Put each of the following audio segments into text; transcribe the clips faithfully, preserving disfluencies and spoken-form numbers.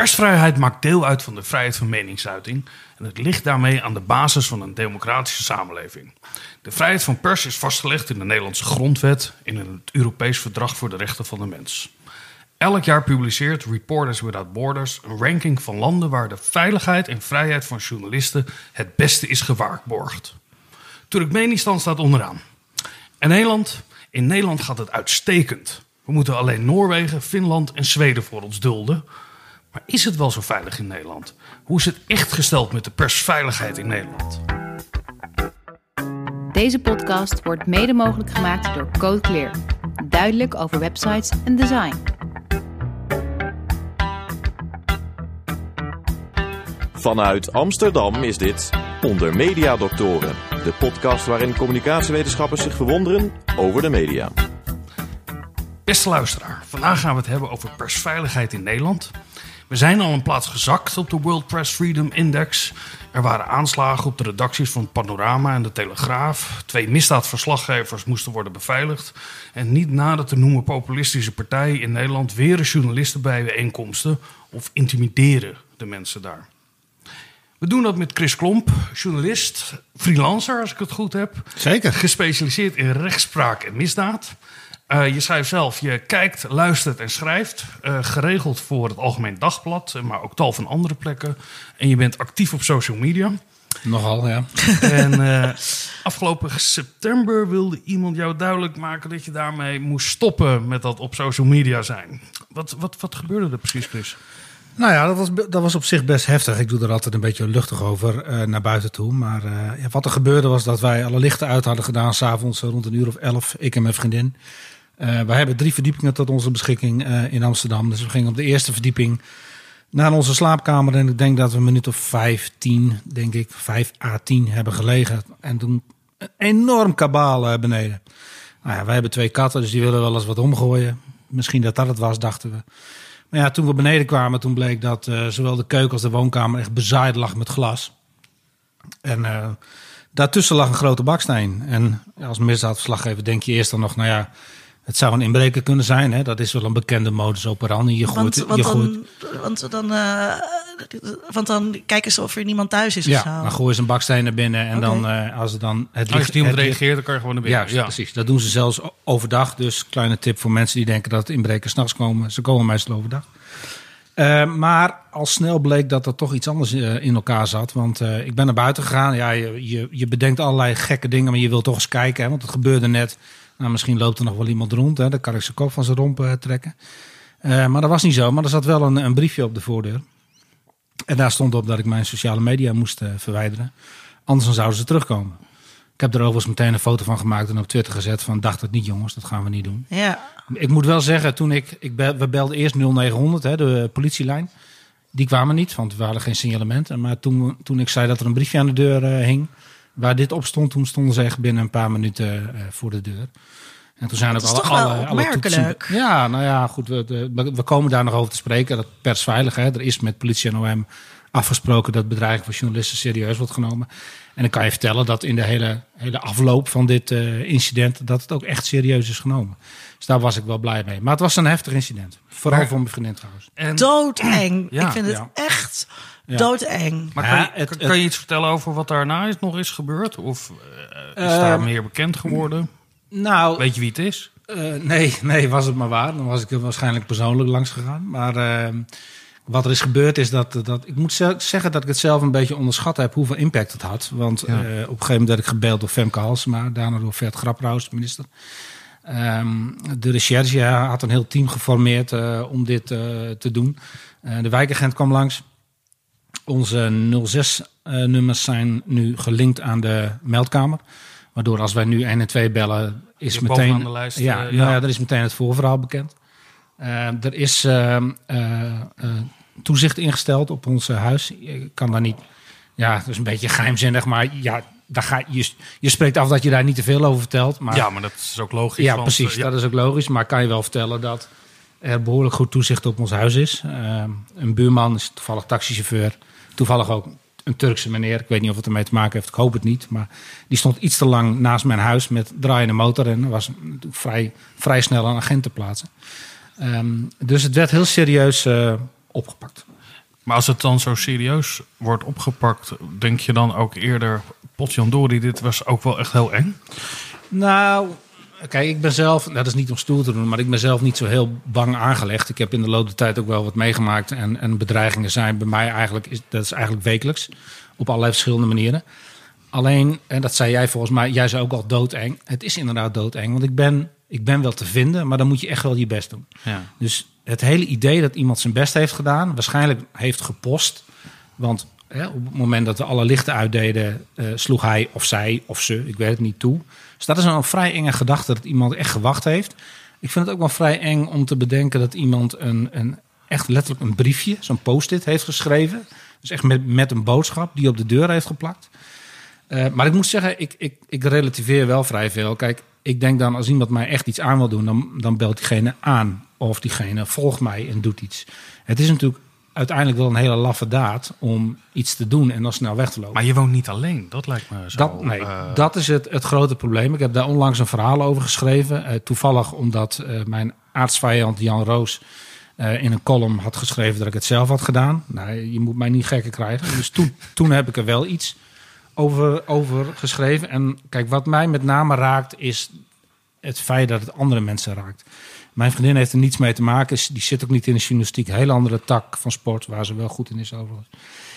Persvrijheid maakt deel uit van de vrijheid van meningsuiting en het ligt daarmee aan de basis van een democratische samenleving. De vrijheid van pers is vastgelegd in de Nederlandse grondwet en in het Europees Verdrag voor de Rechten van de Mens. Elk jaar publiceert Reporters Without Borders een ranking van landen waar de veiligheid en vrijheid van journalisten het beste is gewaarborgd. Turkmenistan staat onderaan. En Nederland, in Nederland gaat het uitstekend. We moeten alleen Noorwegen, Finland en Zweden voor ons dulden. Maar is het wel zo veilig in Nederland? Hoe is het echt gesteld met de persveiligheid in Nederland? Deze podcast wordt mede mogelijk gemaakt door Code Clear. Duidelijk over websites en design. Vanuit Amsterdam is dit Onder Media Doctoren, de podcast waarin communicatiewetenschappers zich verwonderen over de media. Beste luisteraar, vandaag gaan we het hebben over persveiligheid in Nederland. We zijn al een plaats gezakt op de World Press Freedom Index. Er waren aanslagen op de redacties van Panorama en de Telegraaf. Twee misdaadverslaggevers moesten worden beveiligd. En niet nader te noemen populistische partijen in Nederland weren journalisten bij bijeenkomsten of intimideren de mensen daar. We doen dat met Chris Klomp, journalist, freelancer als ik het goed heb. Zeker. Gespecialiseerd in rechtspraak en misdaad. Uh, je schrijft zelf, je kijkt, luistert en schrijft. Uh, geregeld voor het Algemeen Dagblad, maar ook tal van andere plekken. En je bent actief op social media. Nogal, ja. En uh, afgelopen september wilde iemand jou duidelijk maken dat je daarmee moest stoppen met dat op social media zijn. Wat, wat, wat gebeurde er precies, Chris? Nou ja, dat was, dat was op zich best heftig. Ik doe er altijd een beetje luchtig over uh, naar buiten toe. Maar uh, ja, wat er gebeurde was dat wij alle lichten uit hadden gedaan 's avonds rond een uur of elf. Ik en mijn vriendin. Uh, wij hebben drie verdiepingen tot onze beschikking uh, in Amsterdam. Dus we gingen op de eerste verdieping naar onze slaapkamer. En ik denk dat we een minuut of vijf, tien, denk ik, vijf à tien hebben gelegen. En toen een enorm kabaal uh, beneden. Nou ja, wij hebben twee katten, dus die willen wel eens wat omgooien. Misschien dat dat het was, dachten we. Maar ja, toen we beneden kwamen, toen bleek dat uh, zowel de keuken als de woonkamer echt bezaaid lag met glas. En uh, daartussen lag een grote baksteen. En ja, als misdaadverslaggever denk je eerst dan nog, nou ja, het zou een inbreker kunnen zijn. Hè? Dat is wel een bekende modus operandi. Je gooit, want, want, je gooit... dan, want, dan, uh, want dan kijken ze of er niemand thuis is. Ja, of zo. dan gooien ze een baksteen naar binnen. En okay. dan, uh, als er dan het Als licht, iemand het, reageert, dan kan je gewoon naar binnen. Ja, ja, precies. Dat doen ze zelfs overdag. Dus kleine tip voor mensen die denken dat inbrekers 's nachts komen. Ze komen meestal overdag. Uh, maar al snel bleek dat er toch iets anders uh, in elkaar zat. Want uh, ik ben naar buiten gegaan. Ja, je, je, je bedenkt allerlei gekke dingen, maar je wilt toch eens kijken. Hè, want het gebeurde net. Nou, misschien loopt er nog wel iemand rond. Hè, dan kan ik zijn kop van zijn romp uh, trekken. Uh, maar dat was niet zo. Maar er zat wel een, een briefje op de voordeur. En daar stond op dat ik mijn sociale media moest uh, verwijderen. Anders dan zouden ze terugkomen. Ik heb er overigens meteen een foto van gemaakt en op Twitter gezet van dacht het niet jongens, dat gaan we niet doen. Ja. Ik moet wel zeggen, toen ik, ik bel, we belden eerst nul negen honderd, hè, de politielijn. Die kwamen niet, want we hadden geen signalement. Maar toen, toen ik zei dat er een briefje aan de deur uh, hing, waar dit op stond, toen stonden ze echt binnen een paar minuten uh, voor de deur. En toen zijn dat ook is alle, toch wel alle, alle opmerkelijk. toetsen. Ja, nou ja, goed, we, de, we komen daar nog over te spreken. Dat persveilig, hè, er is met politie en O M afgesproken dat bedreiging van journalisten serieus wordt genomen. En dan kan je vertellen dat in de hele, hele afloop van dit uh, incident dat het ook echt serieus is genomen. Dus daar was ik wel blij mee. Maar het was een heftig incident. Vooral maar, voor mijn vriendin trouwens. En, doodeng. Ja, ik vind het ja. echt ja. doodeng. Maar kan, ja, je, het, kan het, je iets vertellen over wat daarna is, nog is gebeurd? Of uh, is uh, daar meer bekend geworden? Nou, weet je wie het is? Uh, nee, nee, was het maar waar. Dan was ik er waarschijnlijk persoonlijk langs gegaan. Maar uh, wat er is gebeurd is dat, dat... Ik moet zeggen dat ik het zelf een beetje onderschat heb hoeveel impact het had. Want ja. uh, op een gegeven moment werd ik gebeld door Femke Halsema. Daarna door Vert Grapperhaus, de minister. Um, de recherche had een heel team geformeerd uh, om dit uh, te doen. Uh, de wijkagent kwam langs. Onze nul zes uh, nummers zijn nu gelinkt aan de meldkamer. Waardoor als wij nu één en twee bellen, is meteen, aan de lijst, ja, uh, ja. Nou ja, er is meteen het voorverhaal bekend. Uh, er is uh, uh, uh, toezicht ingesteld op ons uh, huis. Ik kan daar niet, ja, dat is een beetje geheimzinnig, maar ja, daar ga, je, je spreekt af dat je daar niet te veel over vertelt. Maar, ja, maar dat is ook logisch. Ja, want, precies, uh, ja. dat is ook logisch. Maar kan je wel vertellen dat er behoorlijk goed toezicht op ons huis is. Uh, een buurman is toevallig taxichauffeur, toevallig ook een Turkse meneer, ik weet niet of het ermee te maken heeft, ik hoop het niet. Maar die stond iets te lang naast mijn huis met draaiende motor en er was vrij, vrij snel een agent te plaatsen. Um, dus het werd heel serieus uh, opgepakt. Maar als het dan zo serieus wordt opgepakt, denk je dan ook eerder, potjandori, dit was ook wel echt heel eng? Nou, kijk, ik ben zelf, dat is niet om stoer te doen, maar ik ben zelf niet zo heel bang aangelegd. Ik heb in de loop der tijd ook wel wat meegemaakt. En, en bedreigingen zijn bij mij eigenlijk, is, dat is eigenlijk wekelijks. Op allerlei verschillende manieren. Alleen, en dat zei jij volgens mij, jij zei ook al doodeng. Het is inderdaad doodeng, want ik ben, ik ben wel te vinden, maar dan moet je echt wel je best doen. Ja. Dus het hele idee dat iemand zijn best heeft gedaan, waarschijnlijk heeft gepost. Want hè, op het moment dat we alle lichten uitdeden, uh, sloeg hij of zij of ze, ik weet het niet, toe. Dus dat is een vrij enge gedachte dat iemand echt gewacht heeft. Ik vind het ook wel vrij eng om te bedenken dat iemand een, een echt letterlijk een briefje, zo'n post-it, heeft geschreven. Dus echt met, met een boodschap die op de deur heeft geplakt. Uh, maar ik moet zeggen, ik, ik, ik relativeer wel vrij veel. Kijk, ik denk dan als iemand mij echt iets aan wil doen, dan, dan belt diegene aan. Of diegene volgt mij en doet iets. Het is natuurlijk uiteindelijk wel een hele laffe daad om iets te doen en dan snel weg te lopen. Maar je woont niet alleen, dat lijkt me zo. Dat, nee, uh... dat is het, het grote probleem. Ik heb daar onlangs een verhaal over geschreven. Uh, toevallig omdat uh, mijn aartsvijand Jan Roos uh, in een column had geschreven dat ik het zelf had gedaan. Nou, je moet mij niet gekker krijgen. Dus toen, toen heb ik er wel iets over, over geschreven. En kijk, wat mij met name raakt is het feit dat het andere mensen raakt. Mijn vriendin heeft er niets mee te maken. Die zit ook niet in de journalistiek. Een hele andere tak van sport, waar ze wel goed in is overigens.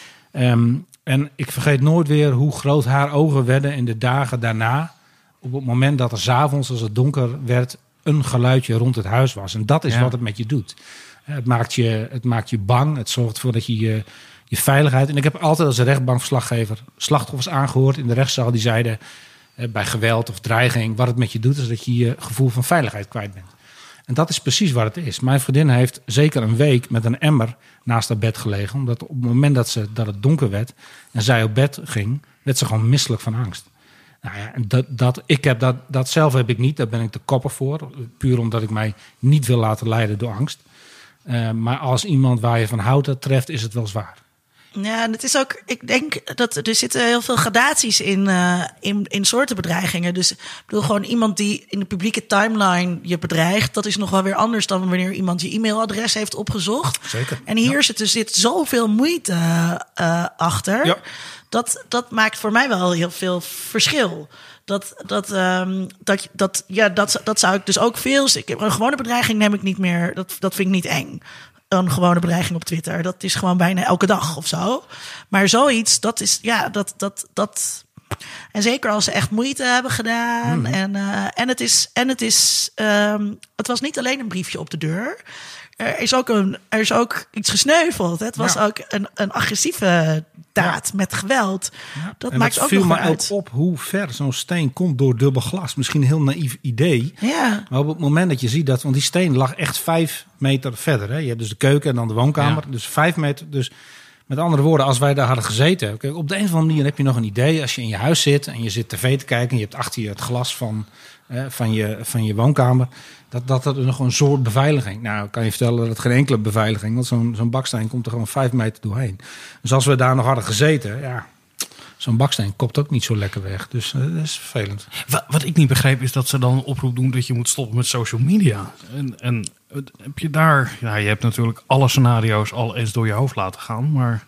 Um, en ik vergeet nooit weer hoe groot haar ogen werden in de dagen daarna. Op het moment dat er 's avonds, als het donker werd, een geluidje rond het huis was. En dat is ja. wat het met je doet. Het maakt je, het maakt je bang. Het zorgt ervoor dat je, je je veiligheid... En ik heb altijd als rechtbankverslaggever slachtoffers aangehoord in de rechtszaal. Die zeiden eh, bij geweld of dreiging, wat het met je doet, is dat je je gevoel van veiligheid kwijt bent. En dat is precies wat het is. Mijn vriendin heeft zeker een week met een emmer naast haar bed gelegen. Omdat op het moment dat, ze, dat het donker werd en zij op bed ging, werd ze gewoon misselijk van angst. Nou ja, dat, dat, ik heb dat, dat zelf heb ik niet. Daar ben ik te koppig voor. Puur omdat ik mij niet wil laten leiden door angst. Uh, maar als iemand waar je van houdt dat treft, is het wel zwaar. Ja, en het is ook, ik denk dat er zitten heel veel gradaties in, uh, in, in soorten bedreigingen. Dus ik bedoel, gewoon iemand die in de publieke timeline je bedreigt, dat is nog wel weer anders dan wanneer iemand je e-mailadres heeft opgezocht. Zeker. En hier ja. zit, er zit zoveel moeite uh, achter. Ja. Dat, dat maakt voor mij wel heel veel verschil. Dat, dat, um, dat, dat, ja, dat, dat zou ik dus ook veel. Ik, een gewone bedreiging neem ik niet meer. Dat, dat vind ik niet eng. Een gewone bedreiging op Twitter. Dat is gewoon bijna elke dag of zo. Maar zoiets, dat is, ja, dat, dat, dat. En zeker als ze echt moeite hebben gedaan. Mm. En, uh, en het is, en het is, um, het was niet alleen een briefje op de deur. Er is ook, een, er is ook iets gesneuveld. Het was ja. ook een, een agressieve daad ja. met geweld. Ja. Dat en maakt dat ook viel nog me uit. ook op hoe ver zo'n steen komt door dubbel glas. Misschien een heel naïef idee. Ja. Maar op het moment dat je ziet dat... Want die steen lag echt vijf meter verder. Hè? Je hebt dus de keuken en dan de woonkamer. Ja. Dus vijf meter. Dus met andere woorden, als wij daar hadden gezeten... Kijk, op de een of andere manier heb je nog een idee. Als je in je huis zit en je zit tv te kijken... en je hebt achter je het glas van, eh, van, je, van je woonkamer... Dat, dat er nog een soort beveiliging. Nou, kan je vertellen dat het geen enkele beveiliging. Want zo'n, zo'n baksteen komt er gewoon vijf meter doorheen. Dus als we daar nog hadden gezeten, ja, zo'n baksteen kopt ook niet zo lekker weg. Dus uh, dat is vervelend. Wat, wat ik niet begreep is dat ze dan een oproep doen dat je moet stoppen met social media. En, en heb je daar, ja, je hebt natuurlijk alle scenario's al eens door je hoofd laten gaan, maar...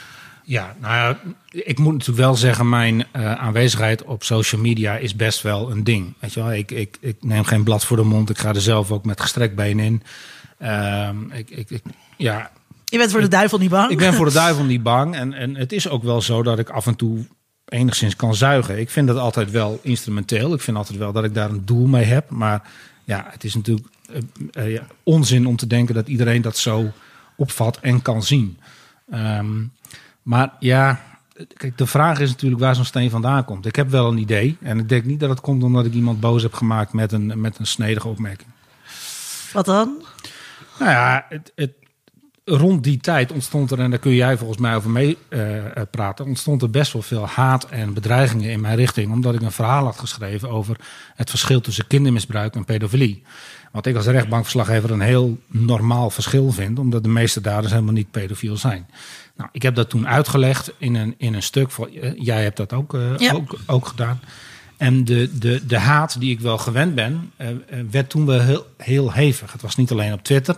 Ja, nou ja, ik moet natuurlijk wel zeggen, mijn uh, aanwezigheid op social media is best wel een ding. Weet je wel, ik, ik, ik neem geen blad voor de mond. Ik ga er zelf ook met gestrekt been in. Uh, ik, ik, ik, ja, je bent voor de duivel niet bang? Ik ben voor de duivel niet bang. En, en het is ook wel zo dat ik af en toe enigszins kan zuigen. Ik vind dat altijd wel instrumenteel. Ik vind altijd wel dat ik daar een doel mee heb. Maar ja, het is natuurlijk uh, uh, ja, onzin om te denken dat iedereen dat zo opvat en kan zien. Um, Maar ja, kijk, de vraag is natuurlijk waar zo'n steen vandaan komt. Ik heb wel een idee. En ik denk niet dat het komt omdat ik iemand boos heb gemaakt met een, met een snedige opmerking. Wat dan? Nou ja, het, het, rond die tijd ontstond er, en daar kun jij volgens mij over mee uh, praten, ontstond er best wel veel haat en bedreigingen in mijn richting. Omdat ik een verhaal had geschreven over het verschil tussen kindermisbruik en pedofilie. Wat ik als rechtbankverslaggever een heel normaal verschil vind, omdat de meeste daders helemaal niet pedofiel zijn. Nou, ik heb dat toen uitgelegd in een, in een stuk. Voor, uh, jij hebt dat ook, uh, ja. ook, ook gedaan. En de, de, de haat die ik wel gewend ben, uh, werd toen wel heel, heel hevig. Het was niet alleen op Twitter.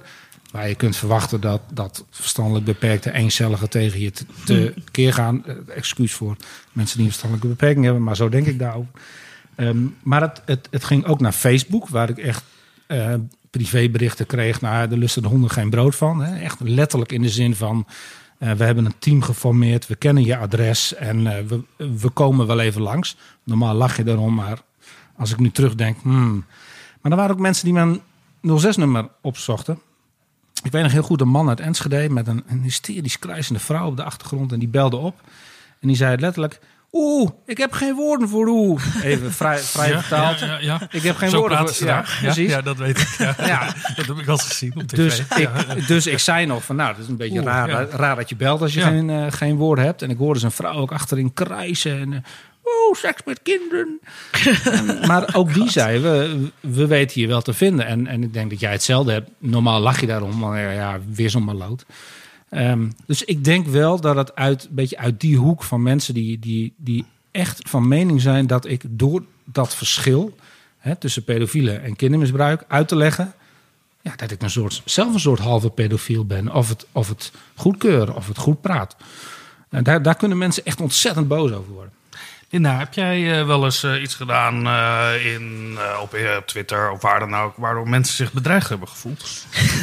waar je kunt verwachten dat, dat verstandelijk beperkte eencelligen tegen je te, te keer gaan. Uh, excuus voor mensen die een verstandelijke beperking hebben, maar zo denk ik daarover. Um, maar het, het, het ging ook naar Facebook, waar ik echt uh, privéberichten kreeg. Nou, er lusten de honden geen brood van. Hè. Echt letterlijk in de zin van, uh, we hebben een team geformeerd, we kennen je adres en uh, we, we komen wel even langs. Normaal lach je erom, maar als ik nu terugdenk... Hmm. Maar er waren ook mensen die mijn nul zes-nummer opzochten. Ik weet nog heel goed een man uit Enschede met een, een hysterisch kruisende vrouw op de achtergrond. En die belde op en die zei letterlijk... Oeh, ik heb geen woorden voor oeh. Even vrij, vrij ja, vertaald. Ja, ja, ja. Ik heb geen Zo woorden voor... ze ja, precies. Ja, dat weet ik. Ja. Ja. Dat heb ik wel eens gezien op tv. Dus, ja. ik, dus ik zei nog van, nou, dat is een beetje Oeh, raar, ja. raar dat je belt als je Ja. geen, uh, geen woorden hebt. En ik hoorde zijn vrouw ook achterin krijsen. En, uh, oeh, seks met kinderen. en, maar ook die zei, we, we weten je wel te vinden. En, en ik denk dat jij hetzelfde hebt. Normaal lach je daarom, maar ja, ja weer zo'n maloot. Um, dus ik denk wel dat het uit, een beetje uit die hoek van mensen die... die, die echt van mening zijn dat ik door dat verschil hè, tussen pedofielen en kindermisbruik uit te leggen, ja, dat ik een soort, zelf een soort halve pedofiel ben. Of het, of het goedkeuren, of het goed praat. En daar, daar kunnen mensen echt ontzettend boos over worden. Linda, heb jij uh, wel eens uh, iets gedaan uh, in, uh, op uh, Twitter of waar dan ook, waardoor mensen zich bedreigd hebben gevoeld?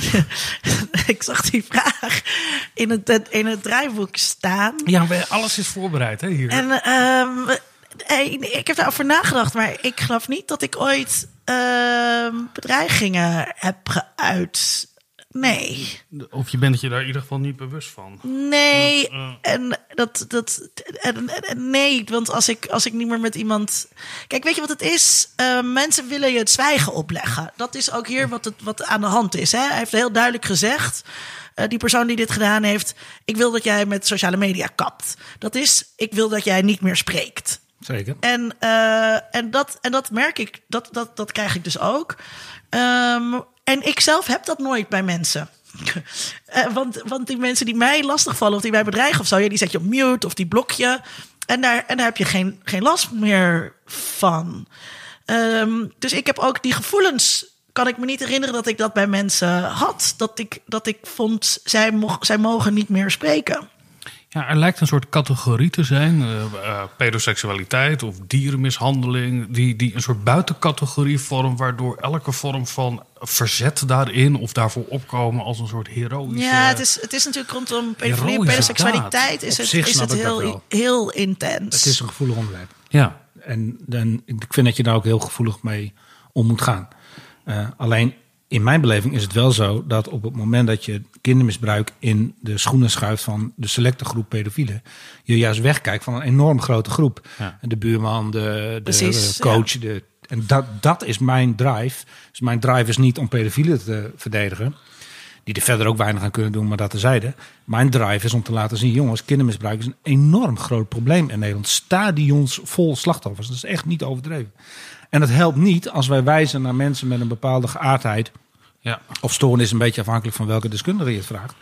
Ik zag die vraag in het, in het draaiboek staan. Ja, alles is voorbereid hè, hier. En um, ik heb daarover nagedacht, maar ik geloof niet dat ik ooit uh, bedreigingen heb geuit. Nee. Of je bent het je daar in ieder geval niet bewust van. Nee, uh, uh. en dat, dat en, en, nee, want als ik, als ik niet meer met iemand... Kijk, weet je wat het is? Uh, mensen willen je het zwijgen opleggen. Dat is ook hier wat, het, wat aan de hand is. Hè? Hij heeft heel duidelijk gezegd, uh, die persoon die dit gedaan heeft, ik wil dat jij met sociale media kapt. Dat is, ik wil dat jij niet meer spreekt. Zeker. En, uh, en, dat, en dat merk ik, dat, dat, dat krijg ik dus ook. Um, En ik zelf heb dat nooit bij mensen. uh, want, want die mensen die mij lastigvallen of die mij bedreigen of zo, ja, die zet je op mute of die blok je. En daar, en daar heb je geen, geen last meer van. Um, dus ik heb ook die gevoelens, kan ik me niet herinneren dat ik dat bij mensen had. Dat ik, dat ik vond, zij, mo- zij mogen niet meer spreken. Ja, er lijkt een soort categorie te zijn, uh, uh, pedoseksualiteit of dierenmishandeling, die, die een soort buitencategorie vormt, waardoor elke vorm van verzet daarin of daarvoor opkomen als een soort heroïsche... Ja, het is, het is natuurlijk rondom pedofilie en pedoseksualiteit is het, is het heel, heel intens. Het is een gevoelig onderwerp. Ja. En, en ik vind dat je daar ook heel gevoelig mee om moet gaan. Uh, alleen in mijn beleving is het wel zo dat op het moment dat je kindermisbruik in de schoenen schuift van de selecte groep pedofielen, je juist wegkijkt van een enorm grote groep. Ja. De buurman, de, de, Precies, de coach. Ja. De, en dat, dat is mijn drive. Dus mijn drive is niet om pedofielen te verdedigen, die er verder ook weinig aan kunnen doen, maar dat terzijde. Mijn drive is om te laten zien, jongens, kindermisbruik is een enorm groot probleem in Nederland. Stadions vol slachtoffers, dat is echt niet overdreven. En het helpt niet als wij wijzen naar mensen met een bepaalde geaardheid. Ja. Of stoornis, een beetje afhankelijk van welke deskundige je het vraagt.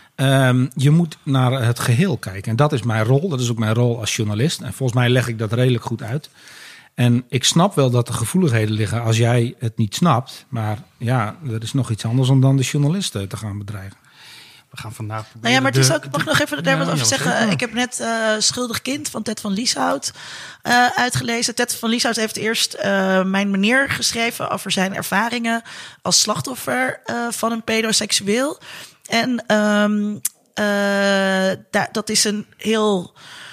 Um, je moet naar het geheel kijken. En dat is mijn rol. Dat is ook mijn rol als journalist. En volgens mij leg ik dat redelijk goed uit. En ik snap wel dat er gevoeligheden liggen als jij het niet snapt. Maar ja, er is nog iets anders om dan de journalisten te gaan bedreigen. We gaan vandaag proberen. Nou ja, maar het is ook, de, mag ik nog even daar ja, wat over ja, zeggen? zeker. Ik heb net uh, Schuldig Kind van Ted van Lieshout uh, uitgelezen. Ted van Lieshout heeft eerst uh, Mijn Meneer geschreven over zijn ervaringen als slachtoffer uh, van een pedoseksueel. En um, uh, daar, dat is een heel...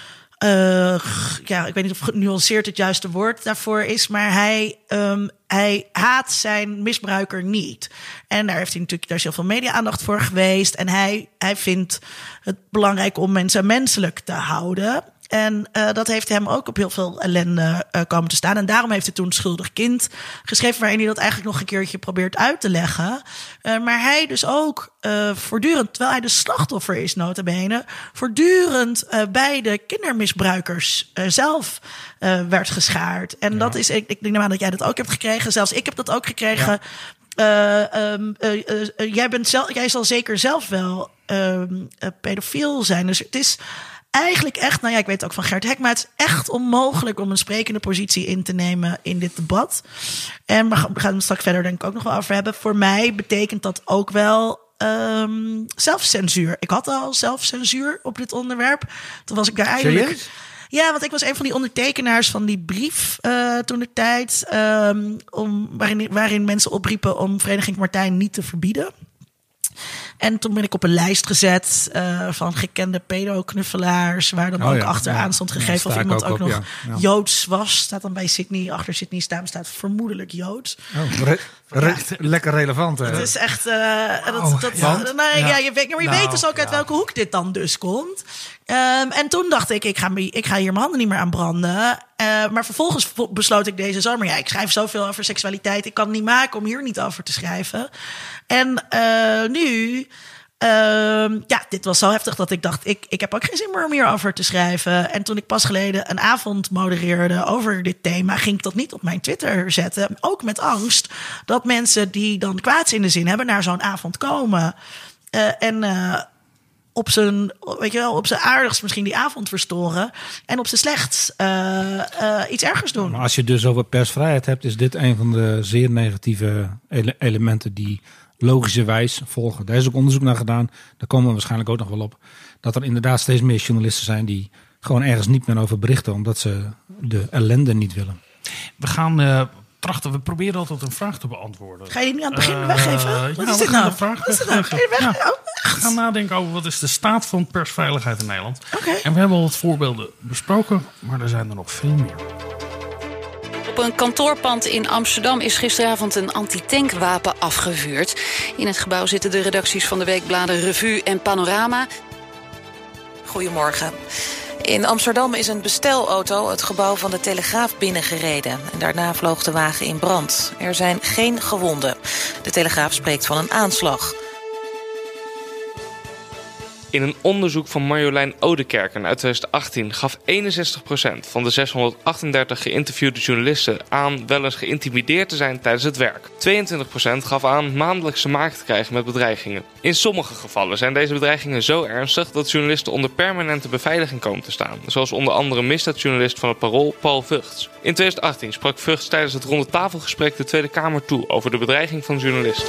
Uh, ja, ik weet niet of genuanceerd het juiste woord daarvoor is, maar hij, um, hij haat zijn misbruiker niet. En daar heeft hij natuurlijk, daar is heel veel media-aandacht voor geweest. En hij, hij vindt het belangrijk om mensen menselijk te houden. En uh, dat heeft hem ook op heel veel ellende uh, komen te staan. En daarom heeft hij toen Schuldig Kind geschreven, waarin hij dat eigenlijk nog een keertje probeert uit te leggen. Uh, maar hij dus ook uh, voortdurend, terwijl hij de slachtoffer is nota bene, voortdurend uh, bij de kindermisbruikers uh, zelf uh, werd geschaard. En ja. dat is, ik, ik denk aan dat jij dat ook hebt gekregen. Zelfs ik heb dat ook gekregen. Ja. Uh, um, uh, uh, uh, jij, bent zelf, jij zal zeker zelf wel uh, uh, pedofiel zijn. Dus het is eigenlijk echt, nou ja, ik weet het ook van Gert Hek, maar het is echt onmogelijk om een sprekende positie in te nemen in dit debat. En we gaan het straks verder denk ik ook nog wel over hebben. Voor mij betekent dat ook wel um, zelfcensuur. Ik had al zelfcensuur op dit onderwerp. Toen was ik daar eigenlijk... Serieus? Ja, want ik was een van die ondertekenaars van die brief uh, toen de tijd. Um, om, waarin, waarin mensen opriepen om Vereniging Martijn niet te verbieden. En toen ben ik op een lijst gezet uh, van gekende pedoknuffelaars, waar dan oh, ook ja. achteraan stond gegeven ja, of iemand ook, ook nog op, ja. Ja. Joods was. Staat dan bij Sydney, achter Sydney staan staat vermoedelijk Joods. Oh, re- re- lekker relevant. Hè? Het is echt... Uh, dat, Oh, dat, ja. nou, ja. Ja, je weet, maar je Nou, weet dus ook uit ja. welke hoek dit dan dus komt. Um, en toen dacht ik, ik ga, me, ik ga hier mijn handen niet meer aan branden. Uh, maar vervolgens besloot ik deze zomer... ja, ik schrijf zoveel over seksualiteit. Ik kan het niet maken om hier niet over te schrijven. En uh, nu... Uh, ja, dit was zo heftig dat ik dacht... Ik, ik heb ook geen zin meer om hierover te schrijven. En toen ik pas geleden een avond modereerde over dit thema... ging ik dat niet op mijn Twitter zetten. Ook met angst dat mensen die dan kwaads in de zin hebben... naar zo'n avond komen. Uh, en... Uh, op zijn, weet je wel, op zijn aardigst misschien die avond verstoren. En op zijn slechtst uh, uh, iets ergers doen. Maar als je dus over persvrijheid hebt, is dit een van de zeer negatieve ele- elementen die logischerwijs volgen. Daar is ook onderzoek naar gedaan. Daar komen we waarschijnlijk ook nog wel op. Dat er inderdaad steeds meer journalisten zijn die gewoon ergens niet meer over berichten, omdat ze de ellende niet willen. We gaan uh, trachten, we proberen altijd een vraag te beantwoorden. Ga je die niet aan het begin Uh, weggeven? ja, Wat we is dit gaan nou? de vraag Wat is dit nou? Ga weggeven. je weg? Ja. Oh, echt? We gaan nadenken over wat is de staat van persveiligheid in Nederland. Oké. En we hebben al wat voorbeelden besproken, maar er zijn er nog veel meer. Op een kantoorpand in Amsterdam is gisteravond een antitankwapen afgevuurd. In het gebouw zitten de redacties van de weekbladen Revue en Panorama. Goedemorgen. In Amsterdam is een bestelauto het gebouw van de Telegraaf binnengereden. En daarna vloog de wagen in brand. Er zijn geen gewonden. De Telegraaf spreekt van een aanslag. In een onderzoek van Marjolein Oudekerken uit twintig achttien gaf eenenzestig procent van de zeshonderdachtendertig geïnterviewde journalisten aan wel eens geïntimideerd te zijn tijdens het werk. tweeëntwintig procent gaf aan maandelijks te maken te krijgen met bedreigingen. In sommige gevallen zijn deze bedreigingen zo ernstig dat journalisten onder permanente beveiliging komen te staan. Zoals onder andere misdaadjournalist van het Parool Paul Vugts. In twintig achttien sprak Vugts tijdens het rondetafelgesprek de Tweede Kamer toe over de bedreiging van journalisten.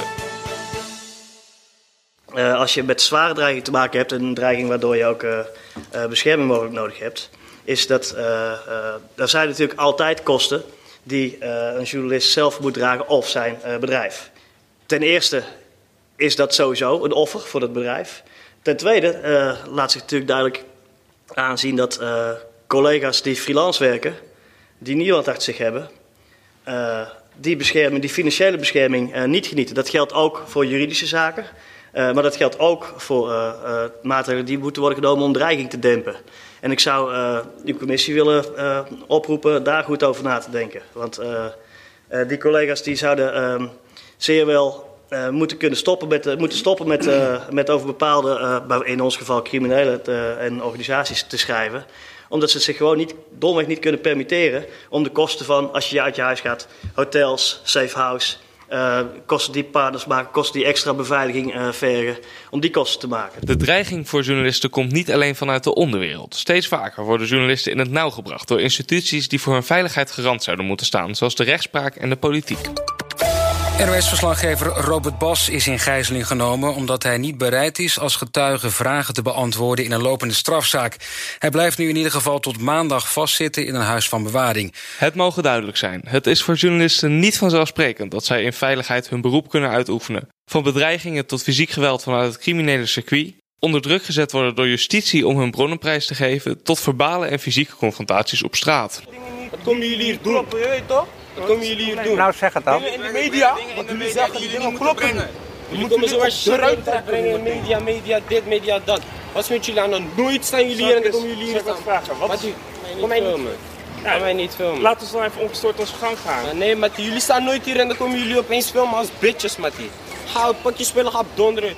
Uh, als je met zware dreiging te maken hebt, een dreiging waardoor je ook uh, uh, bescherming mogelijk nodig hebt, is dat uh, uh, er zijn natuurlijk altijd kosten die uh, een journalist zelf moet dragen of zijn uh, bedrijf. Ten eerste is dat sowieso een offer voor het bedrijf. Ten tweede uh, laat zich natuurlijk duidelijk aanzien dat uh, collega's die freelance werken, die niemand achter zich hebben, uh, die bescherming, die financiële bescherming uh, niet genieten. Dat geldt ook voor juridische zaken. Uh, maar dat geldt ook voor uh, uh, maatregelen die moeten worden genomen om dreiging te dempen. En ik zou uh, de commissie willen uh, oproepen daar goed over na te denken. Want uh, uh, die collega's die zouden uh, zeer wel uh, moeten kunnen stoppen met, uh, moeten stoppen met, uh, met over bepaalde, uh, in ons geval criminelen uh, en organisaties te schrijven. Omdat ze het zich gewoon niet, domweg niet kunnen permitteren om de kosten van, als je uit je huis gaat, hotels, safe house... Uh, kosten die partners maken, kosten die extra beveiliging uh, vergen, om die kosten te maken. De dreiging voor journalisten komt niet alleen vanuit de onderwereld. Steeds vaker worden journalisten in het nauw gebracht door instituties die voor hun veiligheid garant zouden moeten staan, zoals de rechtspraak en de politiek. N O S-verslaggever Robert Bas is in gijzeling genomen omdat hij niet bereid is als getuige vragen te beantwoorden in een lopende strafzaak. Hij blijft nu in ieder geval tot maandag vastzitten in een huis van bewaring. Het mogen duidelijk zijn. Het is voor journalisten niet vanzelfsprekend dat zij in veiligheid hun beroep kunnen uitoefenen. Van bedreigingen tot fysiek geweld vanuit het criminele circuit, onder druk gezet worden door justitie om hun bronnen prijs te geven, tot verbale en fysieke confrontaties op straat. Wat komen jullie hier doen? Kloppen, je weet toch? Wat komen jullie hier doen? Nou, zeg het dan. In de media, want jullie zeggen die dingen kloppen. Jullie komen zoals eruit brengen in media, media dit, media dat. Wat is met jullie aan dan? Nooit staan jullie hier en dan komen jullie hier wat vragen. Wat is kom mij niet filmen? Kom mij niet filmen. Laat ons dan even ongestoord onze gang gaan. Nee, Mattie, jullie staan nooit hier en dan komen jullie opeens filmen als bitches, Mattie. Ga, pak je spullen, ga op donderen.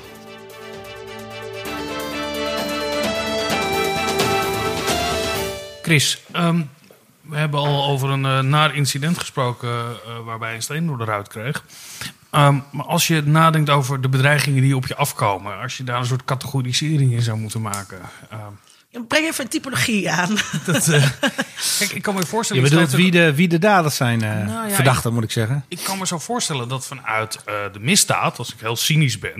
Chris, um, we hebben al over een uh, naar incident gesproken uh, waarbij een steen door de ruit kreeg. Um, maar als je nadenkt over de bedreigingen die op je afkomen, als je daar een soort categorisering in zou moeten maken. Um, Breng even een typologie aan. Dat, uh, kijk, ik kan me voorstellen. Je bedoelt wie de, wie de daders zijn, uh, nou ja, verdachten ik, moet ik zeggen. Ik kan me zo voorstellen dat vanuit uh, de misdaad, als ik heel cynisch ben,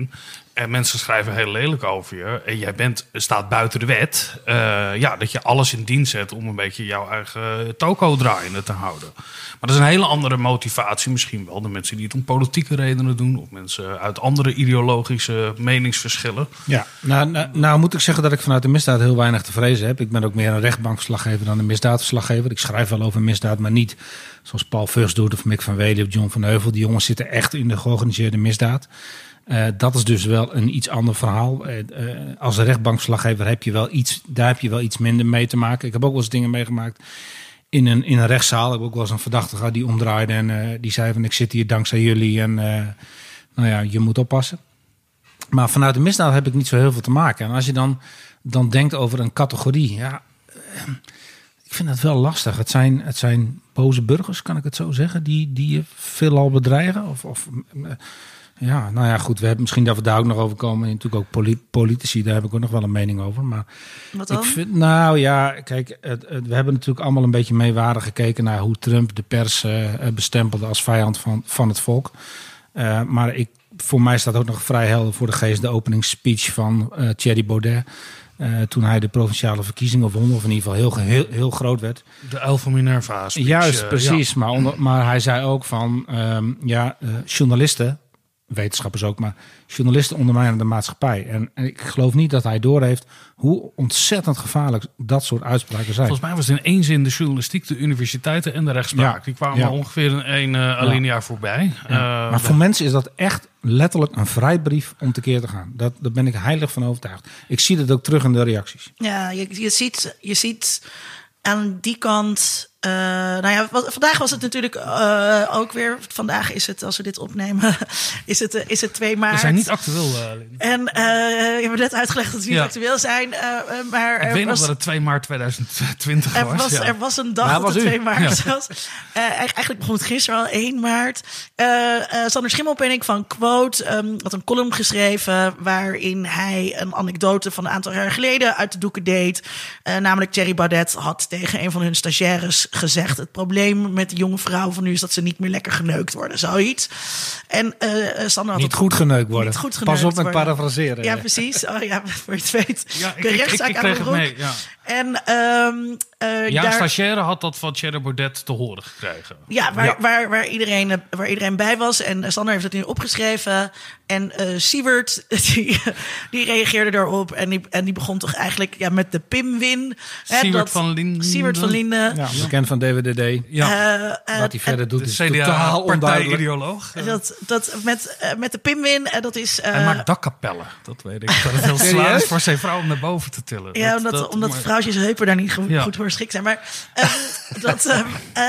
en mensen schrijven heel lelijk over je en jij bent, staat buiten de wet, uh, ja, dat je alles in dienst zet om een beetje jouw eigen toko draaiende te houden. Maar dat is een hele andere motivatie misschien wel. De mensen die het om politieke redenen doen of mensen uit andere ideologische meningsverschillen. Ja, nou, nou, nou moet ik zeggen dat ik vanuit de misdaad heel weinig te vrezen heb. Ik ben ook meer een rechtbankverslaggever dan een misdaadverslaggever. Ik schrijf wel over misdaad, maar niet zoals Paul Vust doet of Mick van Wely of John van Heuvel. Die jongens zitten echt in de georganiseerde misdaad. Uh, dat is dus wel een iets ander verhaal. Uh, uh, als rechtbankverslaggever heb je wel iets, daar heb je wel iets minder mee te maken. Ik heb ook wel eens dingen meegemaakt in een, in een rechtszaal. Ik heb ook wel eens een verdachte gehad die omdraaide en uh, die zei van ik zit hier dankzij jullie en uh, nou ja, je moet oppassen. Maar vanuit de misdaad heb ik niet zo heel veel te maken. En als je dan, dan denkt over een categorie, ja, uh, ik vind dat wel lastig. Het zijn, het zijn boze burgers, kan ik het zo zeggen, die, die je veelal bedreigen of... of uh, Ja, nou ja, goed. We hebben misschien dat we daar ook nog over komen. En natuurlijk ook politici, daar heb ik ook nog wel een mening over. Maar wat dan? Ik vind, nou ja, kijk, het, het, we hebben natuurlijk allemaal een beetje meewarig gekeken naar hoe Trump de pers uh, bestempelde als vijand van, van het volk. Uh, maar ik, voor mij staat ook nog vrij helder voor de geest de openingsspeech van uh, Thierry Baudet. Uh, toen hij de provinciale verkiezingen won, of in ieder geval heel, heel, heel groot werd. De uil van Minerva speech. Juist, precies. Uh, ja. maar, onder, maar hij zei ook van, um, ja, uh, journalisten, wetenschappers ook, maar journalisten ondermijnen de maatschappij. En, en ik geloof niet dat hij doorheeft hoe ontzettend gevaarlijk dat soort uitspraken zijn. Volgens mij was het in één zin de journalistiek, de universiteiten en de rechtspraak. Ja, die kwamen ja. ongeveer in één uh, alinea ja. voorbij. Ja. Uh, maar voor mensen is dat echt letterlijk een vrijbrief om tekeer te gaan. Dat, daar ben ik heilig van overtuigd. Ik zie dat ook terug in de reacties. Ja, je, je, ziet, je ziet aan die kant... Uh, nou ja, wat, vandaag was het natuurlijk uh, ook weer. Vandaag is het, als we dit opnemen, is het, uh, is het twee maart. We zijn niet actueel. Uh, en uh, je hebt net uitgelegd dat we niet ja. actueel zijn. Uh, uh, maar ik weet was, nog dat het twee maart tweeduizend twintig er was. was ja. Er was een dag nou, dat het twee maart ja. was. Uh, eigenlijk begon het gisteren al, één maart. Uh, uh, Sander Schimmelpenninck van Quote um, had een column geschreven waarin hij een anekdote van een aantal jaar geleden uit de doeken deed. Uh, namelijk Thierry Baudet had tegen een van hun stagiaires gezegd: het probleem met de jonge vrouwen van nu is dat ze niet meer lekker geneukt worden, zoiets. En uh, Sander had niet goed geneukt worden. Niet goed geneukt Pas op met worden. parafraseren. Ja, precies. Oh ja, voor je het weet. Ja, ik, ik, ik, ik kreeg het mee. Ja. En um, uh, ja, daar... stagiaire had dat van Thierry Baudet te horen gekregen. Ja, waar, ja. Waar, waar, iedereen, waar iedereen bij was. En Sander heeft het nu opgeschreven. En uh, Siewert, die, die reageerde daarop. En die, en die begon toch eigenlijk ja, met de Pim-win. Siewert van Linden. Siewert van Linden. Ja, bekend van D W D D. Ja. Uh, uh, Wat hij verder doet is C D A totaal onduidelijk. Ideoloog. Dat, dat met, uh, met de Pim-win, uh, dat is... Uh, hij maakt dakkapellen. Dat weet ik. Dat het heel zwaar is voor zijn vrouw om naar boven te tillen. Ja, dat, omdat, dat, omdat maar... vrouwtjes heupen daar niet goed, ja. goed voor geschikt zijn. Maar uh, dat, uh,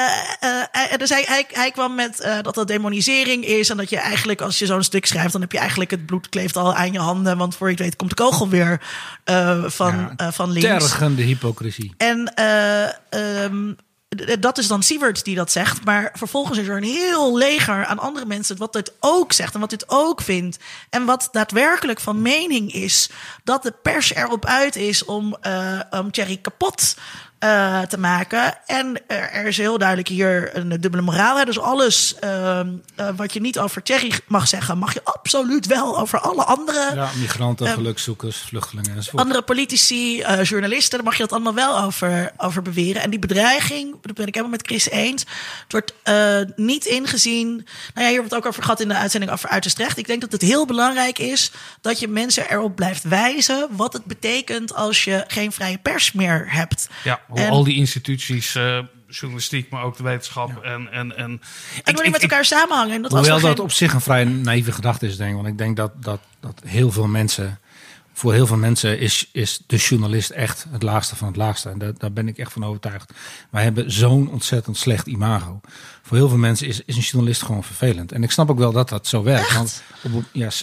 uh, uh, dus hij, hij, hij kwam met uh, dat dat demonisering is. En dat je eigenlijk, als je zo'n stuk schrijft, dan heb je eigenlijk het bloed kleeft al aan je handen. Want voor je het weet komt de kogel weer uh, van, ja, uh, van links. Tergende hypocrisie. En uh, um, dat is dan Siewert die dat zegt. Maar vervolgens is er een heel leger aan andere mensen wat dit ook zegt en wat dit ook vindt. En wat daadwerkelijk van mening is dat de pers erop uit is om, uh, om Thierry kapot uh, te maken. En uh, er is heel duidelijk hier een dubbele moraal. Hè? Dus alles uh, uh, wat je niet over Thierry mag zeggen, mag je absoluut wel over alle andere... Ja, migranten, uh, gelukzoekers, vluchtelingen enzovoort. Andere politici, uh, journalisten, daar mag je dat allemaal wel over, over beweren. En die bedreiging, dat ben ik helemaal met Chris eens, het wordt uh, niet ingezien. Nou ja, hier hebben we het ook over gehad in de uitzending over Uiterstrecht. Ik denk dat het heel belangrijk is dat je mensen erop blijft wijzen wat het betekent als je geen vrije pers meer hebt. Ja, hoe en, al die instituties, uh, journalistiek, maar ook de wetenschap ja. en en en. En hoe die met elkaar ik, samenhangen. En dat hoewel als dat geen... op zich een vrij naïeve gedachte is, denk ik. Want ik denk dat dat dat heel veel mensen, voor heel veel mensen is is de journalist echt het laagste van het laagste. En daar, daar ben ik echt van overtuigd. Wij hebben zo'n ontzettend slecht imago. Voor heel veel mensen is is een journalist gewoon vervelend. En ik snap ook wel dat dat zo werkt. Echt? Want op, ja,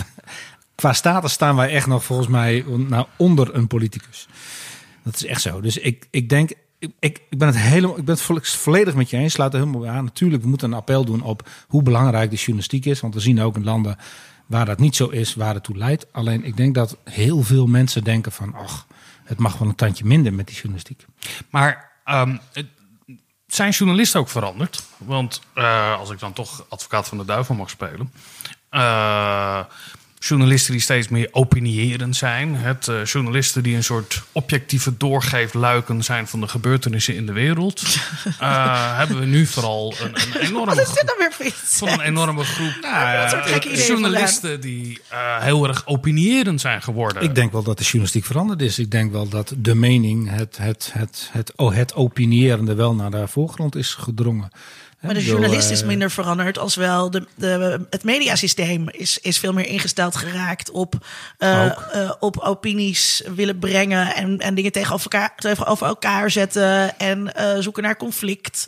qua status staan wij echt nog volgens mij nou, onder een politicus. Dat is echt zo. Dus ik, ik denk, ik, ik ben het helemaal, ik ben het volledig met je eens. Sluit er helemaal bij aan. Natuurlijk, we moeten een appel doen op hoe belangrijk de journalistiek is. Want we zien ook in landen waar dat niet zo is, waar het toe leidt. Alleen ik denk dat heel veel mensen denken van, ach, het mag wel een tandje minder met die journalistiek. Maar um, het, zijn journalisten ook veranderd? Want uh, als ik dan toch advocaat van de duivel mag spelen. Uh, journalisten die steeds meer opinierend zijn. Het uh, journalisten die een soort objectieve doorgeefluiken zijn van de gebeurtenissen in de wereld. Uh, hebben we nu vooral een, een enorme Wat is dit nou weer voor iets? Van een enorme groep ja, uh, journalisten die uh, heel erg opinierend zijn geworden. Ik denk wel dat de journalistiek veranderd is. Ik denk wel dat de mening, het, het, het, het, het, het opinierende wel naar de voorgrond is gedrongen. Maar de journalist is minder veranderd als wel de, de, het mediasysteem is, is veel meer ingesteld geraakt op, uh, uh, op opinies willen brengen en, en dingen tegenover elkaar, tegenover elkaar zetten en uh, zoeken naar conflict.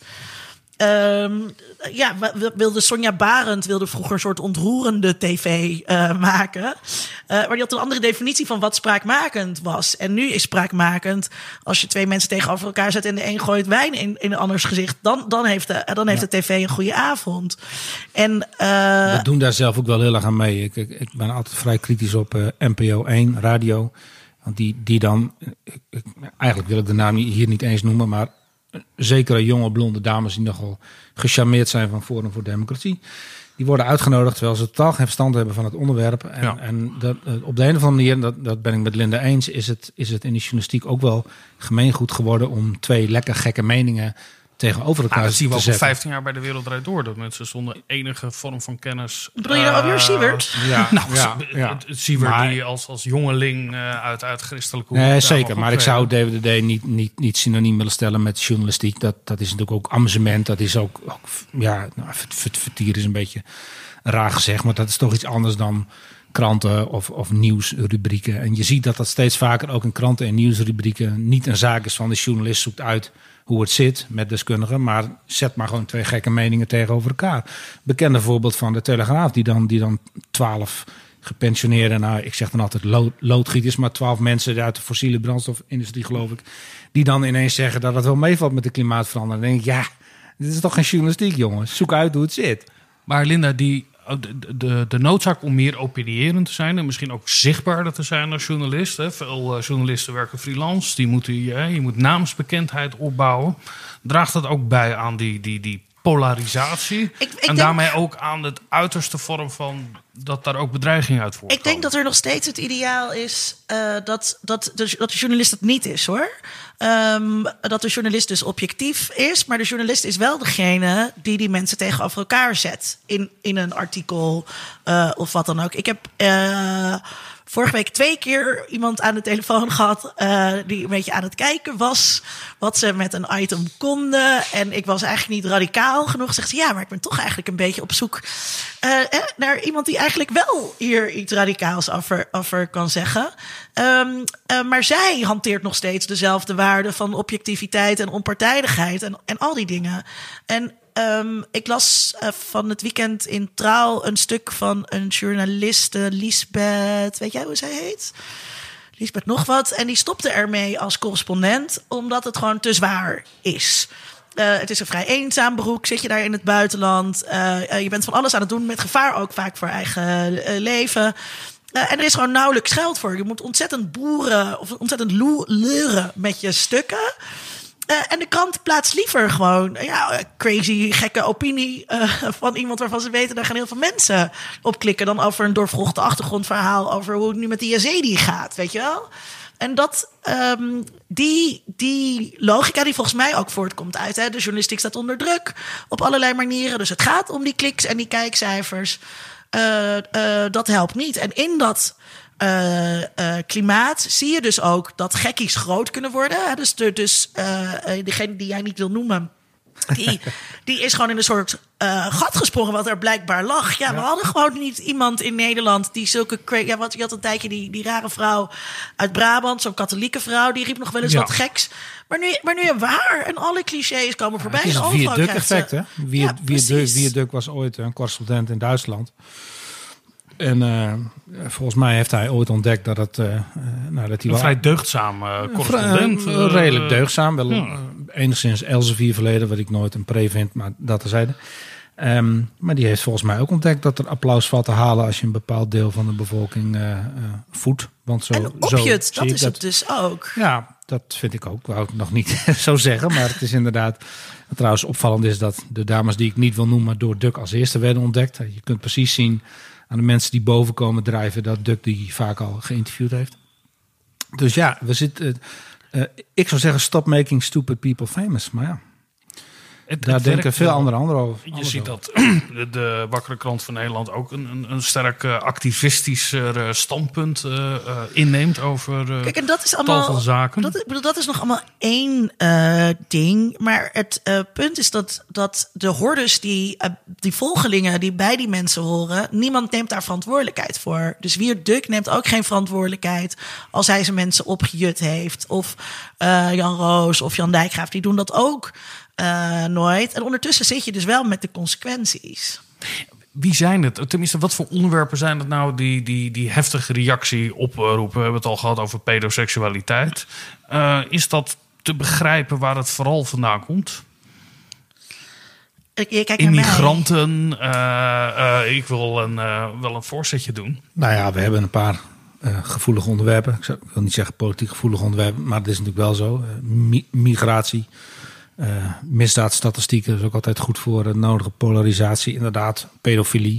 Um, ja, wilde Sonja Barend wilde vroeger een soort ontroerende tv uh, maken. Uh, maar die had een andere definitie van wat spraakmakend was. En nu is spraakmakend als je twee mensen tegenover elkaar zet en de een gooit wijn in, in een anders gezicht. Dan, dan heeft, de, dan heeft ja. de tv een goede avond. En, uh, we doen daar zelf ook wel heel erg aan mee. Ik, ik, ik ben altijd vrij kritisch op uh, N P O één, radio. Want die, die dan, ik, ik, eigenlijk wil ik de naam hier niet eens noemen, maar zekere jonge blonde dames die nogal gecharmeerd zijn van Forum voor Democratie. Die worden uitgenodigd terwijl ze totaal geen verstand hebben van het onderwerp. En, ja. en dat, op de een of andere manier, dat, dat ben ik met Linda eens, is het, is het in de journalistiek ook wel gemeengoed geworden om twee lekker gekke meningen tegenover elkaar ah, te zetten. Dat zien we ook al vijftien jaar bij de Wereld Draait Door. Dat mensen zonder enige vorm van kennis... Bedoel je nou uh, weer Siewert? Ja, nou, ja, ja. Siewert maar, die als, als jongeling uh, uit, uit christelijke hoek... Nee, zeker. Maar ik zou D W D niet, niet, niet synoniem willen stellen met journalistiek. Dat, dat is natuurlijk ook amusement. Dat is ook... ook ja, nou, vertier is een beetje raar gezegd. Maar dat is toch iets anders dan kranten of, of nieuwsrubrieken. En je ziet dat dat steeds vaker ook in kranten en nieuwsrubrieken niet een zaak is van de journalist zoekt uit hoe het zit met deskundigen, maar zet maar gewoon twee gekke meningen tegenover elkaar. Bekende voorbeeld van de Telegraaf, die dan, die dan twaalf gepensioneerde, nou ik zeg dan altijd lood, loodgieters, maar twaalf mensen uit de fossiele brandstofindustrie geloof ik, die dan ineens zeggen dat het wel meevalt met de klimaatverandering. Dan denk ik, ja, dit is toch geen journalistiek, jongens. Zoek uit hoe het zit. Maar Linda, die De, de, de noodzaak om meer opinierend te zijn en misschien ook zichtbaarder te zijn als journalist. Hè. Veel uh, journalisten werken freelance, die moeten, uh, je moet naamsbekendheid opbouwen. Draagt dat ook bij aan die, die, die polarisatie? Ik, ik en denk, daarmee ook aan het uiterste vorm van dat daar ook bedreiging uit voortkomen? Ik denk dat er nog steeds het ideaal is uh, dat, dat, de, dat de journalist het niet is, hoor. Um, dat de journalist dus objectief is, maar de journalist is wel degene die die mensen tegenover elkaar zet in, in een artikel uh, of wat dan ook. Ik heb uh, vorige week twee keer iemand aan de telefoon gehad uh, die een beetje aan het kijken was wat ze met een item konden. En ik was eigenlijk niet radicaal genoeg. Zegt ze, ja, maar ik ben toch eigenlijk een beetje op zoek uh, eh, naar iemand die eigenlijk wel hier iets radicaals over, over kan zeggen. Um, uh, maar zij hanteert nog steeds dezelfde waarden van objectiviteit en onpartijdigheid en, en al die dingen. En um, ik las uh, van het weekend in Trouw een stuk van een journaliste, Liesbeth, weet jij hoe zij heet? Liesbeth nog wat. En die stopte ermee als correspondent, omdat het gewoon te zwaar is. Uh, het is een vrij eenzaam beroep. Zit je daar in het buitenland? Uh, uh, je bent van alles aan het doen, met gevaar ook vaak voor eigen uh, leven. Uh, en er is gewoon nauwelijks geld voor. Je moet ontzettend boeren of ontzettend leuren met je stukken. Uh, en de krant plaatst liever gewoon ja, crazy, gekke opinie uh, van iemand waarvan ze weten, daar gaan heel veel mensen op klikken, dan over een doorvrochte achtergrondverhaal over hoe het nu met de Yazidi gaat, weet je wel? En dat, um, die, die logica die volgens mij ook voortkomt uit, hè, de journalistiek staat onder druk op allerlei manieren. Dus het gaat om die kliks en die kijkcijfers. Uh, uh, dat helpt niet. En in dat uh, uh, klimaat zie je dus ook dat gekkies groot kunnen worden. Hè? Dus, de, dus uh, degene die jij niet wil noemen, die, die is gewoon in een soort uh, gat gesprongen wat er blijkbaar lag. Ja, ja, we hadden gewoon niet iemand in Nederland die zulke... Cra- ja, wat, je had een tijdje die, die rare vrouw uit Brabant, zo'n katholieke vrouw, die riep nog wel eens ja. wat geks. Maar nu, maar nu waar. En alle clichés komen voorbij. Ja, het is een Viaduct-effect, hè? Viaduct was ooit een correspondent in Duitsland. En uh, volgens mij heeft hij ooit ontdekt dat het... Uh, nou, dat hij een vrij deugdzaam uh, correspondent. Uh, redelijk deugdzaam. Wel ja. uh, enigszins Elsevier verleden, wat ik nooit een pre vind, maar dat terzijde. Um, maar die heeft volgens mij ook ontdekt dat er applaus valt te halen als je een bepaald deel van de bevolking uh, uh, voedt. Want zo, en op zo je het, dat is dat, het dus ook. Ja, dat vind ik ook. Wou ik nog niet zo zeggen, maar het is inderdaad... Trouwens opvallend is dat de dames die ik niet wil noemen door Duk als eerste werden ontdekt. Je kunt precies zien aan de mensen die boven komen drijven, dat Duck die vaak al geïnterviewd heeft. Dus ja, we zitten. Uh, ik zou zeggen, stop making stupid people famous. Maar ja, het, daar het denken veel wel. andere anderen over. Je ziet over. dat de, de Wakkere Krant van Nederland ook een, een, een sterk uh, activistischer uh, standpunt uh, uh, inneemt over uh, Kijk, en dat is allemaal, tal van zaken. Dat, bedoel, dat is nog allemaal één uh, ding. Maar het uh, punt is dat, dat de hordes, die, uh, die volgelingen die bij die mensen horen, niemand neemt daar verantwoordelijkheid voor. Dus Wierd Duk neemt ook geen verantwoordelijkheid als hij zijn mensen opgejut heeft. Of uh, Jan Roos of Jan Dijkgraaf, die doen dat ook uh, nooit. En ondertussen zit je dus wel met de consequenties. Wie zijn het? Tenminste, wat voor onderwerpen zijn het nou die, die, die heftige reactie oproepen? We hebben het al gehad over pedoseksualiteit. Uh, is dat te begrijpen waar het vooral vandaan komt? Je kijkt Immigranten. Uh, uh, ik wil een, uh, wel een voorzetje doen. Nou ja, we hebben een paar uh, gevoelige onderwerpen. Ik, zou, ik wil niet zeggen politiek gevoelige onderwerpen, maar het is natuurlijk wel zo. Uh, mi- migratie. Uh, misdaadstatistieken is ook altijd goed voor uh, nodige polarisatie. Inderdaad, pedofilie.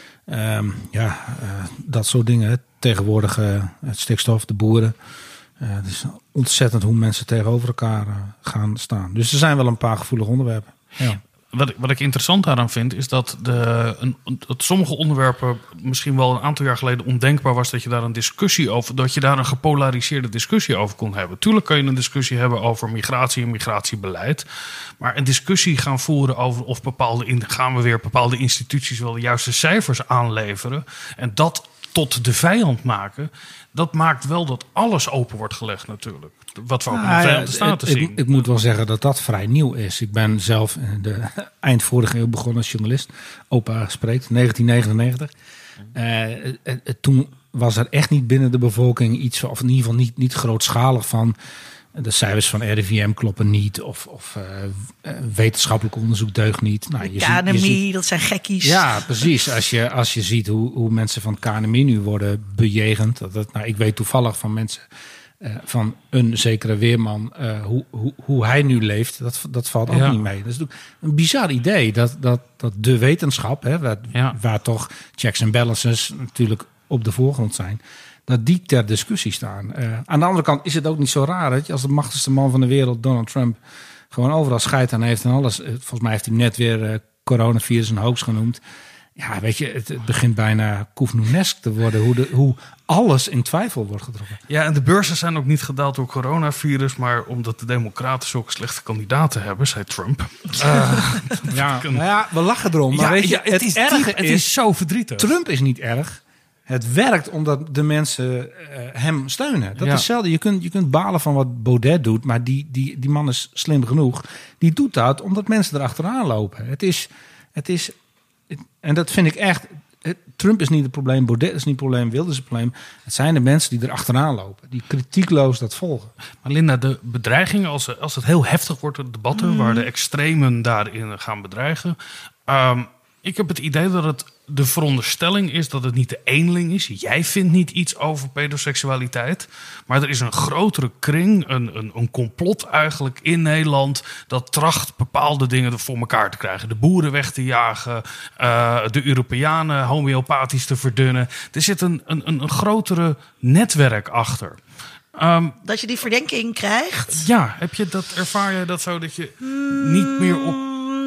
Um, ja, uh, dat soort dingen. Tegenwoordig uh, het stikstof, de boeren. Uh, het is ontzettend hoe mensen tegenover elkaar uh, gaan staan. Dus er zijn wel een paar gevoelige onderwerpen. Ja. Wat ik, wat ik interessant daaraan vind, is dat, de, een, dat sommige onderwerpen misschien wel een aantal jaar geleden ondenkbaar was dat je daar een discussie over, dat je daar een gepolariseerde discussie over kon hebben. Tuurlijk kan je een discussie hebben over migratie en migratiebeleid, maar een discussie gaan voeren over of bepaalde, gaan we weer bepaalde instituties wel de juiste cijfers aanleveren en dat tot de vijand maken, dat maakt wel dat alles open wordt gelegd natuurlijk. Wat we ook in de Verenigde Staten zien. Ik, ik moet wel zeggen dat dat vrij nieuw is. Ik ben zelf de eind vorige eeuw begonnen als journalist. Opa spreekt, negentien negenennegentig. Uh, uh, uh, toen was er echt niet binnen de bevolking iets, of in ieder geval niet, niet grootschalig van de cijfers van R I V M kloppen niet. Of, of uh, wetenschappelijk onderzoek deugt niet. Nou, de K N M I, dat zijn gekkies. Ja, precies. Als je, als je ziet hoe, hoe mensen van het K N M I nu worden bejegend. Dat, dat, nou, ik weet toevallig van mensen, uh, van een zekere weerman, uh, hoe, hoe, hoe hij nu leeft. Dat, dat valt ook ja. niet mee. Dat is een bizar idee. Dat, dat, dat de wetenschap, hè, waar, ja. waar toch checks en balances natuurlijk op de voorgrond zijn, dat die ter discussie staan. Uh, aan de andere kant is het ook niet zo raar dat je als de machtigste man van de wereld, Donald Trump, gewoon overal scheid aan heeft en alles. Uh, volgens mij heeft hij net weer uh, coronavirus een hoax genoemd. Ja, weet je, het, het begint bijna koefnoenesk te worden hoe, de, hoe alles in twijfel wordt getrokken. Ja, en de beurzen zijn ook niet gedaald door coronavirus, maar omdat de democraten zulke slechte kandidaten hebben, zei Trump. Uh, ja, nou ja, we lachen erom. Maar ja, weet je, ja, het, het, is erg diep, het is, is zo verdrietig. Trump is niet erg. Het werkt omdat de mensen uh, hem steunen. Dat ja. is hetzelfde. Je kunt, je kunt balen van wat Baudet doet, maar die, die, die man is slim genoeg. Die doet dat omdat mensen erachteraan lopen. Het is, het is, het, en dat vind ik echt. Het, Trump is niet het probleem, Baudet is niet het probleem, Wilders is het probleem. Het zijn de mensen die erachteraan lopen, die kritiekloos dat volgen. Maar Linda, de bedreiging, als, als het heel heftig wordt, de debatten, mm. waar de extremen daarin gaan bedreigen. Um, ik heb het idee dat het de veronderstelling is dat het niet de eenling is. Jij vindt niet iets over pedoseksualiteit. Maar er is een grotere kring, een, een, een complot eigenlijk in Nederland, dat tracht bepaalde dingen voor elkaar te krijgen. De boeren weg te jagen, uh, de Europeanen homeopathisch te verdunnen. Er zit een, een, een grotere netwerk achter. Um, dat je die verdenking krijgt? Ja, heb je dat, ervaar je dat zo dat je mm. niet meer op...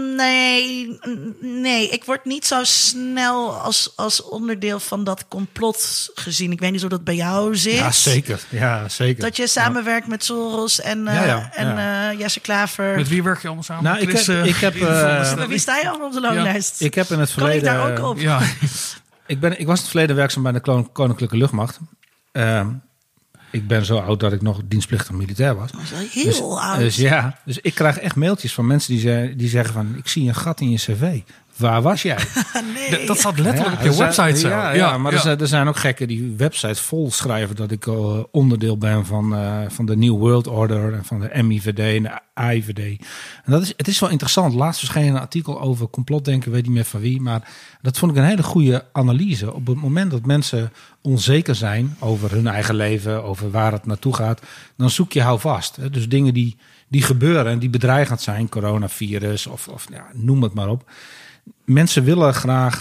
Nee, nee, ik word niet zo snel als, als onderdeel van dat complot gezien. Ik weet niet hoe dat bij jou zit. Ja, zeker. Ja, zeker. Dat je samenwerkt ja. met Soros en, uh, ja, ja, en ja. Uh, Jesse Klaver. Met wie werk je allemaal samen? Nou, ik Chris, heb, uh, ik heb, uh, met wie sta je allemaal op de loonlijst? Ja. Ik heb in het verleden... Kan ik daar ook op? Ja. ik, ben, ik was in het verleden werkzaam bij de Koninklijke Luchtmacht. Uh, Ik ben zo oud dat ik nog dienstplichtig militair was. Dat is wel heel dus, oud. Dus ja, dus ik krijg echt mailtjes van mensen die, ze, die zeggen van, ik zie een gat in je cv. Waar was jij? nee. Dat staat letterlijk ja, op je zijn, website zo. Ja, ja, ja maar ja. Er, zijn, er zijn ook gekken die websites vol schrijven dat ik uh, onderdeel ben van, uh, van de New World Order en van de M I V D en de A I V D. En dat is, het is wel interessant. Laatst verscheen een artikel over complotdenken, weet niet meer van wie. Maar dat vond ik een hele goede analyse. Op het moment dat mensen onzeker zijn over hun eigen leven, over waar het naartoe gaat, dan zoek je houvast. Hè? Dus dingen die, die gebeuren en die bedreigend zijn, coronavirus of, of ja, noem het maar op. Mensen willen graag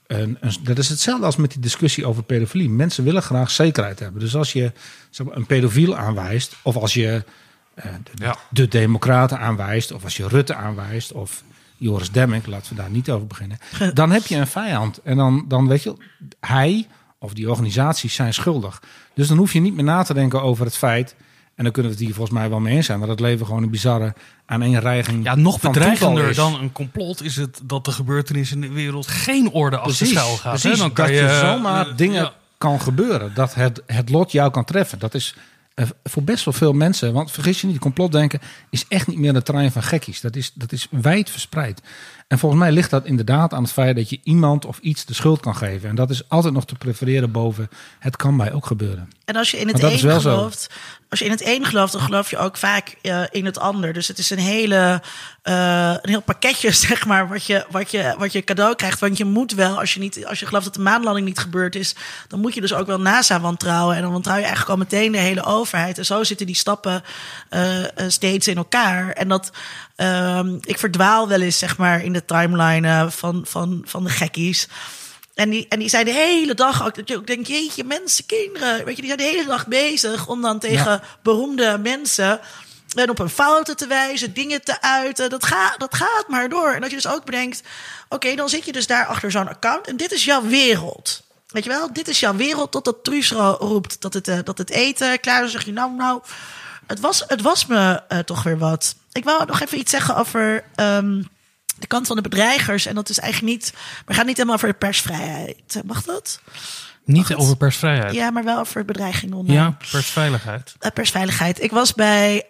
een, een, dat is hetzelfde als met die discussie over pedofilie. Mensen willen graag zekerheid hebben. Dus als je zeg maar, een pedofiel aanwijst, of als je uh, de, ja. de Democraten aanwijst, of als je Rutte aanwijst, of Joris Demmink, laten we daar niet over beginnen, dan heb je een vijand. En dan, dan weet je, hij of die organisaties zijn schuldig. Dus dan hoef je niet meer na te denken over het feit, en dan kunnen we het hier volgens mij wel mee eens zijn, maar dat leven gewoon een bizarre aaneenreiging. Ja, nog van bedreigender dan een complot is het dat de gebeurtenissen in de wereld geen orde achter schuil gaat. Precies, hè? Dan kan dat je, je zomaar uh, dingen ja. kan gebeuren. Dat het, het lot jou kan treffen. Dat is uh, voor best wel veel mensen, want vergis je niet, complotdenken is echt niet meer de terrein van gekkies. Dat is, dat is wijd verspreid. En volgens mij ligt dat inderdaad aan het feit dat je iemand of iets de schuld kan geven. En dat is altijd nog te prefereren boven het kan mij ook gebeuren. En als je in het een gelooft, als je in het een gelooft, dan geloof je ook vaak uh, in het ander. Dus het is een hele uh, een heel pakketje, zeg maar, wat je, wat je, wat je cadeau krijgt. Want je moet wel, als je niet, als je gelooft dat de maanlanding niet gebeurd is, dan moet je dus ook wel NASA wantrouwen. En dan wantrouw je eigenlijk al meteen de hele overheid. En zo zitten die stappen uh, steeds in elkaar. En dat um, ik verdwaal wel eens, zeg maar, in de timeline uh, van, van, van de gekkies. En die, en die zijn de hele dag ook, dat je ook denkt, jeetje, mensen, kinderen, weet je, die zijn de hele dag bezig om dan tegen ja. beroemde mensen en op hun fouten te wijzen, dingen te uiten. Dat gaat, dat gaat maar door. En dat je dus ook bedenkt, oké, okay, dan zit je dus daar achter zo'n account en dit is jouw wereld. Weet je wel, dit is jouw wereld, totdat Truus roept dat het, uh, dat het eten klaar is. Dan zeg je, nou, nou, het was, het was me uh, toch weer wat. Ik wou nog even iets zeggen over Um, de kant van de bedreigers. En dat is eigenlijk niet, maar het gaat niet helemaal over de persvrijheid. Mag dat? Niet over persvrijheid? Ja, maar wel over bedreiging online. Ja, persveiligheid. Uh, persveiligheid. Ik was bij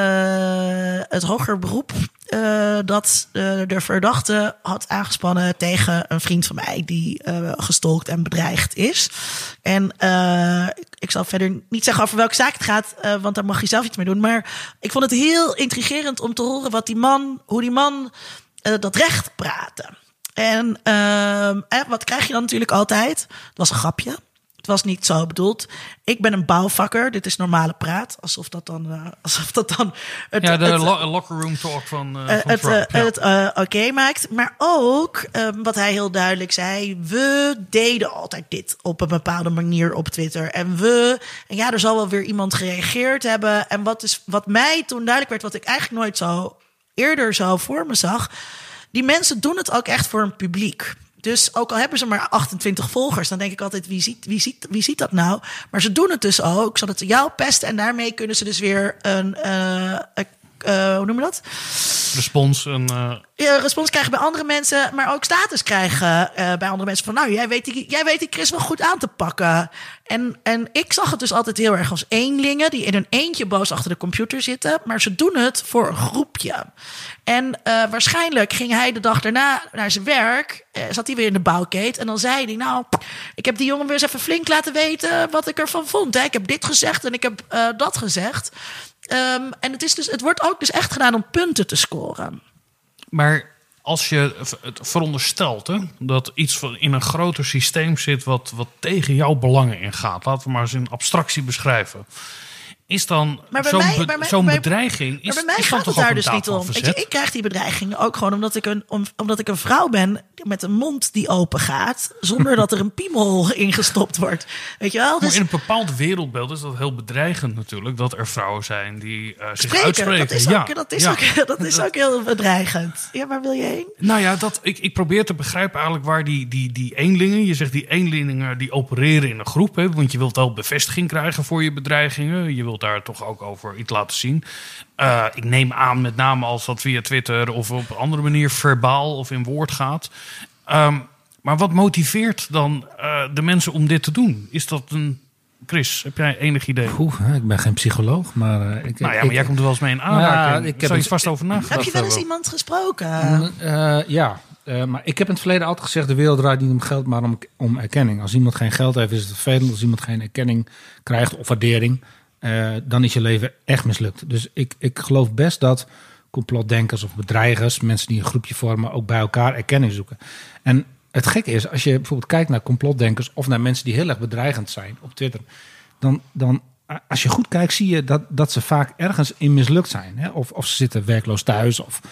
uh, het hoger beroep uh, dat uh, de verdachte had aangespannen tegen een vriend van mij die uh, gestalkt en bedreigd is. En uh, ik zal verder niet zeggen over welke zaak het gaat, uh, want daar mag je zelf iets mee doen. Maar ik vond het heel intrigerend om te horen wat die man, hoe die man Uh, dat recht praten. En uh, eh, wat krijg je dan natuurlijk altijd? Het was een grapje. Het was niet zo bedoeld. Ik ben een bouwvakker. Dit is normale praat. Alsof dat dan Uh, alsof dat dan het, ja, de het, lo- locker room talk van, uh, uh, van het, Trump. Uh, ja. het uh, oké okay maakt. Maar ook, um, wat hij heel duidelijk zei, we deden altijd dit op een bepaalde manier op Twitter. En we, en ja, er zal wel weer iemand gereageerd hebben. En wat, is, wat mij toen duidelijk werd, wat ik eigenlijk nooit zo eerder zo voor me zag, die mensen doen het ook echt voor een publiek. Dus ook al hebben ze maar achtentwintig volgers, dan denk ik altijd, wie ziet, wie ziet, wie ziet dat nou? Maar ze doen het dus ook, zodat ze jou pesten en daarmee kunnen ze dus weer een, uh, uh, hoe noem je dat? Respons. Een, uh... ja, respons krijgen bij andere mensen, maar ook status krijgen uh, bij andere mensen. Van nou, jij weet, die, jij weet die Chris wel goed aan te pakken. En, en ik zag het dus altijd heel erg als eenlingen die in een eentje boos achter de computer zitten. Maar ze doen het voor een groepje. En uh, waarschijnlijk ging hij de dag daarna naar zijn werk. Uh, zat hij weer in de bouwkeet. En dan zei hij, nou, ik heb die jongen weer eens even flink laten weten wat ik ervan vond. Hè. Ik heb dit gezegd en ik heb uh, dat gezegd. Um, en het, is dus, het wordt ook dus echt gedaan om punten te scoren. Maar als je het veronderstelt hè, dat iets in een groter systeem zit wat, wat tegen jouw belangen ingaat. Laten we maar eens in abstractie beschrijven. Is dan zo'n be- zo bedreiging, is, maar bij mij is gaat toch het daar ook dus een niet daad om. van Weet verzet? je, ik krijg die bedreigingen ook gewoon omdat ik, een, om, omdat ik een vrouw ben met een mond die open gaat, zonder dat er een piemel ingestopt wordt. Weet je wel? Dus Maar in een bepaald wereldbeeld is dat heel bedreigend natuurlijk, dat er vrouwen zijn die uh, zich spreken, uitspreken. dat is, ja, ook, dat, is ja. ook, dat is ook heel bedreigend. Ja, waar wil je heen? Nou ja, dat, ik, ik probeer te begrijpen eigenlijk waar die, die, die eenlingen, je zegt die eenlingen die opereren in een groep, hè, want je wilt wel bevestiging krijgen voor je bedreigingen. Je wilt daar toch ook over iets laten zien. Uh, ik neem aan met name als dat via Twitter of op een andere manier verbaal of in woord gaat. Um, maar wat motiveert dan uh, de mensen om dit te doen? Is dat een... Chris, heb jij enig idee? Oeh, ik ben geen psycholoog, maar uh, ik. Nou ja, ik, maar jij komt er wel eens mee in aanraking. Ja, ik heb Zou je het vast over nagedacht Heb je wel eens hebben? iemand gesproken? Uh, ja, uh, maar ik heb in het verleden altijd gezegd, de wereld draait niet om geld, maar om, om erkenning. Als iemand geen geld heeft, is het vervelend. Als iemand geen erkenning krijgt of waardering, Uh, dan is je leven echt mislukt. Dus ik, ik geloof best dat complotdenkers of bedreigers, mensen die een groepje vormen, ook bij elkaar erkenning zoeken. En het gekke is, als je bijvoorbeeld kijkt naar complotdenkers of naar mensen die heel erg bedreigend zijn op Twitter, dan, dan als je goed kijkt, zie je dat, dat ze vaak ergens in mislukt zijn. Hè? Of, of ze zitten werkloos thuis of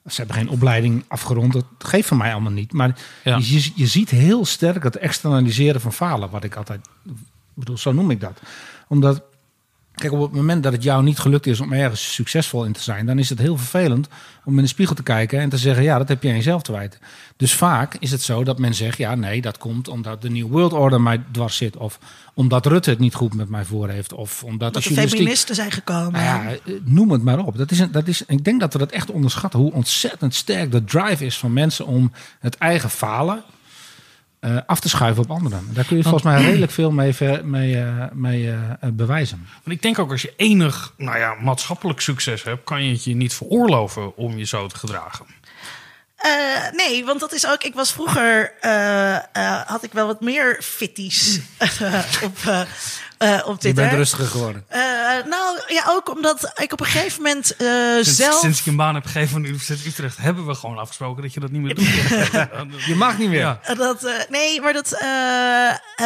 Ze hebben geen opleiding afgerond. Dat geeft van mij allemaal niet. Maar Ja. je, je ziet heel sterk het externaliseren van falen. Wat ik altijd... bedoel, zo noem ik dat. Omdat... Kijk, op het moment dat het jou niet gelukt is om ergens succesvol in te zijn, dan is het heel vervelend om in de spiegel te kijken en te zeggen, ja, dat heb je aan jezelf te wijten. Dus vaak is het zo dat men zegt, ja, nee, dat komt omdat de New World Order mij dwars zit. Of omdat Rutte het niet goed met mij voor heeft. Of omdat Dat de, de feministen zijn gekomen. Nou ja, noem het maar op. Dat is een, dat is, ik denk dat we dat echt onderschatten, hoe ontzettend sterk de drive is van mensen om het eigen falen Uh, af te schuiven op anderen. Daar kun je volgens mij redelijk veel mee, ver, mee, uh, mee uh, bewijzen. Want ik denk ook als je enig nou ja, maatschappelijk succes hebt, kan je het je niet veroorloven om je zo te gedragen. Uh, nee, want dat is ook... Ik was vroeger... Uh, uh, had ik wel wat meer fitties uh, op, uh, uh, op Twitter. Je bent rustiger geworden. Uh, nou, ja, ook omdat ik op een gegeven moment uh, sinds, zelf... Sinds ik een baan heb gegeven van de Universiteit Utrecht, hebben we gewoon afgesproken dat je dat niet meer doet. Je mag niet meer. Ja. Dat, uh, nee, maar dat... Uh,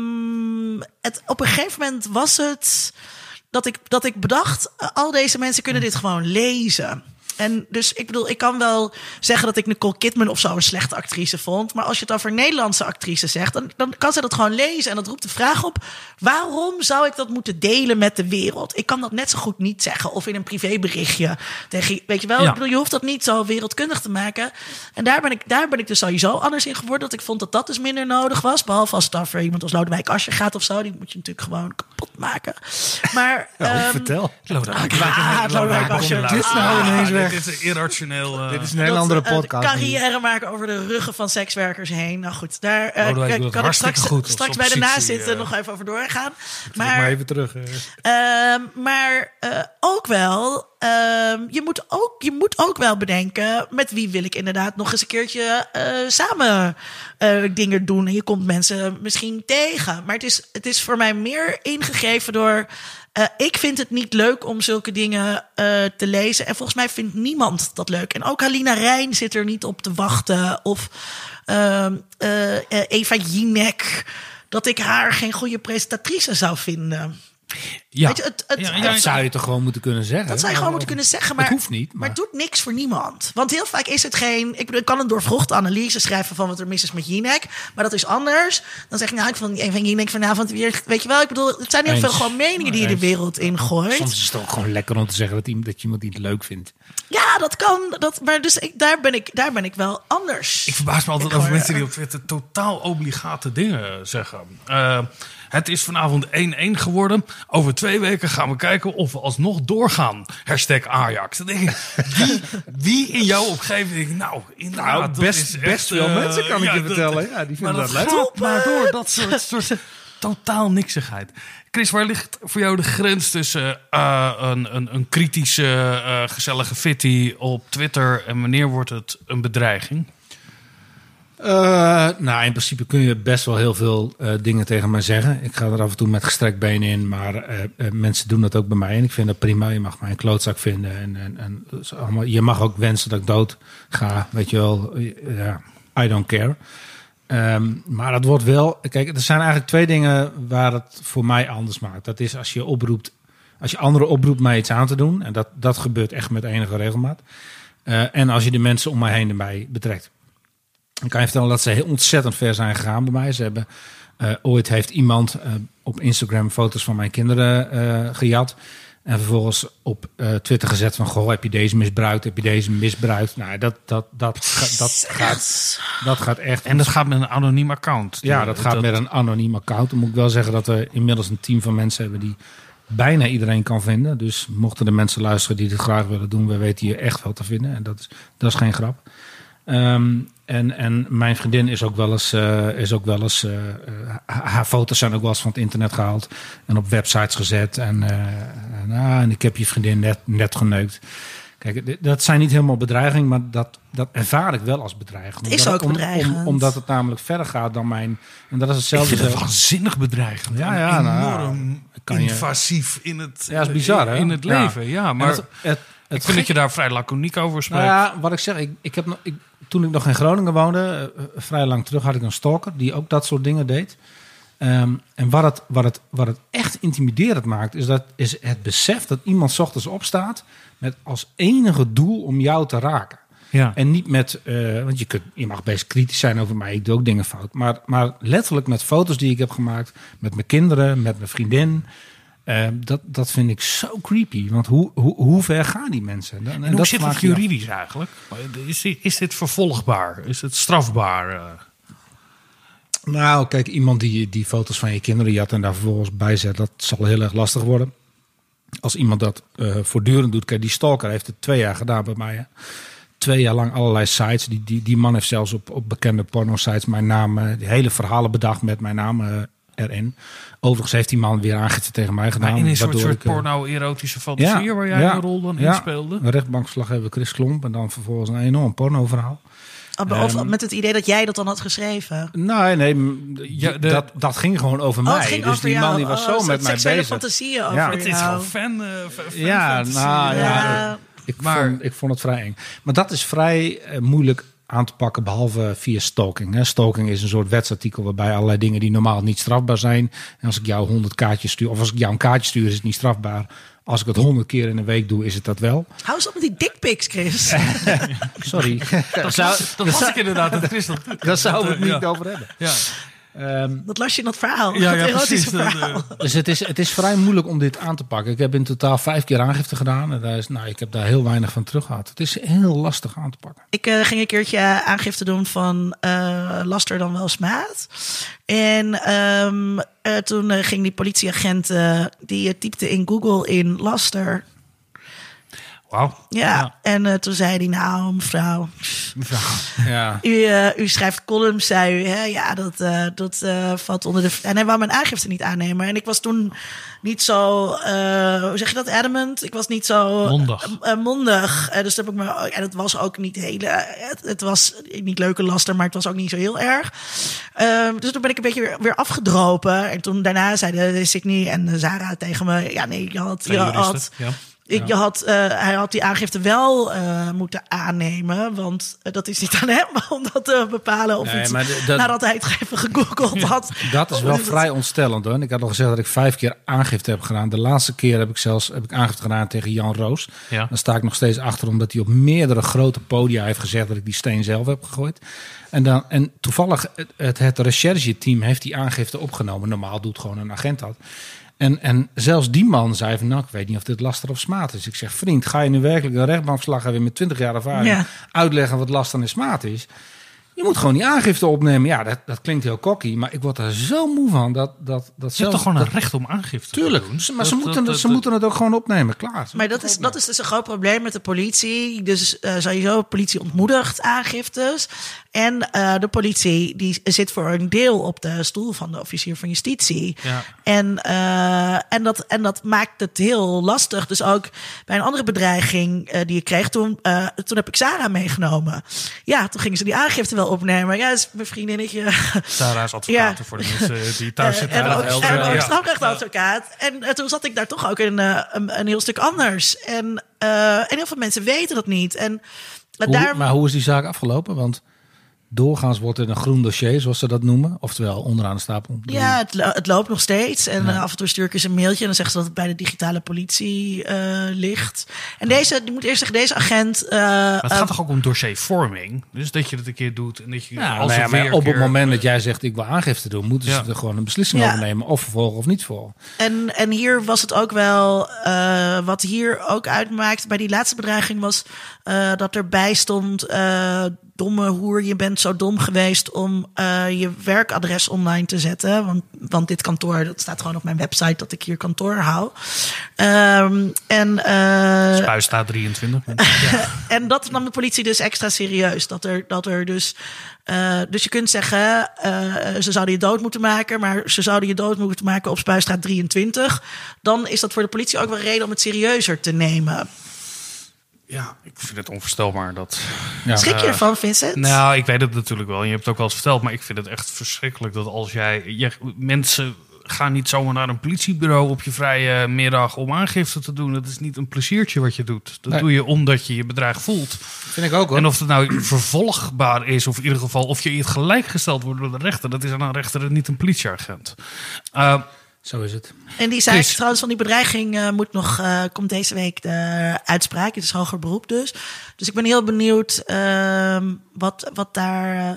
um, het, op een gegeven moment was het... Dat ik, dat ik bedacht, uh, al deze mensen kunnen dit gewoon lezen. En dus ik bedoel, ik kan wel zeggen dat ik Nicole Kidman of zo een slechte actrice vond. Maar als je het over Nederlandse actrice zegt, dan, dan kan ze dat gewoon lezen. En dat roept de vraag op, waarom zou ik dat moeten delen met de wereld? Ik kan dat net zo goed niet zeggen. Of in een privéberichtje. Tegen, weet je wel, Ja. ik bedoel, je hoeft dat niet zo wereldkundig te maken. En daar ben, ik, daar ben ik dus sowieso anders in geworden. Dat ik vond dat dat dus minder nodig was. Behalve als het over iemand als Lodewijk Asscher gaat of zo. Die moet je natuurlijk gewoon kapot maken. Maar... Ja, um, vertel. Lodewijk, Ah, Lodewijk Asscher. Dit is nou ineens weg. Dit is irrationeel. Uh, Dit is een hele andere dat, uh, podcast. carrière maken over de ruggen van sekswerkers heen. Nou goed, daar uh, Lodewijk doet het kan ik hartstikke straks, goed op straks zijn bij de positie, nazitten uh. nog even over doorgaan. Maar, Maar, maar even terug. Uh. uh, maar uh, ook wel, uh, je, moet ook, je moet ook wel bedenken, met wie wil ik inderdaad nog eens een keertje uh, samen uh, dingen doen. En je komt mensen misschien tegen. Maar het is, het is voor mij meer ingegeven door... Uh, ik vind het niet leuk om zulke dingen uh, te lezen. En volgens mij vindt niemand dat leuk. En ook Halina Reijn zit er niet op te wachten. Of uh, uh, Eva Jinek. Dat ik haar geen goede presentatrice zou vinden. Ja, Weet je, het, het, Ja, ja, dat het- zou je toch gewoon moeten kunnen zeggen? dat zou je gewoon moeten kunnen zeggen. Maar het hoeft niet. Maar Maar, het doet niks voor niemand. Want heel vaak is het geen... Ik bedoel, ik kan een doorvrochte analyse schrijven van wat er mis is met Jinek. Maar dat is anders. Dan zeg ik, nou, ik vond een van Jinek vanavond weer... Weet je wel, ik bedoel, het zijn heel Eens. veel gewoon meningen die je de Eens. wereld ingooit. soms is het ook gewoon lekker om te zeggen dat, iemand, dat je iemand niet leuk vindt. Ja, dat kan. Dat, maar dus ik, daar, ben ik, daar ben ik wel anders. Ik verbaas me altijd Ik over hoor- mensen die op Twitter totaal obligate dingen zeggen. Uh, het is vanavond één-één geworden. Over twee weken gaan we kijken of we alsnog doorgaan. Hashtag Ajax. Dan denk ik, wie, wie in jouw omgeving denkt, nou, inderdaad, Nou, dat best- is best echt, veel uh, mensen, kan ik je dat- vertellen. Ja, die vinden maar dat dat leuk. gaat maar door. Dat soort, soort totaal niksigheid. Chris, waar ligt voor jou de grens tussen uh, een, een, een kritische, uh, gezellige fitty op Twitter en wanneer wordt het een bedreiging? Uh, nou, in principe kun je best wel heel veel uh, dingen tegen mij zeggen. Ik ga er af en toe met gestrekt benen in, maar uh, uh, mensen doen dat ook bij mij. En ik vind dat prima. Je mag mij een klootzak vinden. En, en, en dus allemaal, je mag ook wensen dat ik dood ga. Weet je wel, ja, I don't care. Um, maar dat wordt wel... Kijk, er zijn eigenlijk twee dingen waar het voor mij anders maakt. Dat is als je oproept, als je anderen oproept mij iets aan te doen. En dat, dat gebeurt echt met enige regelmaat. Uh, en als je de mensen om mij heen erbij betrekt. Dan kan je vertellen dat ze heel ontzettend ver zijn gegaan bij mij. Ze hebben uh, ooit heeft iemand uh, op Instagram foto's van mijn kinderen uh, gejat. En vervolgens op uh, Twitter gezet van... Goh, heb je deze misbruikt? Heb je deze misbruikt? Nou, dat, dat, dat, ga, dat, gaat, dat gaat echt... En dat gaat met een anoniem account. Ja, dat gaat dat... met een anoniem account. Dan moet ik wel zeggen dat we inmiddels een team van mensen hebben... die bijna iedereen kan vinden. Dus mochten de mensen luisteren die dit graag willen doen... we weten hier echt wel te vinden. En dat is, dat is geen grap. Um, en, en mijn vriendin is ook wel eens... Uh, is ook wel eens uh, uh, haar foto's zijn ook wel eens van het internet gehaald... en op websites gezet. En, uh, en, uh, en ik heb je vriendin net, net geneukt. Kijk, dat zijn niet helemaal bedreigingen... maar dat, dat ervaar ik wel als bedreiging. Het is omdat, ook bedreigend. Om, omdat het namelijk verder gaat dan mijn... En dat is hetzelfde. Ik vind het waanzinnig bedreigend. Ja, ja, nou, enorm kan je... invasief in het, ja, is bizar, hè? in het leven. Ja, ja maar het, het, het ik vind dat je daar vrij laconiek over spreekt. Nou ja, wat ik zeg, ik, ik heb nog, ik, toen ik nog in Groningen woonde, uh, vrij lang terug, had ik een stalker die ook dat soort dingen deed. Um, en wat het, wat, het, wat het echt intimiderend maakt, is, dat, is het besef dat iemand 's ochtends opstaat met als enige doel om jou te raken. Ja. En niet met, uh, want je, kunt, je mag best kritisch zijn over mij, ik doe ook dingen fout. Maar, maar letterlijk met foto's die ik heb gemaakt, met mijn kinderen, met mijn vriendin. Uh, dat, dat vind ik zo creepy. Want hoe, hoe, hoe ver gaan die mensen? En, en, en hoe dat zit het juridisch eigenlijk? Is dit, is dit vervolgbaar? Is het strafbaar? Uh? Nou, kijk, iemand die, die foto's van je kinderen jat en daar vervolgens bij zet, dat zal heel erg lastig worden. Als iemand dat uh, voortdurend doet. Kijk, die stalker heeft het twee jaar gedaan bij mij. Hè. Twee jaar lang allerlei sites. Die, die, die man heeft zelfs op, op bekende porno-sites mijn naam, uh, die hele verhalen bedacht met mijn naam uh, erin. Overigens heeft die man weer aangifte tegen mij gedaan. Maar in een soort, soort porno-erotische fantasie ja, waar jij ja, een rol dan ja, in speelde? Een rechtbankverslaggever Chris Klomp en dan vervolgens een enorm porno-verhaal. Of um, met het idee dat jij dat dan had geschreven? Nee, nee, ja, de, dat, dat ging gewoon over oh, mij. Ging dus over die jou. man die was oh, zo met mij bezig. Fantasieën over ja. jou. Het is gewoon fan, uh, fan ja, fantasie. Nou, ja, ja. Ik, maar, vond, ik vond het vrij eng. Maar dat is vrij uh, moeilijk aan te pakken, behalve via stalking. Hè. Stalking is een soort wetsartikel waarbij allerlei dingen die normaal niet strafbaar zijn. En als ik jou honderd kaartjes stuur, of als ik jou een kaartje stuur, is het niet strafbaar. Als ik het honderd keer in een week doe, is het dat wel. Hou eens op met die dickpics, Chris. Sorry. Dat, zou, dat was ik inderdaad. Dat Chris dat, Daar zouden we het niet ja. over hebben. Ja. Um, dat las je in dat verhaal. Ja, dat ja, precies. verhaal. Dus het is, het is vrij moeilijk om dit aan te pakken. Ik heb in totaal vijf keer aangifte gedaan. En daar is, nou, ik heb daar heel weinig van terug gehad. Het is heel lastig aan te pakken. Ik uh, ging een keertje aangifte doen van uh, laster dan wel smaad. En um, uh, toen uh, ging die politieagent, uh, die uh, typte in Google in laster. Wauw. Ja, ja, en uh, toen zei hij, nou mevrouw, mevrouw. Ja. U, uh, u schrijft columns, zei u, hè? Ja, dat, uh, dat uh, valt onder de... En hij wou mijn aangifte niet aannemen. En ik was toen niet zo, uh, hoe zeg je dat, adamant? Ik was niet zo... Mondig. Uh, uh, mondig. Uh, dus heb ik me... En het was ook niet hele... Het, het was niet leuke laster, maar het was ook niet zo heel erg. Uh, dus toen ben ik een beetje weer, weer afgedropen. En toen daarna zeiden Sydney en Zara tegen me... Ja, nee, je had... Je had ja. Ik, je had, uh, hij had die aangifte wel uh, moeten aannemen. Want uh, dat is niet aan hem om dat te bepalen. Of nee, iets, maar de, dat, nadat hij het even gegoogeld had. Dat is wel oh, vrij ontstellend hoor. Ik had al gezegd dat ik vijf keer aangifte heb gedaan. De laatste keer heb ik zelfs heb ik aangifte gedaan tegen Jan Roos. Ja. Daar sta ik nog steeds achter. Omdat hij op meerdere grote podia heeft gezegd dat ik die steen zelf heb gegooid. En, dan, en toevallig het, het, het rechercheteam heeft die aangifte opgenomen. Normaal doet gewoon een agent dat. En, en zelfs die man zei van, nou, ik weet niet of dit laster of smaad is. Ik zeg, vriend, ga je nu werkelijk een rechtbankverslag hebben met twintig jaar ervaring ja. uitleggen wat laster en smaad is? Je moet gewoon die aangifte opnemen. Ja, dat, dat klinkt heel cocky, maar ik word er zo moe van. Dat, dat, dat je hebt toch gewoon dat, een recht om aangifte tuurlijk, te doen? Maar ze, dat, moeten, dat, ze dat, moeten het ook gewoon opnemen, klaar. Maar dat is, dat is dus een groot probleem met de politie. Dus uh, sowieso, politie ontmoedigt aangiftes. En uh, de politie die zit voor een deel op de stoel van de officier van justitie. Ja. En, uh, en, dat, en dat maakt het heel lastig. Dus ook bij een andere bedreiging uh, die ik kreeg, toen, uh, toen heb ik Sarah meegenomen. Ja, toen gingen ze die aangifte wel opnemen. Ja, dat is mijn vriendinnetje. Sarah is advocaat ja. voor de mensen die thuis zitten. Uh, en ook, ook, en ook ja. strafrechtadvocaat. En uh, toen zat ik daar toch ook in uh, een, een heel stuk anders. En, uh, en heel veel mensen weten dat niet. En, uh, hoe, daar... Maar hoe is die zaak afgelopen? Want doorgaans wordt het een groen dossier, zoals ze dat noemen. Oftewel, onderaan de stapel. Ja, het, lo- het loopt nog steeds. En ja. uh, af en toe stuur ik eens een mailtje. En dan zeggen ze dat het bij de digitale politie uh, ligt. En deze, die moet eerst zeggen, deze agent... Uh, maar het gaat uh, toch ook om dossiervorming? Dus dat je het een keer doet. En dat je ja, als nou ja, maar weer op het keer... moment dat jij zegt, ik wil aangifte doen, moeten ja. ze er gewoon een beslissing ja. over nemen. Of vervolgen of niet volgen. En, en hier was het ook wel... Uh, wat hier ook uitmaakt bij die laatste bedreiging was... Uh, dat erbij stond... Uh, domme hoer, je bent zo dom geweest om uh, je werkadres online te zetten. Want, want dit kantoor, dat staat gewoon op mijn website dat ik hier kantoor hou. Um, en, uh, Spuistaat drieëntwintig. Ja. En dat nam de politie dus extra serieus. Dat er, dat er dus... Uh, dus je kunt zeggen, uh, ze zouden je dood moeten maken... maar ze zouden je dood moeten maken op Spuistraat drieëntwintig. Dan is dat voor de politie ook wel reden om het serieuzer te nemen. Ja, ik vind het onvoorstelbaar dat... Ja. Schrik je ervan, Vincent? Nou, ik weet het natuurlijk wel. Je hebt het ook wel eens verteld. Maar ik vind het echt verschrikkelijk dat als jij... Je, mensen gaan niet zomaar naar een politiebureau op je vrije middag om aangifte te doen. Dat is niet een pleziertje wat je doet. Dat nee. doe je omdat je je bedreig voelt. Vind ik ook hoor. En of het nou vervolgbaar is, of in ieder geval of je in het gelijk gesteld wordt door de rechter. Dat is aan een rechter en niet een politieagent. Uh, Zo is het. En die zaak trouwens van die bedreiging uh, moet nog, uh, komt deze week de uitspraak. Het is hoger beroep dus. Dus ik ben heel benieuwd uh, wat, wat daar... Uh,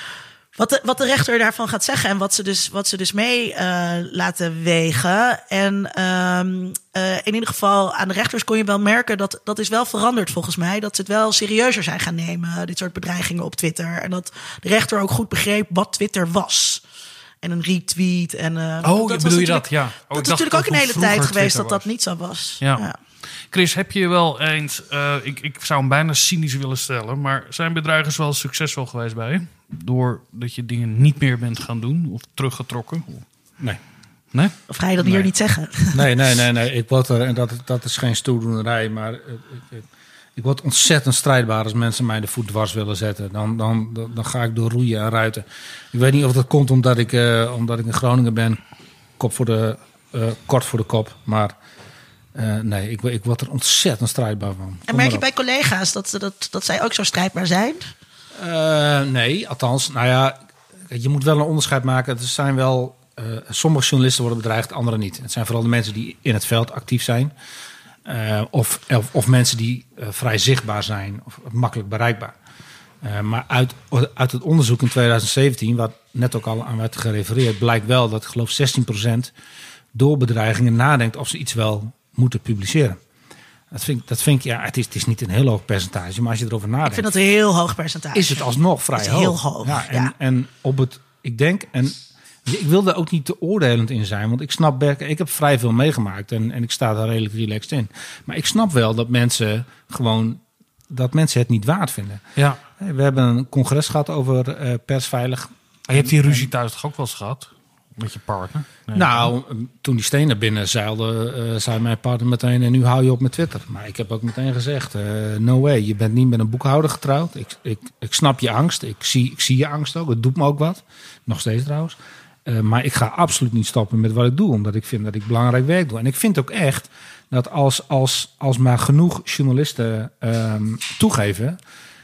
Wat de, wat de rechter daarvan gaat zeggen en wat ze dus, wat ze dus mee uh, laten wegen. En um, uh, in ieder geval aan de rechters kon je wel merken dat dat is wel veranderd volgens mij. Dat ze het wel serieuzer zijn gaan nemen, dit soort bedreigingen op Twitter. En dat de rechter ook goed begreep wat Twitter was. En een retweet. En, uh, oh, dat bedoel je dat? Ja. Oh, dat is natuurlijk ook een hele tijd geweest dat dat niet zo was. Ja. Ja. Chris, heb je wel eens... Uh, ik, ik zou hem bijna cynisch willen stellen... maar zijn bedreigers wel succesvol geweest bij je? Doordat je dingen niet meer bent gaan doen of teruggetrokken? Nee. Nee? Of ga je dat nee. hier niet zeggen? Nee, nee, nee. nee. Ik word er, en dat, dat is geen stoeldoenerij, maar... Uh, ik, ik word ontzettend strijdbaar als mensen mij de voet dwars willen zetten. Dan, dan, dan, dan ga ik door roeien en ruiten. Ik weet niet of dat komt omdat ik, uh, omdat ik in Groningen ben. Kop voor de, uh, kort voor de kop, maar... Uh, nee, ik, ik word er ontzettend strijdbaar van. En merk je bij collega's dat, dat, dat zij ook zo strijdbaar zijn? Uh, nee, althans, nou ja, je moet wel een onderscheid maken. Er zijn wel, uh, sommige journalisten worden bedreigd, andere niet. Het zijn vooral de mensen die in het veld actief zijn. Uh, of, of, of mensen die uh, vrij zichtbaar zijn of makkelijk bereikbaar. Uh, maar uit, uit het onderzoek in twintig zeventien, wat net ook al aan werd gerefereerd, blijkt wel dat ik geloof zestien procent door bedreigingen nadenkt of ze iets wel moeten publiceren. Dat vind, dat vind ik, ja, het is, het is niet een heel hoog percentage, maar als je erover nadenkt... Ik vind dat een heel hoog percentage. Is het alsnog vrij is hoog. Heel hoog, ja, en, ja. en op het, ik denk, en ik wil daar ook niet te oordelend in zijn, want ik snap, ik heb vrij veel meegemaakt en, en ik sta daar redelijk relaxed in. Maar ik snap wel dat mensen gewoon, dat mensen het niet waard vinden. Ja. We hebben een congres gehad over uh, persveilig. Je hebt die ruzie thuis toch ook wel eens gehad? Met je partner? Nee, nou, toen die steen naar binnen zeilde, uh, zei mijn partner meteen... en nu hou je op met Twitter. Maar ik heb ook meteen gezegd, uh, no way. Je bent niet met een boekhouder getrouwd. Ik, ik, ik snap je angst. Ik zie, ik zie je angst ook. Het doet me ook wat. Nog steeds trouwens. Uh, maar ik ga absoluut niet stoppen met wat ik doe. Omdat ik vind dat ik belangrijk werk doe. En ik vind ook echt dat als, als, als maar genoeg journalisten uh, toegeven...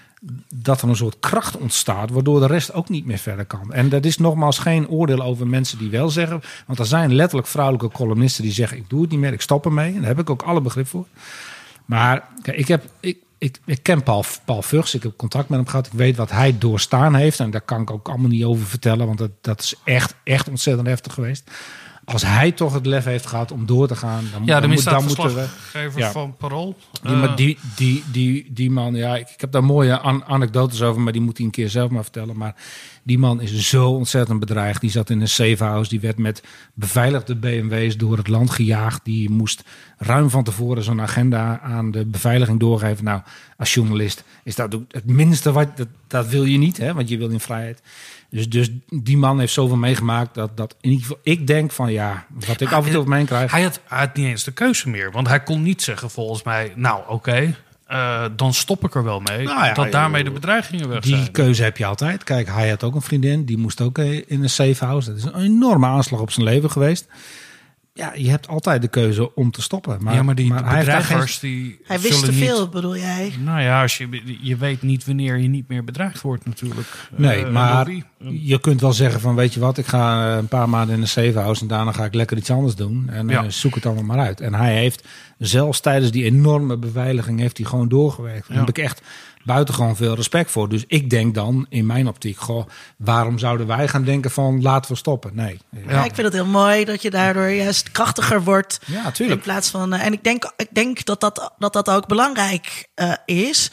dat er een soort kracht ontstaat, waardoor de rest ook niet meer verder kan. En dat is nogmaals geen oordeel over mensen die wel zeggen... want er zijn letterlijk vrouwelijke columnisten die zeggen... ik doe het niet meer, ik stop ermee. En daar heb ik ook alle begrip voor. Maar kijk, ik, heb, ik, ik, ik ken Paul, Paul Vughs, ik heb contact met hem gehad. Ik weet wat hij doorstaan heeft. En daar kan ik ook allemaal niet over vertellen... want dat, dat is echt, echt ontzettend heftig geweest. Als hij toch het lef heeft gehad om door te gaan... dan, ja, dan, moet, dan moeten we... verslaggever ja. van Parool. Die, uh. die, die, die, die man, ja, ik, ik heb daar mooie an- anekdotes over... maar die moet hij een keer zelf maar vertellen. Maar die man is zo ontzettend bedreigd. Die zat in een safe house. Die werd met beveiligde B M W's door het land gejaagd. Die moest ruim van tevoren zo'n agenda aan de beveiliging doorgeven. Nou, als journalist is dat ook het minste wat... Dat, dat wil je niet, hè, want je wil in vrijheid... Dus, dus die man heeft zoveel meegemaakt dat, dat in ieder geval ik denk van ja, wat ik af en toe op mij krijg. Hij had, hij had niet eens de keuze meer, want hij kon niet zeggen volgens mij, nou oké, okay, uh, dan stop ik er wel mee. Nou ja, dat daarmee de bedreigingen weg die zijn. Die keuze heb je altijd. Kijk, hij had ook een vriendin, die moest ook in een safe house. Dat is een enorme aanslag op zijn leven geweest. Ja, je hebt altijd de keuze om te stoppen. Maar, ja, maar die maar bedreigers hij die Hij wist te niet, veel, bedoel jij? Nou ja, als je, je weet niet wanneer je niet meer bedreigd wordt natuurlijk. Nee, uh, maar uh, je kunt wel zeggen van weet je wat, ik ga een paar maanden in een safe house en daarna ga ik lekker iets anders doen. En ja. uh, zoek het allemaal maar uit. En hij heeft zelfs tijdens die enorme beveiliging heeft hij gewoon doorgewerkt. Daar ja. heb ik echt buitengewoon veel respect voor. Dus ik denk dan in mijn optiek, goh, waarom zouden wij gaan denken van laten we stoppen? Nee. Ja, ja ik vind het heel mooi dat je daardoor juist krachtiger wordt. Ja, tuurlijk. In plaats van, uh, en ik denk, ik denk dat, dat, dat dat ook belangrijk uh, is.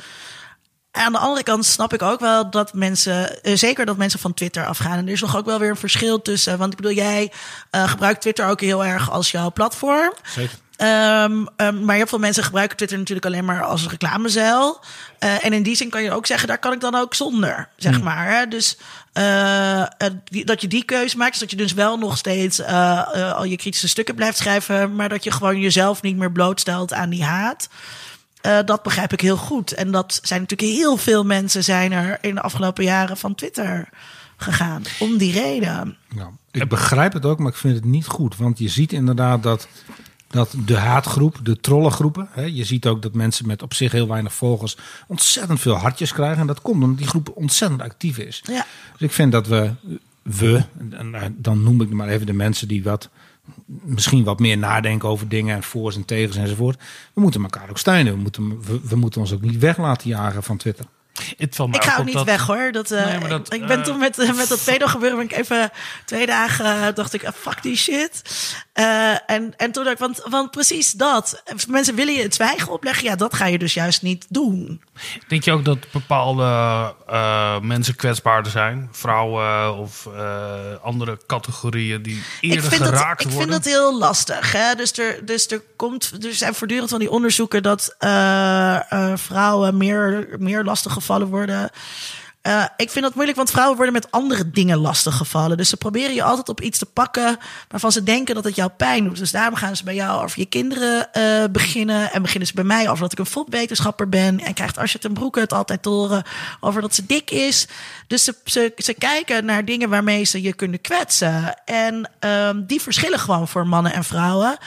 Aan de andere kant snap ik ook wel dat mensen, uh, zeker dat mensen van Twitter afgaan. En er is nog ook wel weer een verschil tussen. Want ik bedoel, jij uh, gebruikt Twitter ook heel erg als jouw platform. Zeker. Um, um, maar heel veel mensen gebruiken Twitter natuurlijk alleen maar als reclamezuil. Uh, en in die zin kan je ook zeggen, daar kan ik dan ook zonder, zeg hmm. maar. Hè? Dus uh, uh, die, dat je die keuze maakt, is dat je dus wel nog steeds uh, uh, al je kritische stukken blijft schrijven, maar dat je gewoon jezelf niet meer blootstelt aan die haat. Uh, dat begrijp ik heel goed. En dat zijn natuurlijk heel veel mensen zijn er in de afgelopen jaren van Twitter gegaan. Om die reden. Nou, ik begrijp het ook, maar ik vind het niet goed. Want je ziet inderdaad dat... dat de haatgroep, de trollengroepen... Hè, je ziet ook dat mensen met op zich heel weinig volgers... ontzettend veel hartjes krijgen. En dat komt omdat die groep ontzettend actief is. Ja. Dus ik vind dat we... we en dan noem ik maar even de mensen die wat misschien wat meer nadenken over dingen en voor's en tegens enzovoort. We moeten elkaar ook steunen. We moeten, we, we moeten ons ook niet weg laten jagen van Twitter. Ik ga ook niet dat... weg hoor. Dat, uh, nee, dat, ik, ik ben uh... toen met, uh, met dat pedo gebeuren, ben ik even twee dagen uh, dacht ik, uh, fuck die shit. Uh, en, en toen dacht ik, want, want precies dat. Mensen willen je het zwijgen opleggen. Ja, dat ga je dus juist niet doen. Denk je ook dat bepaalde uh, mensen kwetsbaarder zijn? Vrouwen of uh, andere categorieën die eerder ik vind geraakt dat, worden? Ik vind dat heel lastig. Hè? Dus, er, dus er, komt, er zijn voortdurend van die onderzoeken dat uh, uh, vrouwen meer, meer lastig gevallen worden. Uh, ik vind dat moeilijk, want vrouwen worden met andere dingen lastig gevallen. Dus ze proberen je altijd op iets te pakken waarvan ze denken dat het jou pijn doet. Dus daarom gaan ze bij jou over je kinderen uh, beginnen. En beginnen ze bij mij over dat ik een fopwetenschapper ben. En krijgt Asja ten Broeke het altijd te horen over dat ze dik is. Dus ze, ze, ze kijken naar dingen waarmee ze je kunnen kwetsen. En um, die verschillen gewoon voor mannen en vrouwen.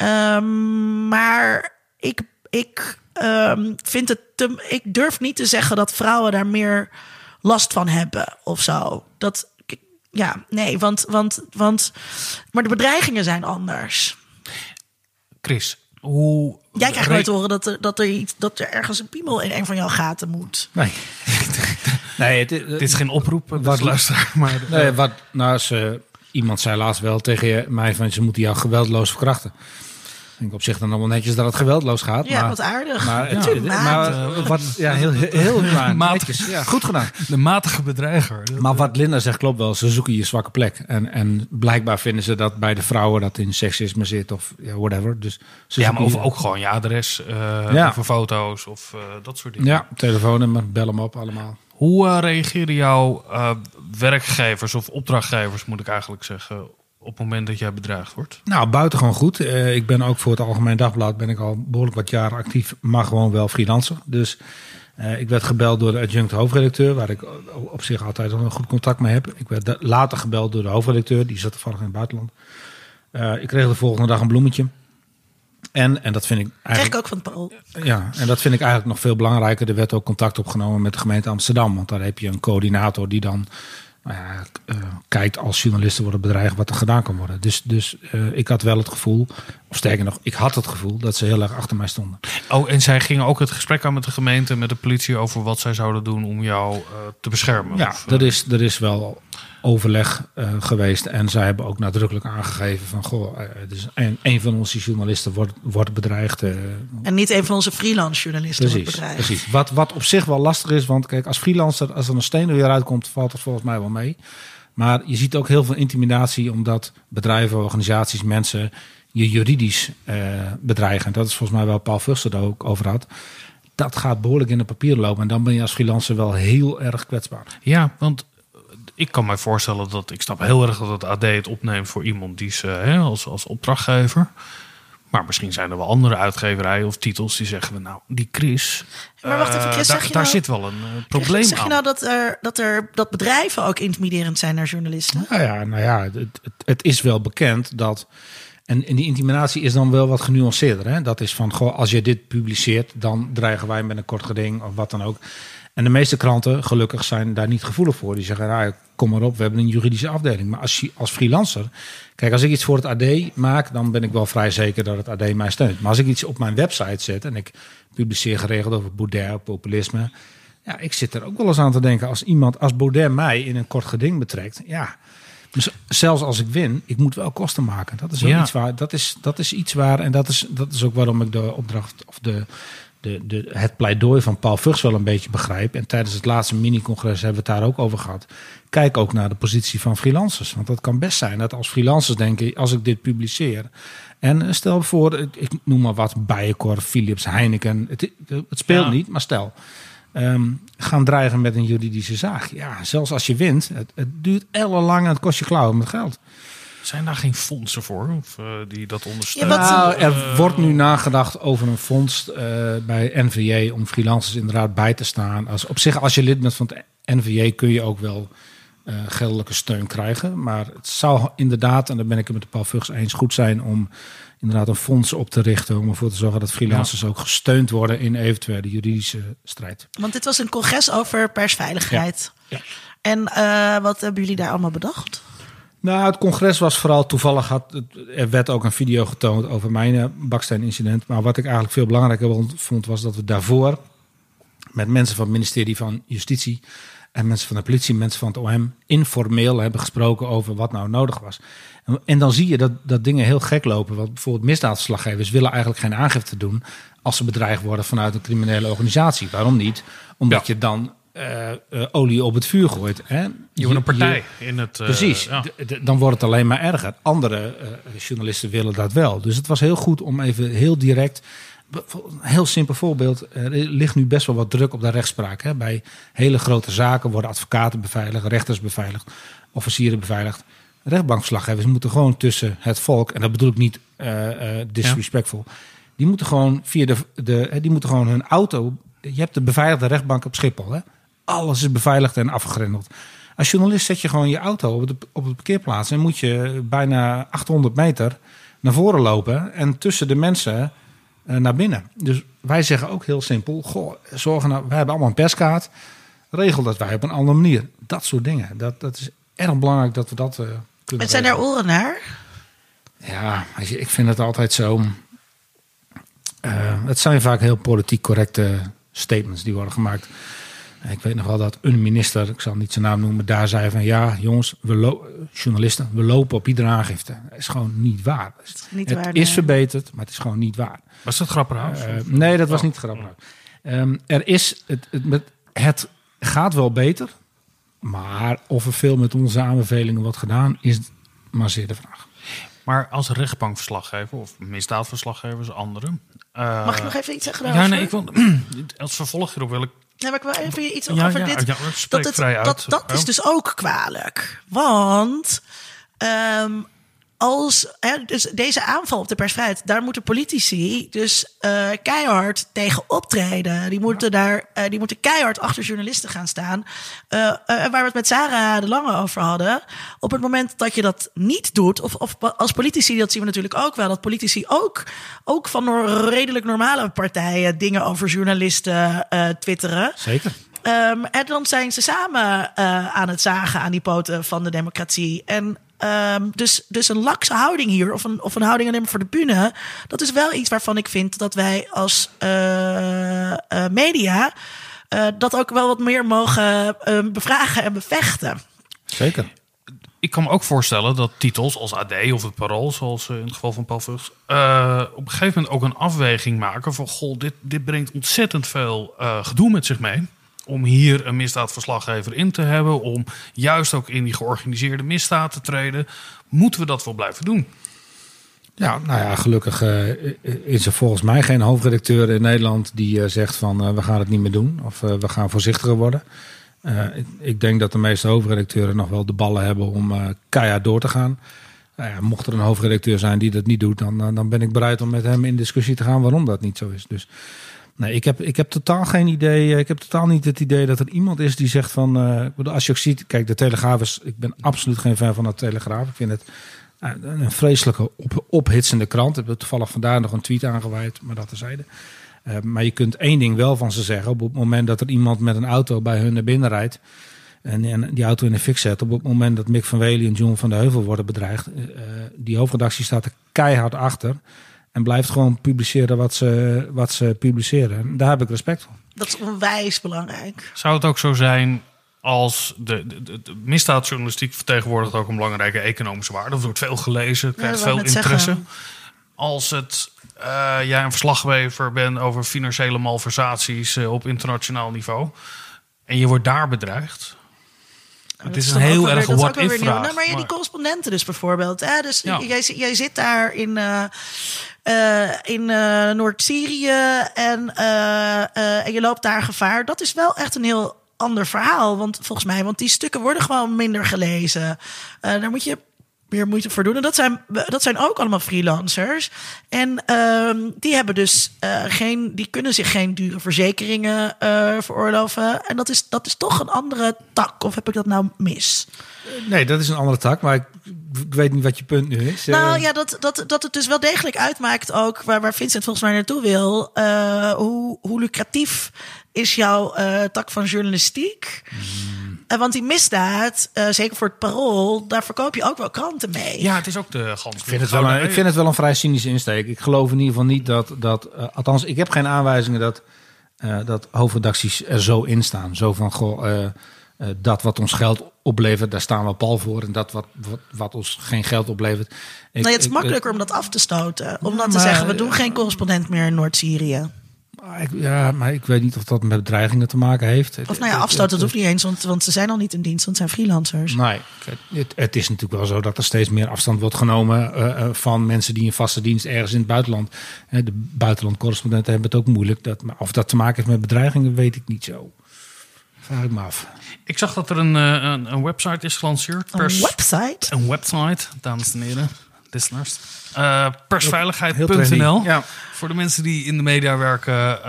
Um, maar ik, ik um, vind het te, ik durf niet te zeggen dat vrouwen daar meer last van hebben of zo. Dat, ja, nee, want, want, want... Maar de bedreigingen zijn anders. Chris, hoe... Jij krijgt nooit te horen dat er, dat, er iets, dat er ergens een piemel in een van jouw gaten moet. Nee. nee het, het, Dit is geen oproep, wat luisteraar. Maar, nee, wat, nou, ze, iemand zei laatst wel tegen mij van ze moeten jou geweldloos verkrachten. Ik denk op zich dan allemaal netjes dat het geweldloos gaat. Ja, maar, wat aardig. Maar, het, ja, maar uh, wat, ja, heel, heel, heel netjes. Ja, goed gedaan. De matige bedreiger. Maar wat Linda zegt klopt wel. Ze zoeken je zwakke plek. En, en blijkbaar vinden ze dat bij de vrouwen dat in seksisme zit of ja, whatever. Dus ze ja, maar of je... ook gewoon je adres uh, ja. of foto's of uh, dat soort dingen. Ja, telefoonnummer, bel hem op allemaal. Hoe uh, reageren jouw uh, werkgevers of opdrachtgevers, moet ik eigenlijk zeggen, op het moment dat jij bedreigd wordt? Nou, buitengewoon goed. Uh, ik ben ook voor het Algemeen Dagblad ben ik al behoorlijk wat jaren actief, maar gewoon wel freelancer. Dus uh, ik werd gebeld door de adjunct hoofdredacteur, waar ik op zich altijd al een goed contact mee heb. Ik werd later gebeld door de hoofdredacteur, die zat toevallig in het buitenland. Uh, ik kreeg de volgende dag een bloemetje. En, en dat vind ik eigenlijk... Krijg ik ook van Paul. Ja, en dat vind ik eigenlijk nog veel belangrijker. Er werd ook contact opgenomen met de gemeente Amsterdam. Want daar heb je een coördinator die dan nou ja, uh, kijkt als journalisten worden bedreigd wat er gedaan kan worden. Dus, dus uh, ik had wel het gevoel, of sterker nog, ik had het gevoel dat ze heel erg achter mij stonden. Oh, en zij gingen ook het gesprek aan met de gemeente, met de politie over wat zij zouden doen om jou uh, te beschermen? Ja, of, uh... er, is, er is wel overleg uh, geweest en zij hebben ook nadrukkelijk aangegeven van goh, uh, dus een, een van onze journalisten wordt, wordt bedreigd. Uh, en niet een van onze freelance journalisten precies, wordt bedreigd. Precies. Wat, wat op zich wel lastig is, want kijk, als freelancer, als er een steen er weer uitkomt, valt het volgens mij wel mee. Maar je ziet ook heel veel intimidatie omdat bedrijven, organisaties, mensen je juridisch uh, bedreigen. Dat is volgens mij wel Paul Vugster er ook over had. Dat gaat behoorlijk in de papieren lopen en dan ben je als freelancer wel heel erg kwetsbaar. Ja, want ik kan mij voorstellen dat, ik snap heel erg dat het A D het opneemt voor iemand die ze hè, als, als opdrachtgever. Maar misschien zijn er wel andere uitgeverijen of titels die zeggen we nou, die Chris, maar wacht even, Chris, uh, zeg daar, je daar nou, zit wel een uh, probleem zeg je aan. nou dat, er, dat, er, dat bedrijven ook intimiderend zijn naar journalisten? Nou ja, nou ja het, het, het is wel bekend dat, en, en die intimidatie is dan wel wat genuanceerder. Hè? Dat is van, goh, als je dit publiceert, dan dreigen wij met een kort geding of wat dan ook. En de meeste kranten, gelukkig, zijn daar niet gevoelig voor. Die zeggen, nou, kom maar op, we hebben een juridische afdeling. Maar als, als freelancer, kijk, als ik iets voor het A D maak, dan ben ik wel vrij zeker dat het A D mij steunt. Maar als ik iets op mijn website zet en ik publiceer geregeld over Baudet, populisme, ja, ik zit er ook wel eens aan te denken, als iemand als Baudet mij in een kort geding betrekt, ja, dus zelfs als ik win, ik moet wel kosten maken. Dat is wel ja. iets waar, dat is, dat is iets waar, en dat is, dat is ook waarom ik de opdracht of de De, de, het pleidooi van Paul Vugts wel een beetje begrijp. En tijdens het laatste mini-congres hebben we het daar ook over gehad. Kijk ook naar de positie van freelancers. Want het kan best zijn dat als freelancers denken, als ik dit publiceer. En stel voor, ik noem maar wat, Bijenkorf, Philips, Heineken. Het, het speelt ja. niet, maar stel. Um, gaan dreigen met een juridische zaak. Ja, zelfs als je wint, het, het duurt ellenlang en het kost je klauwen met geld. Zijn daar geen fondsen voor of, uh, die dat ondersteunen? Ja, nou, er uh, wordt nu nagedacht over een fonds uh, bij N V J om freelancers inderdaad bij te staan. Als, op zich, als je lid bent van het N V J kun je ook wel uh, geldelijke steun krijgen. Maar het zou inderdaad, en daar ben ik het met de Paul Vugts eens, goed zijn om inderdaad een fonds op te richten. Om ervoor te zorgen dat freelancers ja. ook gesteund worden in eventuele juridische strijd. Want dit was een congres over persveiligheid. Ja. Ja. En uh, wat hebben jullie daar allemaal bedacht? Nou, het congres was vooral toevallig. Had, er werd ook een video getoond over mijn uh, Baksteen-incident. Maar wat ik eigenlijk veel belangrijker vond, was dat we daarvoor met mensen van het ministerie van Justitie en mensen van de politie, mensen van het O M, informeel hebben gesproken over wat nou nodig was. En, en dan zie je dat, dat dingen heel gek lopen. Want bijvoorbeeld misdaadverslaggevers willen eigenlijk geen aangifte doen als ze bedreigd worden vanuit een criminele organisatie. Waarom niet? Omdat ja. je dan uh, uh, olie op het vuur gooit. Hè? Je wordt een partij je, in het... Uh, precies, ja. d- d- dan wordt het alleen maar erger. Andere uh, journalisten willen dat wel. Dus het was heel goed om even heel direct... Een heel simpel voorbeeld. Er ligt nu best wel wat druk op de rechtspraak. Hè. Bij hele grote zaken worden advocaten beveiligd, rechters beveiligd, officieren beveiligd. Rechtbankverslaggevers moeten gewoon tussen het volk, en dat bedoel ik niet uh, uh, disrespectful, ja. die moeten gewoon via de, de, die moeten gewoon hun auto. Je hebt de beveiligde rechtbank op Schiphol. Hè. Alles is beveiligd en afgegrendeld. Als journalist zet je gewoon je auto op de, op de parkeerplaats en moet je bijna achthonderd meter naar voren lopen en tussen de mensen naar binnen. Dus wij zeggen ook heel simpel, goh, zorgen nou, wij hebben allemaal een perskaart, regel dat wij op een andere manier. Dat soort dingen. Dat, dat is erg belangrijk dat we dat uh, kunnen En zijn er oren naar? Ja, ik vind het altijd zo. Uh, het zijn vaak heel politiek correcte statements die worden gemaakt. Ik weet nog wel dat een minister, ik zal niet zijn naam noemen, daar zei van ja, jongens, we lo- journalisten, we lopen op iedere aangifte. Dat is gewoon niet waar. Het is, niet het waar, is nee. verbeterd, maar het is gewoon niet waar. Was dat Grapperhaus? Uh, nee, dat was niet Grapperhaus. Um, er is, het, het, het gaat wel beter, maar of er veel met onze aanbevelingen wordt gedaan, is maar zeer de vraag. Maar als rechtbankverslaggever of misdaadverslaggevers, anderen. Uh, Mag ik nog even iets zeggen? Ja, daarover? nee, ik wil, als vervolg hierop wil ik. Nee, maar ik wil even iets ja, over ja, dit. Ja, dat het, vrij uit. dat, dat ja. is dus ook kwalijk. Want um, als hè, dus deze aanval op de persvrijheid, daar moeten politici dus uh, keihard tegen optreden. Die moeten daar, uh, die moeten keihard achter journalisten gaan staan. Uh, uh, waar we het met Sarah de Lange over hadden. Op het moment dat je dat niet doet, of, of als politici, dat zien we natuurlijk ook wel, dat politici ook, ook van no- redelijk normale partijen dingen over journalisten uh, twitteren. Zeker. Um, en dan zijn ze samen uh, aan het zagen aan die poten van de democratie. En um, dus, dus een lakse houding hier, of een, of een houding alleen maar voor de bühne, dat is wel iets waarvan ik vind dat wij als uh, uh, media uh, dat ook wel wat meer mogen uh, bevragen en bevechten. Zeker. Ik kan me ook voorstellen dat titels als A D of het Parool, zoals in het geval van Paul Vugs, uh, op een gegeven moment ook een afweging maken van goh, dit, dit brengt ontzettend veel uh, gedoe met zich mee. Om hier een misdaadverslaggever in te hebben, om juist ook in die georganiseerde misdaad te treden, moeten we dat wel blijven doen. Ja, nou ja, gelukkig uh, is er volgens mij geen hoofdredacteur in Nederland die uh, zegt van uh, we gaan het niet meer doen of uh, we gaan voorzichtiger worden. Uh, ik, ik denk dat de meeste hoofdredacteuren nog wel de ballen hebben om uh, keihard door te gaan. Nou ja, mocht er een hoofdredacteur zijn die dat niet doet, dan, uh, dan ben ik bereid om met hem in discussie te gaan waarom dat niet zo is. Dus nee, ik heb, ik heb totaal geen idee. Ik heb totaal niet het idee dat er iemand is die zegt van uh, als je ook ziet, kijk, de Telegraaf is, ik ben absoluut geen fan van de Telegraaf. Ik vind het uh, een vreselijke op, ophitsende krant. Ik heb toevallig vandaag nog een tweet aangeweid, maar dat terzijde. Uh, maar je kunt één ding wel van ze zeggen. Op het moment dat er iemand met een auto bij hun naar binnen rijdt en, en die auto in de fik zet, op het moment dat Mick van Wely en John van de Heuvel worden bedreigd, uh, die hoofdredactie staat er keihard achter en blijft gewoon publiceren wat ze, wat ze publiceren. Daar heb ik respect voor. Dat is onwijs belangrijk. Zou het ook zo zijn als de, de, de, de misdaadjournalistiek vertegenwoordigt ook een belangrijke economische waarde? Er wordt veel gelezen, krijgt ja, veel interesse. Zeggen. Als het uh, jij een verslaggever bent over financiële malversaties uh, op internationaal niveau en je wordt daar bedreigd. Nou, het is, is een heel erg what-if vraag. Nou, maar ja, maar die correspondenten dus bijvoorbeeld. Hè? Dus ja. jij, jij zit daar in, uh, uh, in uh, Noord-Syrië en, uh, uh, en je loopt daar gevaar. Dat is wel echt een heel ander verhaal. Want volgens mij, want die stukken worden gewoon minder gelezen. Uh, daar moet je meer moeite voor doen. En dat zijn, dat zijn ook allemaal freelancers. En uh, die hebben dus uh, geen, die kunnen zich geen dure verzekeringen uh, veroorloven. En dat is, dat is toch een andere tak. Of heb ik dat nou mis? Nee, dat is een andere tak. Maar ik, ik weet niet wat je punt nu is. Nou ja, dat, dat, dat het dus wel degelijk uitmaakt ook, waar, waar Vincent volgens mij naartoe wil. Uh, hoe, hoe lucratief is jouw uh, tak van journalistiek? Hmm. Uh, want die misdaad, uh, zeker voor het Parool, daar verkoop je ook wel kranten mee. Ja, het is ook de gans. Ik vind het wel een, ik vind het wel een vrij cynische insteek. Ik geloof in ieder geval niet dat... dat uh, althans, ik heb geen aanwijzingen dat, uh, dat hoofdredacties er zo in staan. Zo van, goh, uh, uh, dat wat ons geld oplevert, daar staan we pal voor. En dat wat, wat, wat ons geen geld oplevert... Ik, nee, het is ik, makkelijker ik, om dat af te stoten. Om ja, dan te maar, zeggen, we doen geen correspondent meer in Noord-Syrië. Ik, ja, maar ik weet niet of dat met bedreigingen te maken heeft. Of nou ja, afstoten, dat hoeft niet eens, want, want ze zijn al niet in dienst, want het zijn freelancers. Nee, het, het is natuurlijk wel zo dat er steeds meer afstand wordt genomen uh, van mensen die in vaste dienst ergens in het buitenland. Uh, de buitenlandcorrespondenten hebben het ook moeilijk. Dat, of dat te maken heeft met bedreigingen, weet ik niet zo. Vraag ik me af. Ik zag dat er een, een, een website is gelanceerd. Pers, een website? Een website, dames en heren. Listeners. Uh, persveiligheid punt n l. Ja. Voor de mensen die in de media werken. Uh,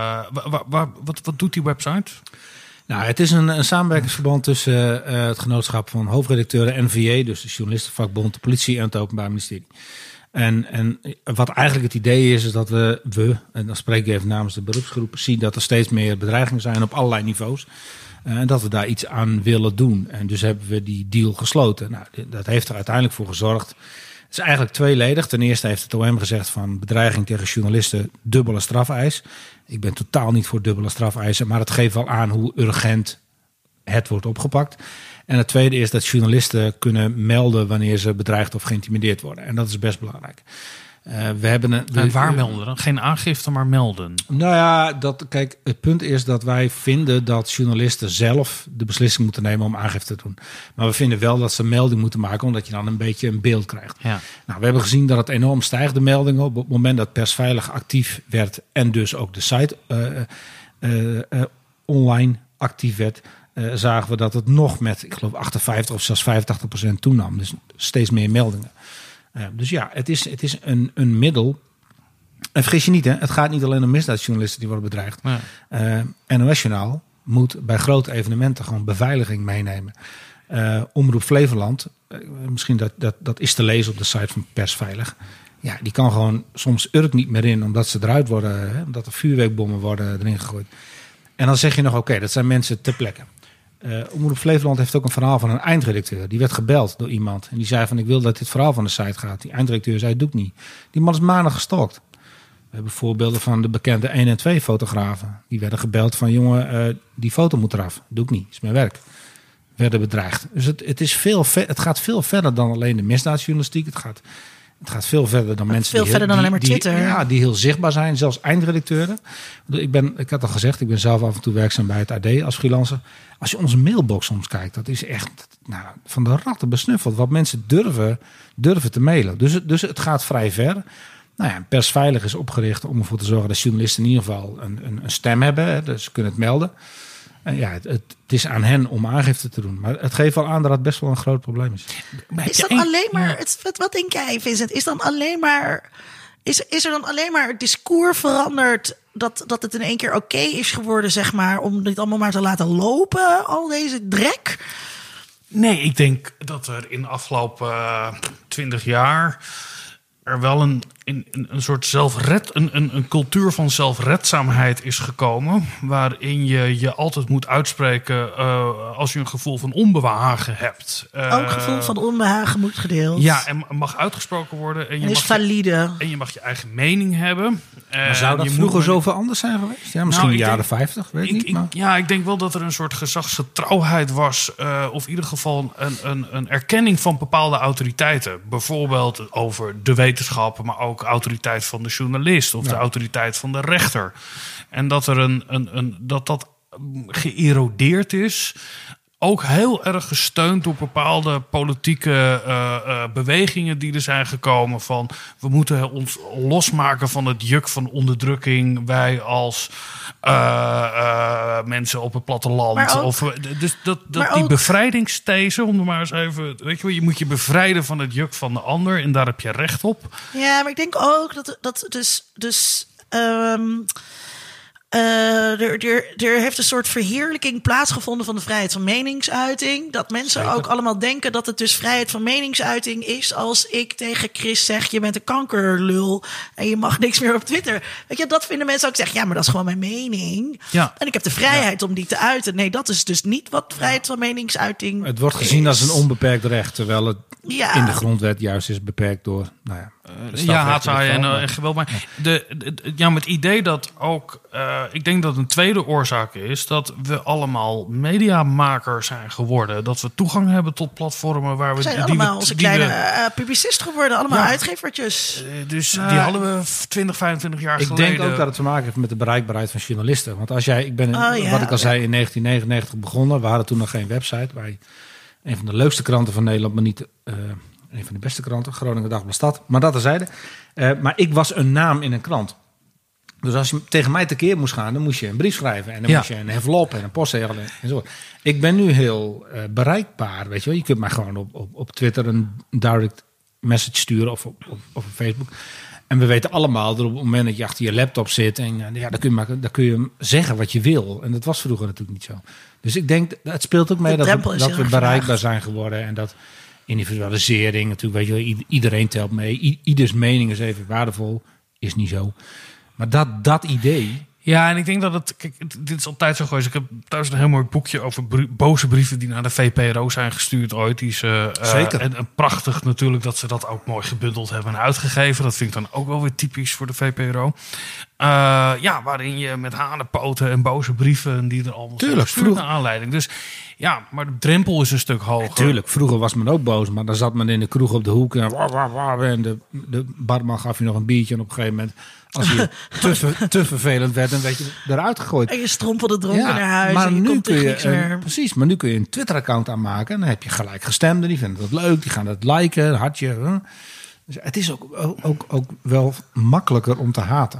wa, wa, wat, wat doet die website? Nou, het is een, een samenwerkingsverband tussen uh, het genootschap van hoofdredacteuren N V J, dus de journalistenvakbond, de politie en het Openbaar Ministerie. En, en wat eigenlijk het idee is, is dat we, we, en dan spreek ik even namens de beroepsgroep, zien dat er steeds meer bedreigingen zijn op allerlei niveaus. En uh, dat we daar iets aan willen doen. En dus hebben we die deal gesloten. Nou, dat heeft er uiteindelijk voor gezorgd. Het is eigenlijk tweeledig. Ten eerste heeft het O M gezegd van bedreiging tegen journalisten dubbele strafeis. Ik ben totaal niet voor dubbele strafeisen, maar het geeft wel aan hoe urgent het wordt opgepakt. En het tweede is dat journalisten kunnen melden wanneer ze bedreigd of geïntimideerd worden. En dat is best belangrijk. Uh, we hebben een, we, en waar melden dan? Geen aangifte, maar melden. Nou ja, dat, kijk, het punt is dat wij vinden dat journalisten zelf de beslissing moeten nemen om aangifte te doen. Maar we vinden wel dat ze een melding moeten maken, omdat je dan een beetje een beeld krijgt. Ja. Nou, we hebben gezien dat het enorm stijgt, de meldingen. Op het moment dat Persveilig actief werd en dus ook de site uh, uh, uh, online actief werd, uh, zagen we dat het nog met, ik geloof, achtenvijftig of zelfs vijfentachtig procent toenam. Dus steeds meer meldingen. Uh, dus ja, het is, het is een, een middel. En vergis je niet, hè, het gaat niet alleen om misdaadjournalisten die worden bedreigd. Ja. Uh, N O S-journaal moet bij grote evenementen gewoon beveiliging meenemen. Uh, Omroep Flevoland, uh, misschien dat, dat, dat is te lezen op de site van Persveilig. Ja, die kan gewoon soms Urk niet meer in, omdat ze eruit worden, hè, omdat er vuurwerkbommen worden erin gegooid. En dan zeg je nog, oké, okay, dat zijn mensen ter plekke. Uh, Omroep Flevoland heeft ook een verhaal van een eindredacteur. Die werd gebeld door iemand. En die zei van, ik wil dat dit verhaal van de site gaat. Die eindredacteur zei, doe ik niet. Die man is maandag gestalkt. We hebben voorbeelden van de bekende één en twee fotografen. Die werden gebeld van, jongen, uh, die foto moet eraf. Doe ik niet, is mijn werk. Werden bedreigd. Dus het, het, is veel ver, het gaat veel verder dan alleen de misdaadjournalistiek. Het gaat... Het gaat veel verder dan mensen veel die, verder dan die, alleen maar Twitter. Die, ja, die heel zichtbaar zijn, zelfs eindredacteuren. Ik, ben, ik had al gezegd, ik ben zelf af en toe werkzaam bij het A D als freelancer. Als je onze mailbox soms kijkt, dat is echt nou, van de ratten besnuffeld. Wat mensen durven, durven te mailen. Dus, dus het gaat vrij ver. Nou ja, Persveilig is opgericht om ervoor te zorgen dat journalisten in ieder geval een, een, een stem hebben. Hè, dus ze kunnen het melden. En ja, het, het is aan hen om aangifte te doen. Maar het geeft wel aan dat het best wel een groot probleem is. Maar is dat alleen maar, het, wat, wat denk jij, Vincent? Is dan alleen maar, is, is er dan alleen maar het discours veranderd dat, dat het in één keer oké okay is geworden, zeg maar, om dit allemaal maar te laten lopen, al deze drek? Nee, ik denk dat er in de afgelopen twintig jaar er wel een, een, een soort zelfred, een, een, een cultuur van zelfredzaamheid is gekomen, waarin je je altijd moet uitspreken uh, als je een gevoel van onbehagen hebt. Uh, Ook gevoel van onbehagen moet gedeeld. Ja, en mag uitgesproken worden. En je en is mag valide. Je, en je mag je eigen mening hebben. Maar zou dat je vroeger zoveel anders zijn geweest? Ja, misschien nou, de jaren vijftig, weet ik niet. Maar... Ik, ja, ik denk wel dat er een soort gezagsgetrouwheid was. Uh, of in ieder geval een, een, een erkenning van bepaalde autoriteiten. Bijvoorbeeld over de wetenschappen, maar ook autoriteit van de journalist of ja. de autoriteit van de rechter. En dat er een, een, een dat dat geërodeerd is. Ook heel erg gesteund door bepaalde politieke uh, uh, bewegingen die er zijn gekomen. Van we moeten ons losmaken van het juk van onderdrukking. Wij als uh, uh, mensen op het platteland. Ook, of, dus dat, dat die ook, bevrijdingsthese, om er maar eens even. Weet je wel, je moet je bevrijden van het juk van de ander. En daar heb je recht op. Ja, maar ik denk ook dat, dat dus. dus um, Uh, er, er, er heeft een soort verheerlijking plaatsgevonden van de vrijheid van meningsuiting. Dat mensen Zeker. ook allemaal denken dat het dus vrijheid van meningsuiting is als ik tegen Chris zeg, je bent een kankerlul en je mag niks meer op Twitter. Weet je, dat vinden mensen ook zeggen, ja, maar dat is gewoon mijn mening. Ja. En ik heb de vrijheid ja. om die te uiten. Nee, dat is dus niet wat vrijheid van meningsuiting Het wordt gezien is. als een onbeperkt recht, terwijl het ja. in de grondwet juist is beperkt door, nou ja, Uh, ja, haatzaaien en uh, geweld. Maar de, de, de, ja, met het idee dat ook... Uh, ik denk dat een tweede oorzaak is dat we allemaal mediamakers zijn geworden. Dat we toegang hebben tot platformen waar we... We zijn die allemaal we, onze die kleine we, uh, publicist geworden. Allemaal ja. uitgevertjes. Uh, dus uh, die hadden we twintig, vijfentwintig jaar ik geleden. Ik denk ook dat het te maken heeft met de bereikbaarheid van journalisten. Want als jij... Ik ben, in, oh, ja. wat ik al zei, in negentien negenennegentig begonnen. We hadden toen nog geen website. Wij, een van de leukste kranten van Nederland, maar niet... Uh, een van de beste kranten, Groningen Dagblad Stad. Maar dat terzijde. Uh, maar ik was een naam in een krant. Dus als je tegen mij tekeer moest gaan, dan moest je een brief schrijven. En dan ja. moest je een envelop en een postzegel en zo. Ik ben nu heel uh, bereikbaar, weet je wel. Je kunt mij gewoon op, op, op Twitter een direct message sturen of op, op, op Facebook. En we weten allemaal dat op het moment dat je achter je laptop zit... en ja, dan kun je, maar, dan kun je zeggen wat je wil. En dat was vroeger natuurlijk niet zo. Dus ik denk, het speelt ook mee dat we, dat we bereikbaar zijn geworden. En dat individualisering, natuurlijk, weet je, iedereen telt mee. I, ieders mening is even waardevol. Is niet zo. Maar dat, dat idee... Ja, en ik denk dat het... Kijk, dit is altijd zo geweest. Ik heb thuis een heel mooi boekje over brie- boze brieven die naar de V P R O zijn gestuurd ooit. Die is, uh, Zeker. Uh, en, en prachtig natuurlijk dat ze dat ook mooi gebundeld hebben en uitgegeven. Dat vind ik dan ook wel weer typisch voor de V P R O. Uh, ja, waarin je met hanenpoten en boze brieven die er allemaal zijn gestuurd naar aanleiding. Dus ja, maar de drempel is een stuk hoger. Ja, tuurlijk, vroeger was men ook boos, maar dan zat men in de kroeg op de hoek en, wah, wah, wah, en de, de barman gaf je nog een biertje en op een gegeven moment, als je te, ver, te vervelend werd, dan werd je eruit gegooid. En je strompelde dronken ja, naar huis maar en je nu komt kun tegen je niks een, meer. Precies, maar nu kun je een Twitter-account aanmaken en dan heb je gelijk gestemden, die vinden dat leuk, die gaan dat liken, hartje. Huh? Dus het is ook, ook, ook wel makkelijker om te haten.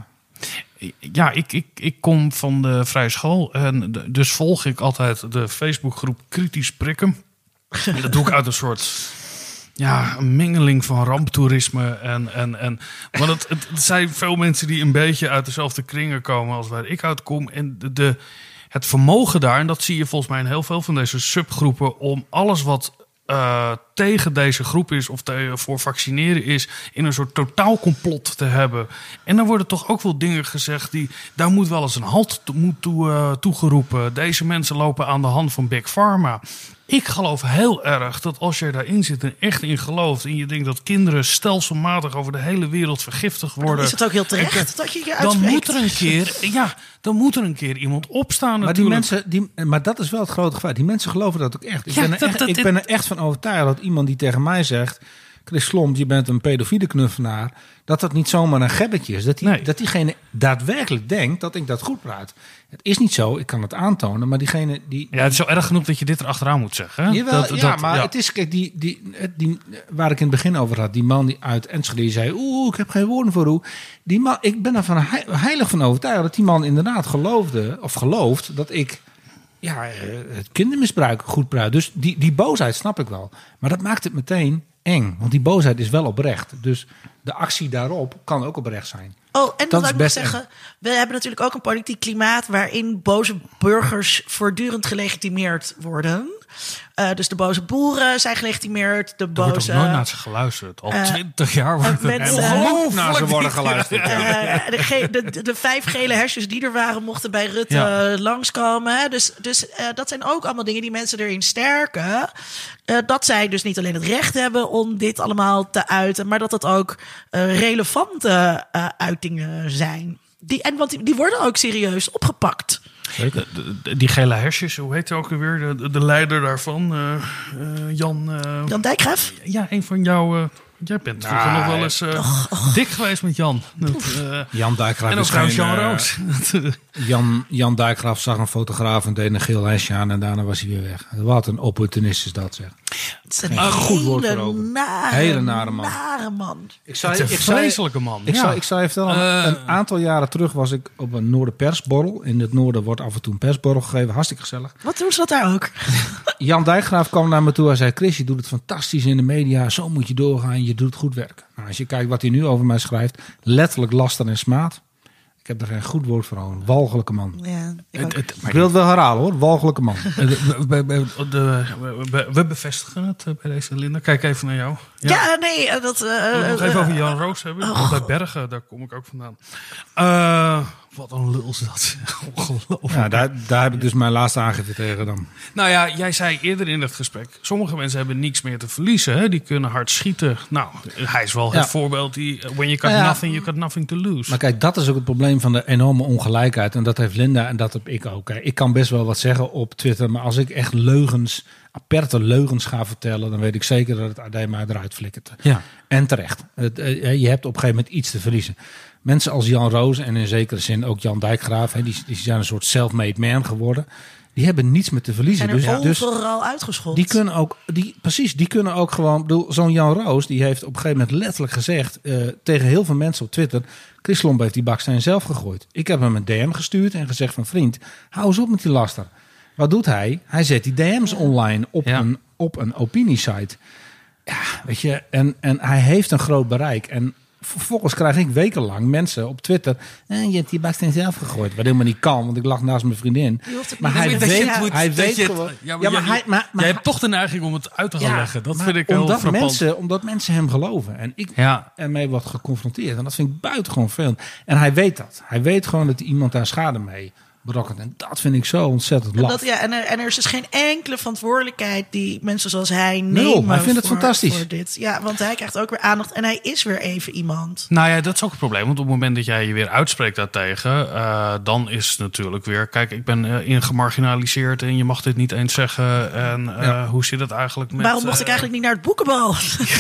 Ja, ik, ik, ik kom van de vrije school en de, dus volg ik altijd de Facebookgroep Kritisch Prikken. En dat doe ik uit een soort ja, een mengeling van ramptoerisme en... en, en want het, het, het zijn veel mensen die een beetje uit dezelfde kringen komen als waar ik uitkom. En de, de, het vermogen daar, en dat zie je volgens mij in heel veel van deze subgroepen, om alles wat Uh, tegen deze groep is of tegen, voor vaccineren is, in een soort totaalcomplot te hebben. En dan worden toch ook wel dingen gezegd die, daar moet wel eens een halt to, moet toe, uh, toegeroepen. Deze mensen lopen aan de hand van Big Pharma. Ik geloof heel erg dat als je daarin zit en echt in gelooft en je denkt dat kinderen stelselmatig over de hele wereld vergiftigd worden. Dan is het ook heel terecht en, dat je je dan uitspreekt. moet er een keer, ja, dan moet er een keer iemand opstaan maar natuurlijk. Die mensen, die, maar dat is wel het grote gevaar. Die mensen geloven dat ook echt. Ik, Ja, ben, er dat- echt, dat- ik ben er echt van overtuigd dat iemand die tegen mij zegt, Chris Slomp, je bent een pedofiele knuffelaar, dat dat niet zomaar een gebbetje is. Dat, die, Nee. dat diegene daadwerkelijk denkt dat ik dat goed praat. Het is niet zo, ik kan het aantonen, maar diegene die... Ja, het is zo erg genoeg dat je dit erachteraan moet zeggen. Hè? Jawel, Dat- ja, dat- maar ja. het is, kijk, die, die, die, waar ik in het begin over had, die man die uit Enschede die zei, oeh, ik heb geen woorden voor u. Die man, ik ben er van heilig van overtuigd dat die man inderdaad geloofde, of gelooft, dat ik ja, het kindermisbruik goed praat. Dus die, die boosheid snap ik wel. Maar dat maakt het meteen eng, want die boosheid is wel oprecht. Dus de actie daarop kan ook oprecht zijn. Oh, en Dat dat is wil ik nog best zeggen. We hebben natuurlijk ook een politiek klimaat waarin boze burgers voortdurend gelegitimeerd worden. Uh, dus de boze boeren zijn gelegitimeerd. De Er wordt boze. toch nooit naar ze geluisterd? Al uh, twintig jaar wordt er mensen- ongelooflijk naar ze worden geluisterd. Uh, de, ge- de, de, de vijf gele hesjes die er waren, mochten bij Rutte Ja. uh, langskomen. Hè. Dus, dus uh, dat zijn ook allemaal dingen die mensen erin sterken. Uh, dat zij dus niet alleen het recht hebben om dit allemaal te uiten, maar dat het ook uh, relevante uh, uitingen zijn. Die, en want die, die worden ook serieus opgepakt. De, de- die gele hersjes, hoe heet hij ook alweer? De, de, de leider daarvan, uh, uh, Jan... Uh, Jan Dijkgraaf? Ja, een van jouw... Uh, jij bent Nou, vroeger nog wel eens uh, och, och. dik geweest met Jan. Dat, uh, Jan Dijkgraaf en ook is trouwens geen, Jan uh, Roos. Jan, Jan Dijkgraaf zag een fotograaf en deed een geel hesje aan en daarna was hij weer weg. Wat een opportunist is dat, zeg. Het is een Geen goed woord hele voor over. nare, Hele nare man. nare man. Ik zou, Het is een ik zou- vreselijke man. Ik, ja. zou, ik zou je vertellen, Uh, een aantal jaren terug was ik op een Noorderpersborrel. In het noorden wordt af en toe een persborrel gegeven, hartstikke gezellig. Wat doen ze dat daar ook? Jan Dijkgraaf kwam naar me toe en zei, Chris, je doet het fantastisch in de media, zo moet je doorgaan, je doet goed werk. Nou, als je kijkt wat hij nu over mij schrijft, letterlijk laster en smaad. Ik heb er geen goed woord voor over. Een walgelijke man. Ja, Ik, ook. Het, het, ik wil het wel herhalen hoor, walgelijke man. De, de, de, de, we, we bevestigen het bij deze Linda. Kijk even naar jou. Ja, ja nee, dat... Uh, we nog even over Jan Roos hebben. Oh. Bij Bergen, daar kom ik ook vandaan. Uh, wat een lul is dat. Ongelooflijk. Ja, daar, daar heb ik dus mijn laatste aangifte tegen dan. Nou ja, jij zei eerder in het gesprek, sommige mensen hebben niks meer te verliezen. Hè? Die kunnen hard schieten. Nou, hij is wel ja. het voorbeeld die, when you got ja. nothing, you got nothing to lose. Maar kijk, dat is ook het probleem van de enorme ongelijkheid. En dat heeft Linda en dat heb ik ook. Ik kan best wel wat zeggen op Twitter, maar als ik echt leugens, aperte leugens ga vertellen, dan weet ik zeker dat het A D mij eruit flikkert. Ja. En terecht. Het, je hebt op een gegeven moment iets te verliezen. Mensen als Jan Roos en in zekere zin ook Jan Dijkgraaf, die, die zijn een soort self-made man geworden. Die hebben niets meer te verliezen. En er dus, overal dus uitgeschot. Die kunnen ook, die, precies, die kunnen ook gewoon. Bedoel, zo'n Jan Roos, die heeft op een gegeven moment letterlijk gezegd uh, tegen heel veel mensen op Twitter: Chris Lomb heeft die baksteen zelf gegooid. Ik heb hem een D M gestuurd en gezegd van vriend, hou eens op met die laster. Wat doet hij? Hij zet die D M's ja. online op, ja. een, op een opiniesite. Ja, weet je, en, en hij heeft een groot bereik. En vervolgens krijg ik wekenlang mensen op Twitter. Eh, je hebt die baksteen zelf gegooid. Wat helemaal niet kan, want ik lag naast mijn vriendin. Maar hij niet weet, hij weet, hij weet je, gewoon. Ja, maar, ja, maar, hij, maar, maar jij hebt toch de neiging om het uit te gaan ja, leggen. Dat vind ik heel omdat frappant. Mensen, omdat mensen hem geloven. En ik ja. ermee word geconfronteerd. En dat vind ik buitengewoon vervelend. En hij weet dat. Hij weet gewoon dat iemand daar schade mee berokkent. En dat vind ik zo ontzettend laf. En, dat, ja, en, er, en er is dus geen enkele verantwoordelijkheid die mensen zoals hij nemen. Nul, hij vindt het voor, fantastisch. Voor dit. Ja, want hij krijgt ook weer aandacht en hij is weer even iemand. Nou ja, dat is ook het probleem. Want op het moment dat jij je weer uitspreekt daartegen, uh, dan is het natuurlijk weer, kijk, ik ben uh, in gemarginaliseerd en je mag dit niet eens zeggen. En uh, ja. hoe zit het eigenlijk met... Waarom mocht uh, ik eigenlijk niet naar het boekenbal?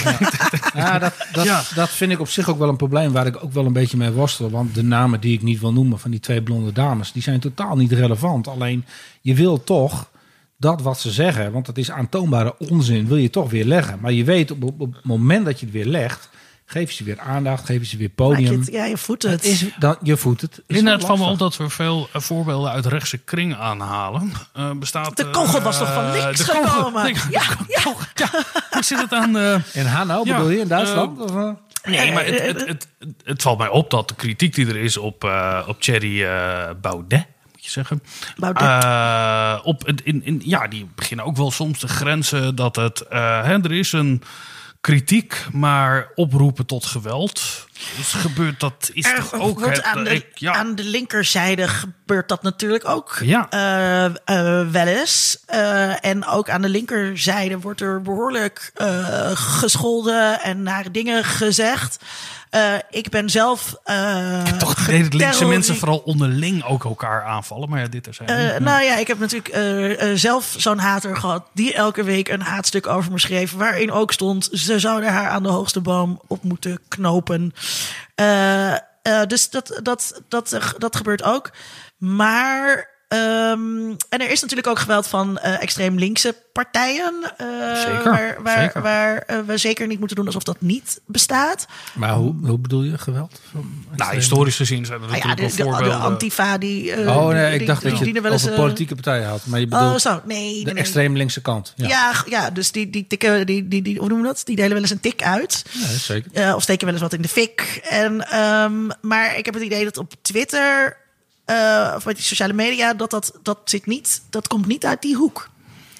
Ja, dat, dat, ja. dat vind ik op zich ook wel een probleem waar ik ook wel een beetje mee worstel. Want de namen die ik niet wil noemen van die twee blonde dames, die zijn totaal niet relevant. Alleen je wil toch dat wat ze zeggen, want dat is aantoonbare onzin, wil je toch weer leggen. Maar je weet op, op, op het moment dat je het weer legt, geef je ze weer aandacht, geef je ze weer podium. Het, ja, je voedt het. Is, dan, je voedt het. Linda, het valt me op dat we veel uh, voorbeelden uit rechtse kring aanhalen. Uh, bestaat, de kogel uh, was toch van niks de gekomen? Kogel, ja, ja. ja. Hoe zit het aan... Uh, in Hanau, ja, bedoel je, in Duitsland? Uh, of, uh? Nee, maar het, het, het, het, het valt mij op dat de kritiek die er is op, uh, op Thierry uh, Baudet, moet je zeggen. Baudet. Uh, op, in, in, ja, die beginnen ook wel soms te grenzen dat het... Uh, hè, er is een kritiek, maar oproepen tot geweld. Dus gebeurt dat is er toch ook... Het, aan, de, ik, ja. aan de linkerzijde gebeurt dat natuurlijk ook ja. uh, uh, wel eens. Uh, en ook aan de linkerzijde wordt er behoorlijk uh, gescholden en nare dingen gezegd. Uh, ik ben zelf... Uh, ik heb toch het idee dat linkse mensen vooral onderling ook elkaar aanvallen. Maar ja, dit is uh, Nou ja, ik heb natuurlijk uh, uh, zelf zo'n hater gehad die elke week een haatstuk over me schreef, waarin ook stond, ze zouden haar aan de hoogste boom op moeten knopen. Uh, uh, dus dat, dat, dat, dat gebeurt ook. Maar... Um, en er is natuurlijk ook geweld van uh, extreem linkse partijen. Uh, zeker, waar, waar, zeker. waar uh, we zeker niet moeten doen alsof dat niet bestaat. Maar hoe, hoe bedoel je geweld? Nou, historisch gezien zijn er natuurlijk ah ja, de, wel voorbeelden. De Antifa die... Uh, oh nee, ik die, dacht die, dat die, je die het over eens, uh, politieke partijen had. Maar je bedoelt oh, zo. Nee, nee, de nee. extreem linkse kant. Ja, ja, ja dus die, die tikken, die, die, die, hoe noemen we dat? Die delen wel eens een tik uit. Ja, zeker. Uh, of steken wel eens wat in de fik. En, um, maar ik heb het idee dat op Twitter... Uh, of met die sociale media, dat, dat, dat, zit niet, dat komt niet uit die hoek.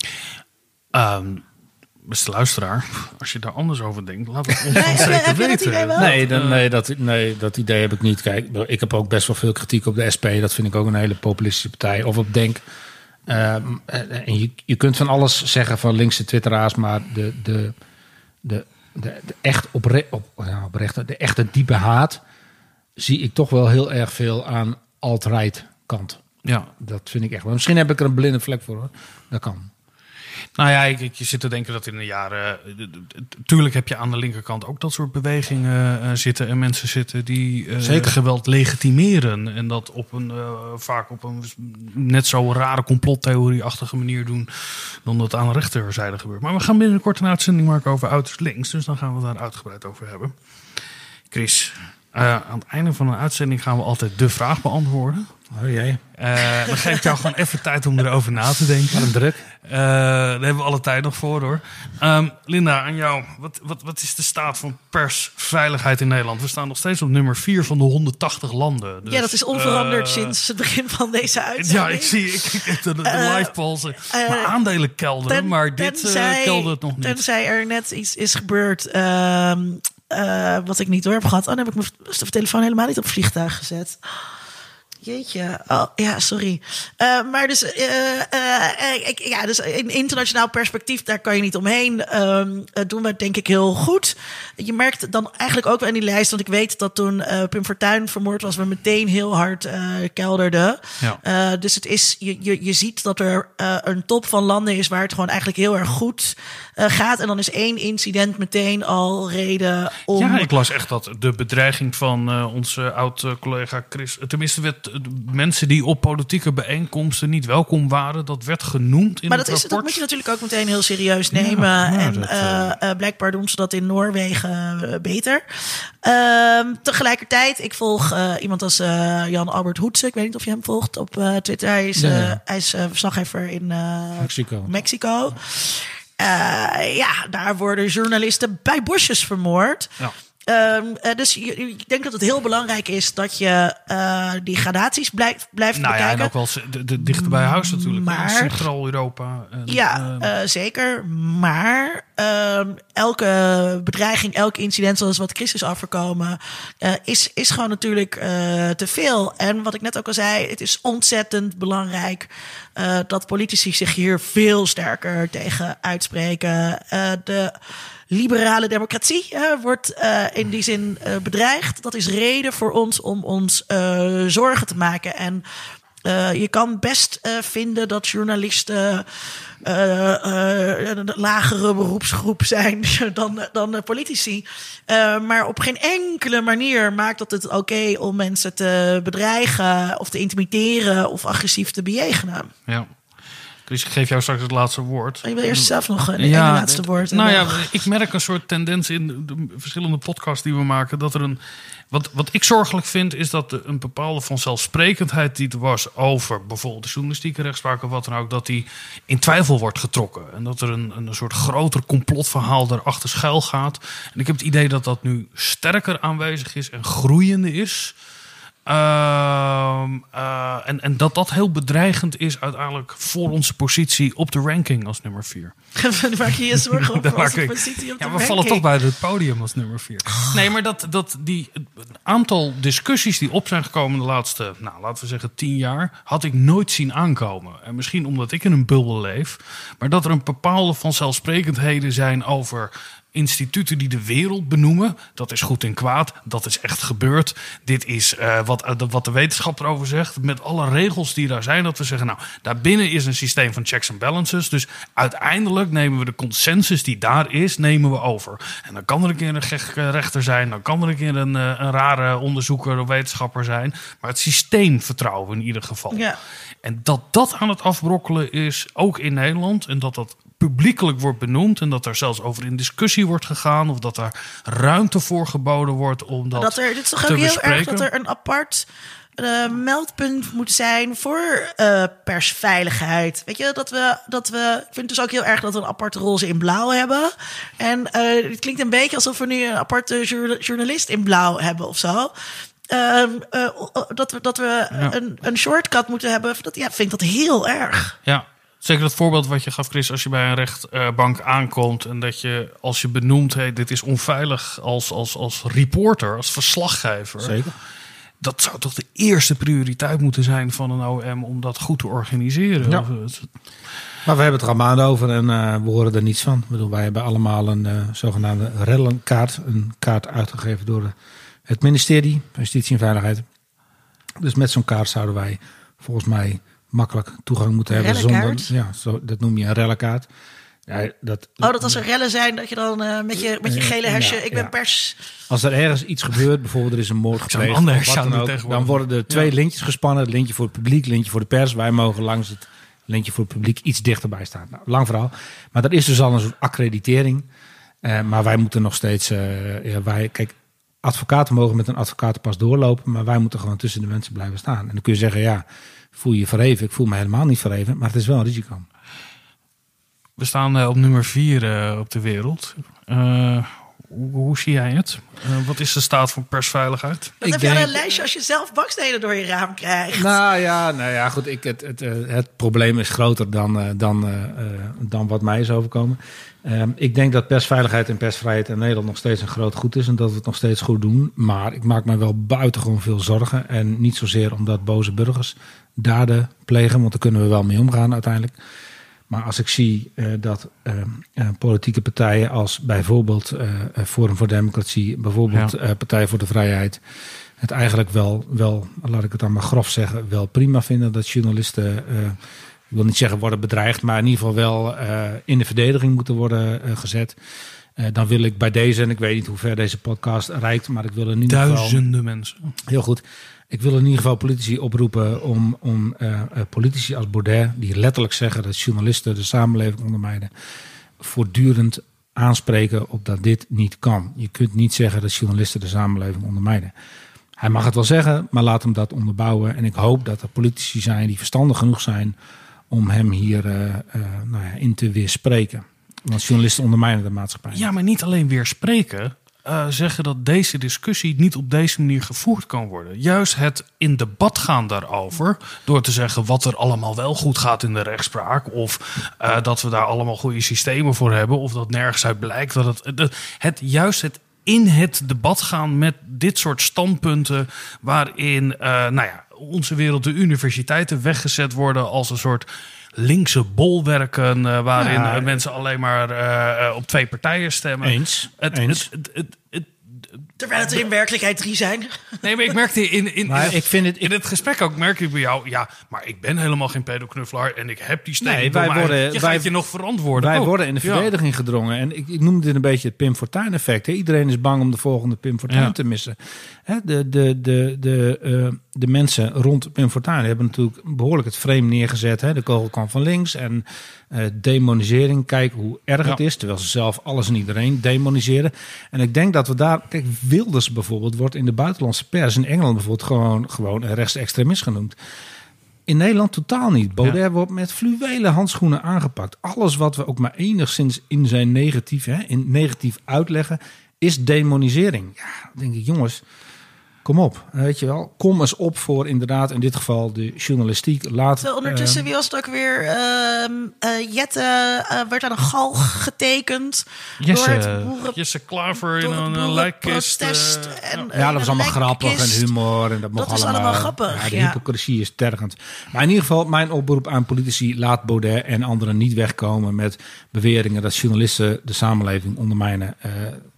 Um, beste luisteraar, als je daar anders over denkt, laat het ons nee, dan zeker heb je weten. Dat idee wel? Nee, dan, nee, dat, nee, dat idee heb ik niet. Kijk, ik heb ook best wel veel kritiek op de S P. Dat vind ik ook een hele populistische partij. Of op Denk. Um, en je, je kunt van alles zeggen van linkse twitteraars, maar de, de, de, de, de, echt opre, op, ja, oprechte, de echte diepe haat zie ik toch wel heel erg veel aan alt-right kant. Ja. Dat vind ik echt wel. Misschien heb ik er een blinde vlek voor, hoor. Dat kan. Nou ja, ik, ik, je zit te denken dat in de jaren... Tuurlijk heb je aan de linkerkant ook dat soort bewegingen uh, zitten... en mensen zitten die uh, geweld legitimeren... en dat op een, uh, vaak op een net zo rare complottheorie-achtige manier doen... dan dat aan de rechterzijde gebeurt. Maar we gaan binnenkort een uitzending maken over uiterst links... dus dan gaan we het daar uitgebreid over hebben. Chris... Uh, aan het einde van een uitzending gaan we altijd de vraag beantwoorden. Oh jee. Uh, dan geef ik jou gewoon even tijd om erover na te denken. Wat een druk. Uh, daar hebben we alle tijd nog voor, hoor. Um, Linda, aan jou. Wat, wat, wat is de staat van persveiligheid in Nederland? We staan nog steeds op nummer vier van de honderdtachtig landen. Dus, ja, dat is onveranderd uh, sinds het begin van deze uitzending. Ja, ik zie ik, ik, de, de uh, live polls. Uh, mijn uh, aandelen kelderen, ten, maar dit uh, keldert nog niet. Tenzij er net iets is gebeurd uh, uh, wat ik niet door heb gehad. Oh, dan heb ik mijn telefoon helemaal niet op vliegtuig gezet. Jeetje, oh, ja, sorry. Uh, maar dus, uh, uh, ik, ja, dus in internationaal perspectief, daar kan je niet omheen. Um, doen we het denk ik heel goed. Je merkt dan eigenlijk ook wel in die lijst, want ik weet dat toen uh, Pim Fortuyn vermoord was, we meteen heel hard uh, kelderden. Ja. Uh, dus het is, je, je, je ziet dat er uh, een top van landen is waar het gewoon eigenlijk heel erg goed uh, gaat. En dan is één incident meteen al reden om... Ja, ik las echt dat de bedreiging van uh, onze oud-collega Chris, tenminste werd mensen die op politieke bijeenkomsten niet welkom waren, dat werd genoemd in maar het dat is, rapport. Dat moet je natuurlijk ook meteen heel serieus nemen. Ja, ja, en dat, uh, uh, blijkbaar doen ze dat in Noorwegen uh, beter. Uh, tegelijkertijd, ik volg uh, iemand als uh, Jan Albert Hoetse. Ik weet niet of je hem volgt op uh, Twitter. Hij is, uh, ja. hij is uh, verslaggever in uh, Mexico. Mexico. Uh, ja, daar worden journalisten bij bosjes vermoord. Ja. Um, uh, dus je, ik denk dat het heel belangrijk is dat je uh, die gradaties blijft, blijft nou bekijken. Ja, en ook wel de, de dichter bij huis natuurlijk. Maar, Centraal-Europa. Ja, uh, zeker. Maar uh, elke bedreiging, elk incident zoals wat Chris is afgekomen, uh, is, is gewoon natuurlijk uh, te veel. En wat ik net ook al zei, het is ontzettend belangrijk uh, dat politici zich hier veel sterker tegen uitspreken. Uh, de liberale democratie uh, wordt uh, in die zin uh, bedreigd. Dat is reden voor ons om ons uh, zorgen te maken. En uh, je kan best uh, vinden dat journalisten uh, uh, een lagere beroepsgroep zijn dan, dan uh, politici. Uh, maar op geen enkele manier maakt dat het oké okay om mensen te bedreigen of te intimideren of agressief te bejegenen. Ja. Chris, ik geef jou straks het laatste woord. Je wil eerst zelf nog een, ja, een laatste woord. Nou ja, ik merk een soort tendens in de verschillende podcasts die we maken. Dat er een. Wat, wat ik zorgelijk vind, is dat er een bepaalde vanzelfsprekendheid die er was over bijvoorbeeld de journalistieke rechtspraak of wat dan ook, dat die in twijfel wordt getrokken. En dat er een, een soort groter complotverhaal daarachter schuil gaat. En ik heb het idee dat dat nu sterker aanwezig is en groeiende is. Uh, uh, en, en dat dat heel bedreigend is uiteindelijk voor onze positie op de ranking als nummer vier. Maak je je zorgen over onze ik, positie op de ja, ranking? we vallen toch bij het podium als nummer vier. Nee, maar dat, dat die een aantal discussies die op zijn gekomen de laatste, nou, laten we zeggen tien jaar, had ik nooit zien aankomen. En misschien omdat ik in een bubbel leef, maar dat er een bepaalde vanzelfsprekendheden zijn over instituten die de wereld benoemen. Dat is goed en kwaad. Dat is echt gebeurd. Dit is uh, wat, uh, wat de wetenschap erover zegt. Met alle regels die daar zijn. Dat we zeggen, nou, daarbinnen is een systeem van checks en balances. Dus uiteindelijk nemen we de consensus die daar is, nemen we over. En dan kan er een keer een gekke rechter zijn. Dan kan er een keer een, uh, een rare onderzoeker of wetenschapper zijn. Maar het systeem vertrouwen we in ieder geval. Ja. En dat dat aan het afbrokkelen is, ook in Nederland. En dat dat publiekelijk wordt benoemd en dat er zelfs over in discussie wordt gegaan of dat daar ruimte voor geboden wordt om dat, dat er, dit is toch ook heel bespreken. Erg dat er een apart uh, meldpunt moet zijn voor uh, persveiligheid. Weet je, dat we, dat we, ik vind dus ook heel erg dat we een aparte roze in blauw hebben. En uh, het klinkt een beetje alsof we nu een aparte journalist in blauw hebben of zo. Uh, uh, dat we, dat we ja. een, een shortcut moeten hebben. Dat, ja, vind ik dat heel erg. Ja. Zeker dat voorbeeld wat je gaf, Chris, als je bij een rechtbank aankomt en dat je, als je benoemt, hey, dit is onveilig als, als, als reporter, als verslaggever. Zeker. Dat zou toch de eerste prioriteit moeten zijn van een O M om dat goed te organiseren. Ja. Maar we hebben het er al maanden over en uh, we horen er niets van. Ik bedoel, wij hebben allemaal een uh, zogenaamde rellenkaart, een kaart uitgegeven door het ministerie van Justitie en Veiligheid. Dus met zo'n kaart zouden wij volgens mij makkelijk toegang moeten hebben zonder. Ja, zo, dat noem je een rellenkaart. Ja, dat, oh, dat als er rellen zijn, dat je dan uh, met, je, met je gele hesje, ja, ik ben ja. pers. Als er ergens iets gebeurt, bijvoorbeeld er is een moord gepleegd, of wat dan ook, dan worden er twee ja. lintjes gespannen. Het lintje voor het publiek, lintje voor de pers. Wij mogen langs het lintje voor het publiek iets dichterbij staan. Nou, lang verhaal. Maar dat is dus al een soort accreditering. Uh, maar wij moeten nog steeds, uh, ja, wij, kijk, advocaten mogen met een advocatenpas doorlopen, maar wij moeten gewoon tussen de mensen blijven staan. En dan kun je zeggen, ja, voel je je verheven? Ik voel me helemaal niet verheven, maar het is wel een risico. We staan uh, op nummer vier uh, op de wereld. Uh, hoe, hoe zie jij het? Uh, wat is de staat van persveiligheid? Wat heb je aan een lijstje als je zelf bakstenen door je raam krijgt? Nou ja, nou ja goed. Ik, het, het, het probleem is groter dan, uh, dan, uh, dan wat mij is overkomen. Uh, ik denk dat persveiligheid en persvrijheid in Nederland nog steeds een groot goed is. En dat we het nog steeds goed doen. Maar ik maak me wel buitengewoon veel zorgen. En niet zozeer omdat boze burgers daden plegen. Want daar kunnen we wel mee omgaan uiteindelijk. Maar als ik zie uh, dat uh, uh, politieke partijen als bijvoorbeeld uh, Forum voor Democratie, bijvoorbeeld ja. uh, Partij voor de Vrijheid, het eigenlijk wel, wel, laat ik het dan maar grof zeggen, wel prima vinden dat journalisten, uh, ik wil niet zeggen worden bedreigd, maar in ieder geval wel uh, in de verdediging moeten worden uh, gezet. Uh, dan wil ik bij deze, en ik weet niet hoe ver deze podcast reikt, maar ik wil in ieder geval... Duizenden mensen. Heel goed. Ik wil in ieder geval politici oproepen om, om uh, uh, politici als Baudet, die letterlijk zeggen dat journalisten de samenleving ondermijnen, voortdurend aanspreken op dat dit niet kan. Je kunt niet zeggen dat journalisten de samenleving ondermijnen. Hij mag het wel zeggen, maar laat hem dat onderbouwen. En ik hoop dat er politici zijn die verstandig genoeg zijn om hem hier uh, uh, nou ja, in te weerspreken. Want journalisten ondermijnen de maatschappij. Ja, maar niet alleen weerspreken. Uh, zeggen dat deze discussie niet op deze manier gevoerd kan worden. Juist het in debat gaan daarover, door te zeggen wat er allemaal wel goed gaat in de rechtspraak, of uh, dat we daar allemaal goede systemen voor hebben, of dat nergens uit blijkt. Dat het, het, het juist het in het debat gaan met dit soort standpunten, waarin uh, nou ja, onze wereld, de universiteiten weggezet worden als een soort linkse bolwerken, uh, waarin ja, mensen alleen maar uh, op twee partijen stemmen. Eens. Het, eens. Het, het, het, het, Terwijl het er in werkelijkheid drie zijn. Nee, maar ik merkte in, in, maar in, ik vind het, in het gesprek ook, merk ik bij jou, ja, maar ik ben helemaal geen pedoknuffelaar en ik heb die steen. Nee, wij worden, je wij, gaat je nog verantwoorden. Wij oh, worden in de verdediging ja. gedrongen. En ik, ik noem dit een beetje het Pim Fortuyn effect. Hè? Iedereen is bang om de volgende Pim Fortuyn ja. te missen. Hè? De, de, de, de, uh, de mensen rond Pim Fortuyn hebben natuurlijk behoorlijk het frame neergezet. Hè? De kogel kwam van links en uh, demonisering. Kijk hoe erg ja. het is, terwijl ze zelf alles en iedereen demoniseren. En ik denk dat we daar... Kijk, Wilders bijvoorbeeld wordt in de buitenlandse pers in Engeland bijvoorbeeld gewoon, gewoon een rechtsextremist genoemd. In Nederland totaal niet. Baudet ja. wordt met fluwelen handschoenen aangepakt. Alles wat we ook maar enigszins in zijn negatief, hè, in negatief uitleggen, is demonisering. Ja, dan denk ik, jongens, kom op. Weet je wel, kom eens op voor inderdaad in dit geval de journalistiek. Laat, Terwijl ondertussen, uh, wie was het ook weer? Uh, uh, Jette uh, werd aan een galg getekend. Jesse, door het boeren, Jesse Klaver in een, een lijkkist. Uh, en, ja, dat was allemaal grappig en humor. En dat dat mocht is allemaal, allemaal grappig. Ja, de ja. hypocrisie is tergend. Maar in ieder geval, mijn oproep aan politici, laat Baudet en anderen niet wegkomen met beweringen dat journalisten de samenleving ondermijnen. Uh,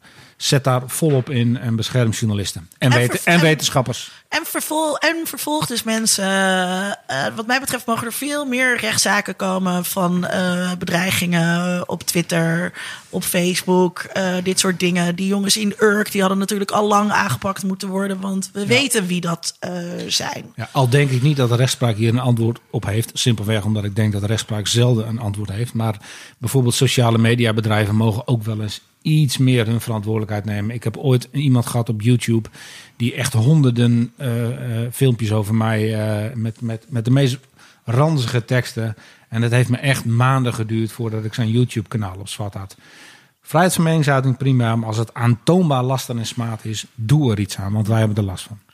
Zet daar volop in en bescherm journalisten. En, en, wet- en wetenschappers. En, vervol- en vervolg dus mensen. Uh, wat mij betreft mogen er veel meer rechtszaken komen van uh, bedreigingen op Twitter, op Facebook. Uh, dit soort dingen. Die jongens in Urk, die hadden natuurlijk al lang aangepakt moeten worden. Want we ja. weten wie dat uh, zijn. Ja, al denk ik niet dat de rechtspraak hier een antwoord op heeft. Simpelweg omdat ik denk dat de rechtspraak zelden een antwoord heeft. Maar bijvoorbeeld sociale mediabedrijven mogen ook wel eens iets meer hun verantwoordelijkheid nemen. Ik heb ooit iemand gehad op YouTube die echt honderden uh, uh, filmpjes over mij uh, met, met, met de meest ranzige teksten. En het heeft me echt maanden geduurd voordat ik zijn YouTube-kanaal op zwart had. Vrijheid van meningsuiting prima, maar als het aantoonbaar laster en smaad is, doe er iets aan, want wij hebben er last van.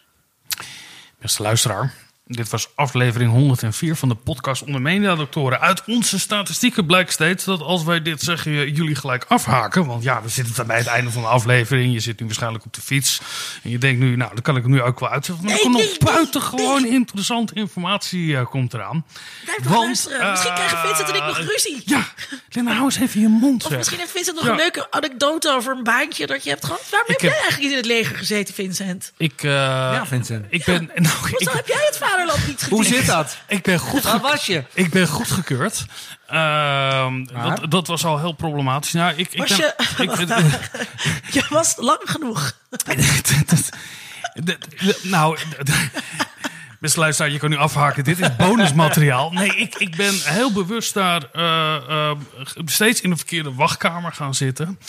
Beste luisteraar, dit was aflevering honderdvier van de podcast Onder Mediadoktoren. Uit onze statistieken blijkt steeds dat als wij dit zeggen, jullie gelijk afhaken. Want ja, we zitten dan bij het einde van de aflevering. Je zit nu waarschijnlijk op de fiets. En je denkt nu, nou, dan kan ik het nu ook wel uitzetten. Maar er komt nog buitengewoon interessante informatie uh, komt eraan. Blijf nog luisteren. Uh, misschien krijgen Vincent en ik nog ruzie. Ja, Lena, hou eens even je mond Of weg. misschien heeft Vincent nog ja. een leuke anekdote over een baantje dat je hebt gehad. Waarom heb, heb jij eigenlijk niet in het leger gezeten, Vincent? Ik, uh, ja, Vincent. Ik ben... Ja. Nou, Hoezo heb jij het vaderland niet Hoe zit dat? Ik ben goed Waar was je? Ik ben goedgekeurd. Uh, dat, dat was al heel problematisch. Nou, ik, ik was ben, je, ik, wacht, uh, je was lang genoeg. Nou, beste luisteraar, je kan nu afhaken. Dit is bonusmateriaal. Nee, ik, ik ben heel bewust daar uh, uh, steeds in de verkeerde wachtkamer gaan zitten.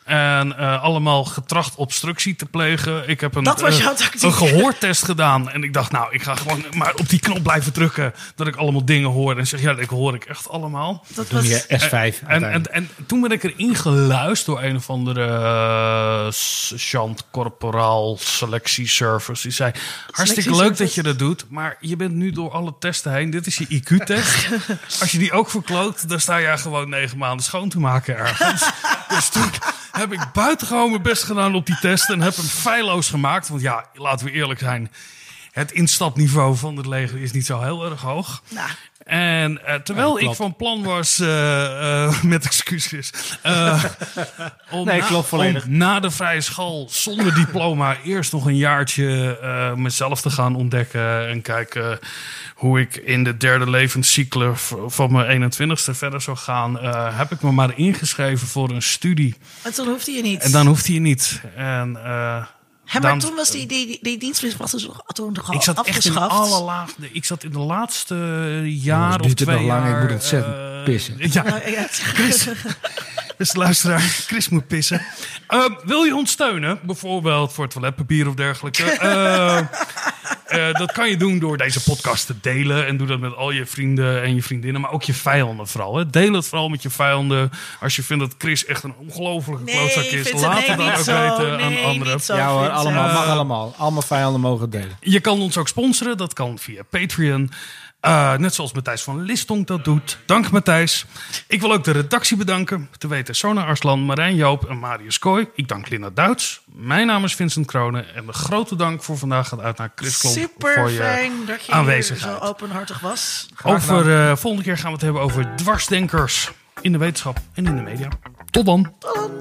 En uh, allemaal getracht obstructie te plegen. Ik heb een, dat was uh, jouw tactiek. een gehoortest gedaan. En ik dacht, nou, ik ga gewoon maar op die knop blijven drukken. Dat ik allemaal dingen hoor. En zeg, ja, dat hoor ik echt allemaal. Dat was je S vijf. En, en, en, en toen ben ik erin geluisterd door een of andere uh, sergeant corporaal selectieservice. Die zei, hartstikke leuk dat je dat doet. Maar je bent nu door alle testen heen. Dit is je I Q-test. Als je die ook verkloot, dan sta je gewoon negen maanden schoon te maken ergens. Dus toen heb ik buitengewoon mijn best gedaan op die test en heb hem feilloos gemaakt. Want ja, laten we eerlijk zijn, het instapniveau van het leger is niet zo heel erg hoog. Nou. En uh, terwijl ja, ik van plan was, uh, uh, met excuses, uh, om, nee, na, om na de vrije school zonder diploma eerst nog een jaartje uh, mezelf te gaan ontdekken en kijken hoe ik in de derde levenscyclus van mijn eenentwintigste verder zou gaan, uh, heb ik me maar ingeschreven voor een studie. En toen hoefde je niet. En dan hoefde je niet. En uh, He, maar dan, toen was die, die, die, die dienstplicht was dus toen toch al ik zat afgeschaft? Echt in de allerlaatste. Ik zat in de laatste jaar oh, of twee nog jaar. Lang, ik moet ontzettend uh, pissen. Ja, Chris, beste luisteraar, Chris moet pissen. Uh, wil je ons steunen? Bijvoorbeeld voor toiletpapier of dergelijke. Uh, uh, dat kan je doen door deze podcast te delen. En doe dat met al je vrienden en je vriendinnen. Maar ook je vijanden vooral. Hè. Deel het vooral met je vijanden. Als je vindt dat Chris echt een ongelofelijke nee, klootzak is. Het, laat nee, het dan ook zo, weten nee, aan anderen. Zo, ja hoor, allemaal, uh, mag allemaal. Allemaal vijanden mogen het delen. Je kan ons ook sponsoren. Dat kan via Patreon. Uh, net zoals Matthijs van Listonk dat doet. Dank Matthijs. Ik wil ook de redactie bedanken. Te weten Sona Arslan, Marijn Joop en Marius Kooi. Ik dank Linda Duits. Mijn naam is Vincent Kronen. En de grote dank voor vandaag gaat uit naar Chris Klomp. Super voor je fijn dat je aanwezigheid. zo openhartig was. Over, uh, volgende keer gaan we het hebben over dwarsdenkers in de wetenschap en in de media. Tot dan. Tot dan.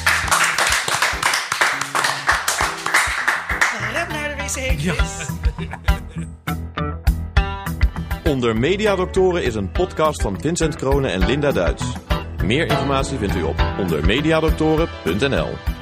Rem naar de wc. Ja. Onder Mediadoktoren is een podcast van Vincent Kronen en Linda Duits. Meer informatie vindt u op onder mediadoktoren punt n l.